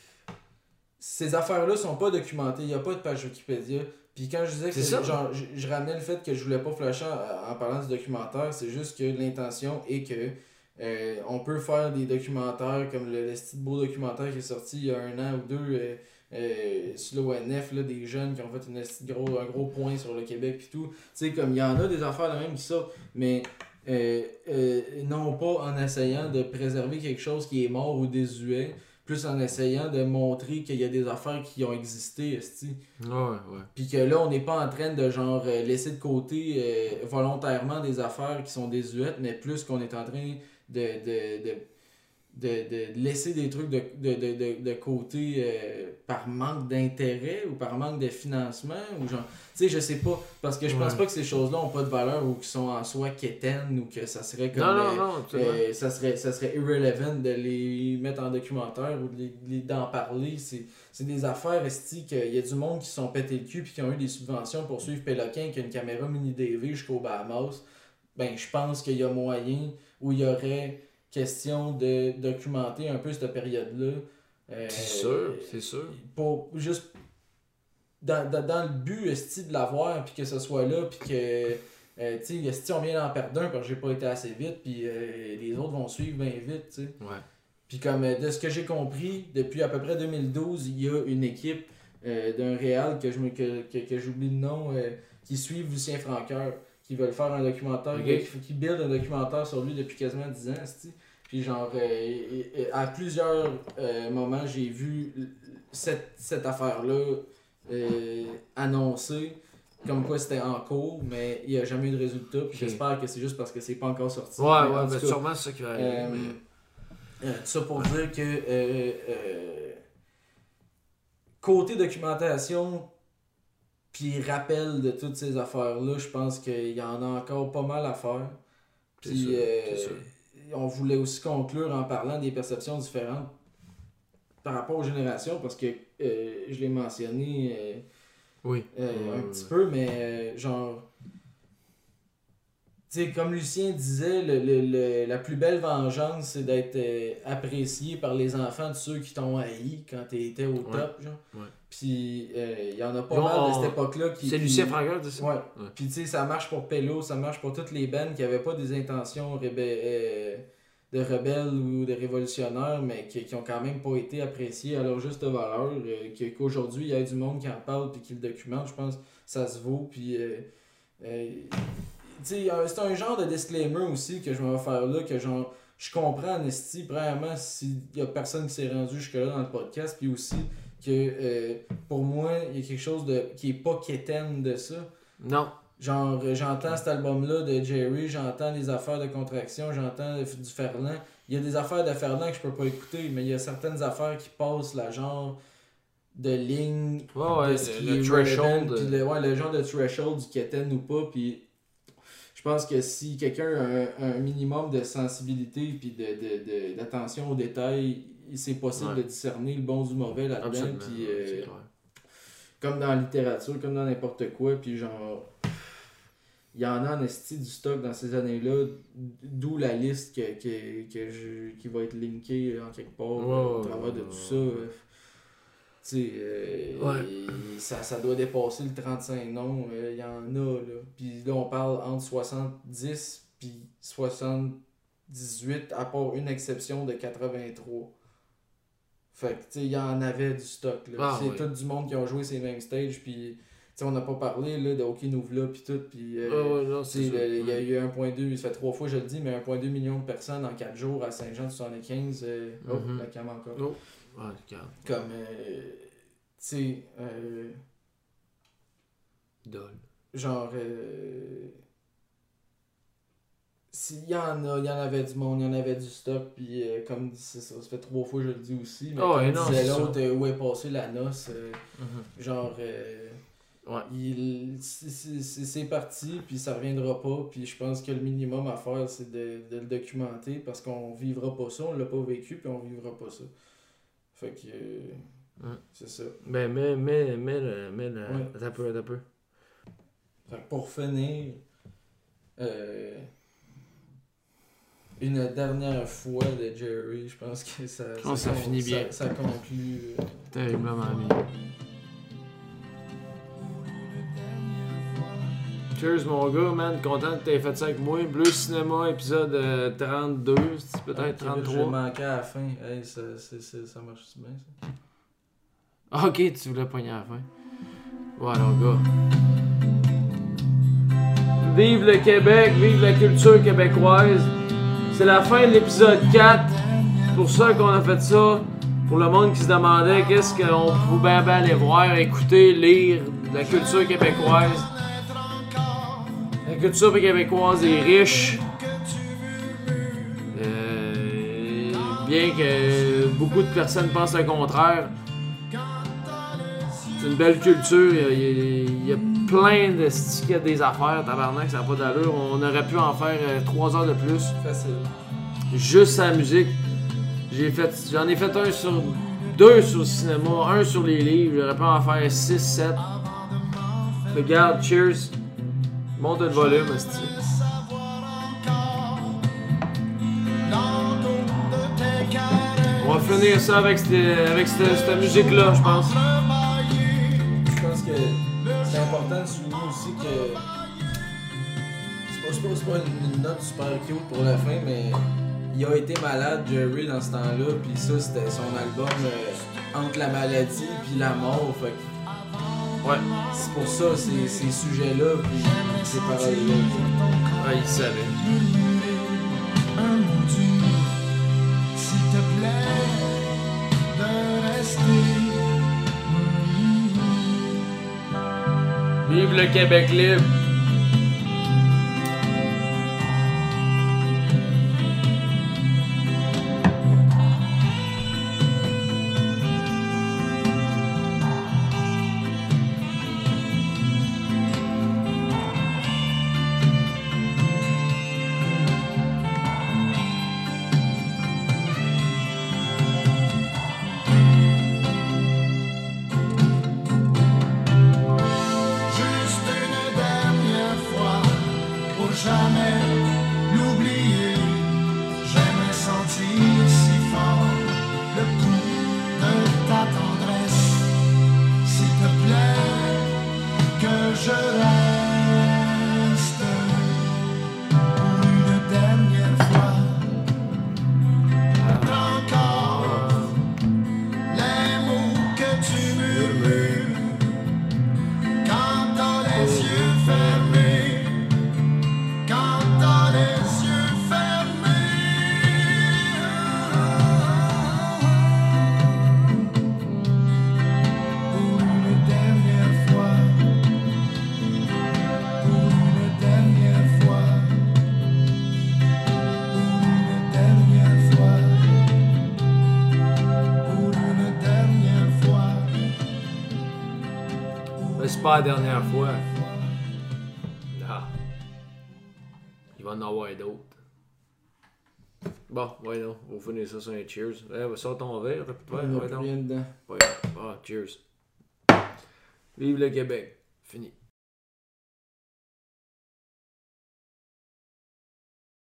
ces affaires-là sont pas documentées, il n'y a pas de page Wikipédia. Puis quand je disais que C'est c'est- ça. genre, je, je ramenais le fait que je voulais pas flasher en, en parlant du documentaire, c'est juste que l'intention est que euh, on peut faire des documentaires comme le, le petit beau documentaire qui est sorti il y a un an ou deux euh, euh, sur l'O N F, là, des jeunes qui ont fait une esti de gros, un gros point sur le Québec puis tout. Tu sais, comme il y en a des affaires de même qui sortent, mais euh, euh, non pas en essayant de préserver quelque chose qui est mort ou désuet, plus en essayant de montrer qu'il y a des affaires qui ont existé, esti. Ouais, ouais. Puis que là, on n'est pas en train de genre euh, laisser de côté euh, volontairement des affaires qui sont désuètes, mais plus qu'on est en train de, de, de, de, de laisser des trucs de, de, de, de, de côté euh, par manque d'intérêt ou par manque de financement ou genre, tu sais, je sais pas, parce que je pense Ouais. pas que ces choses-là ont pas de valeur ou qui sont en soi quétaines ou que ça serait comme Non, non, euh, non, absolument. euh, ça serait ça serait irrelevant de les mettre en documentaire ou de les, les- d'en parler. C'est c'est des affaires, esti, qu'il y a du monde qui se sont pété le cul puis qui ont eu des subventions pour suivre Péloquin qui a une caméra mini D V jusqu'au Bahamas. Ben, je pense qu'il y a moyen où il y aurait question de documenter un peu cette période-là. Euh, C'est sûr, c'est sûr. Pour juste dans, dans, dans le but, esti, de l'avoir puis que ce soit là puis que euh, tu sais, esti, on vient d'en perdre un parce que j'ai pas été assez vite puis euh, les autres vont suivre bien vite, tu sais. Ouais. Puis comme euh, de ce que j'ai compris, depuis à peu près deux mille douze, il y a une équipe euh, d'un réal que je me que, que, que j'oublie le nom euh, qui suivent Lucien Francoeur, qui veulent faire un documentaire, Ok. qui, qui build un documentaire sur lui depuis quasiment dix ans, esti. Puis genre euh, et- et à plusieurs euh, moments, j'ai vu cette, cette affaire-là euh, annoncée comme quoi c'était en cours, mais il n'y a jamais eu de résultat. Puis Ok. j'espère que c'est juste parce que c'est pas encore sorti. Ouais, Mais ouais, en ben, tout cas, sûrement c'est ça qui va arriver. euh, mais- euh, tout ça pour dire que euh, euh, côté documentation puis rappel de toutes ces affaires-là, je pense qu'il y en a encore pas mal à faire. C'est Puis sûr, euh, c'est sûr. on voulait aussi conclure en parlant des perceptions différentes par rapport aux générations, parce que euh, je l'ai mentionné euh, Oui. euh, Ouais, un ouais, petit ouais. peu, mais euh, genre... Tu sais, comme Lucien disait, le, le, le- la plus belle vengeance, c'est d'être euh, apprécié par les enfants de ceux qui t'ont haï quand t'étais au Ouais. top, genre. Ouais. Puis, euh, il y en a pas Genre, mal de on- cette époque-là qui... C'est qui- Lucien Francoeur, c'est ça? Ouais. Ouais. Puis, tu sais, ça marche pour Pello, ça marche pour toutes les bands qui avaient pas des intentions rébé- euh, de rebelles ou de révolutionnaires, mais qui, qui ont quand même pas été appréciés à leur juste valeur. euh, que- qu'aujourd'hui, il y a du monde qui en parle puis qui le documente, je pense que ça se vaut. Puis, euh, euh, tu sais, euh, c'est un genre de disclaimer aussi que je vais faire là, que genre, je comprends en esti, premièrement, s'il y a personne qui s'est rendu jusque-là dans le podcast, puis aussi que euh, pour moi, il y a quelque chose de qui est pas quétaine de ça. Non. Genre, euh, j'entends cet album-là de Jerry, j'entends les affaires de contraction, j'entends du Ferland. Il y a des affaires de Ferland que je peux pas écouter, mais il y a certaines affaires qui passent la genre de ligne Ouais, ouais, de ce le- qui le est threshold, relevant, puis euh. le, ouais, le genre de threshold du quétaine ou pas, puis je pense que si quelqu'un a un, un minimum de sensibilité puis de, de, de, d'attention aux détails, c'est possible Ouais. de discerner le bon du mauvais là-dedans, Absolument. puis ouais, euh, c'est clair. comme dans la littérature, comme dans n'importe quoi, puis genre, il y en a en esti du stock dans ces années-là, d'où la liste que, que, que je, qui va être linkée en quelque part Ouais, euh, au ouais, travers de ouais, tout ouais. ça. euh, Tu sais, euh, Ouais. et ça, ça doit dépasser le trente-cinq noms, euh, il y en a, là. Puis là, on parle entre soixante-dix puis soixante-dix-huit, à part une exception de quatre-vingt-trois. Fait que, tu sais, il y en avait du stock, là. Ah, c'est oui. tout du monde qui ont joué ces mêmes stages, puis... Tu sais, on n'a pas parlé, là, de OK Nouvla, puis tout, puis... Euh, Ah, ouais, non, tu c'est sais, ça. le- il y a eu un virgule deux, ça fait trois fois, je le dis, mais un virgule deux million de personnes en quatre jours à Saint-Jean-de-Soixante-quinze. Euh, Oh, Mhm. la cam encore. Oh. Ah, regarde. Comme, euh, tu sais, euh, Dol. genre... Euh, S'il y en a, il y en avait du monde, il y en avait du stock, puis euh, comme c'est ça, ça fait trois fois que je le dis aussi, mais Ah ouais, comme non, disait c'est ça. l'autre, euh, où est passée la noce, euh, Mhm. genre, euh, Ouais. il, c'est- c'est c'est parti, puis ça reviendra pas, puis je pense que le minimum à faire, c'est de, de le documenter, parce qu'on vivra pas ça, on l'a pas vécu, puis on vivra pas ça. Fait que, euh, Ouais. c'est ça. Ben, mais, mais, mais, le- mais, le- Ouais. attends un peu, attends un peu. Fait que pour finir, euh, une dernière fois de Jerry, je pense que ça, Je pense que ça con- finit bien. Ça, ça conclut. euh, Terriblement bien. Cheers mon gars, man, content que t'aies fait ça avec moi. Bleu Cinéma, épisode euh, trente-deux, c'est peut-être J'ai trente-trois. manqué à la fin. Hey, ça, c'est- c'est- ça marche bien, ça? Ah, ok, tu voulais pogner à la fin. Ouais, alors, gars. Vive le Québec, vive la culture québécoise. C'est la fin de l'épisode quatre. C'est pour ça qu'on a fait ça. Pour le monde qui se demandait qu'est-ce qu'on pouvait bien, bien aller voir, écouter, lire de la culture québécoise. La culture québécoise est riche. Euh, bien que beaucoup de personnes pensent le contraire. C'est une belle culture. Il y a, il y a plein de stickets des affaires, tabarnak, ça n'a pas d'allure. On aurait pu en faire euh, trois heures de plus. Facile. Juste sa musique. J'ai fait, j'en ai fait un sur deux sur le cinéma, un sur les livres. J'aurais pu en faire six, sept. Regarde, cheers. Monte le volume, esti. On va finir ça avec cette, avec cette, cette musique-là, je pense. Je pense que c'est important de souligner aussi que c'est pas, c'est pas, c'est pas une note super cute pour la fin, mais il a été malade, Jerry, dans ce temps-là, puis ça, c'était son album euh, Entre la maladie puis la mort, fait que Ouais. c'est pour ça, ces, ces sujets-là, puis ces paroles-là. Ah, il savait. Un mot dur, s'il te plaît, de rester. Vive le Québec libre. Juste une dernière fois, pour jamais l'oublier. J'aimerais sentir si fort le coup de ta tendresse. S'il te plaît, que je reste pour une dernière fois. Encore les mots que tu murmures. Quand t'as les yeux fermés, quand t'as les yeux fermés, pour une dernière fois, pour une dernière fois, pour une dernière fois, pour une dernière fois. Mais c'est pas la dernière fois. Ah. Il va en avoir d'autres. Bon, ouais, non. On va finir ça sur un cheers. Eh, sors ton verre, Ouais, ouais, il n'y a ouais, plus non. rien dedans. Ouais. Ah, cheers. Vive le Québec. Fini.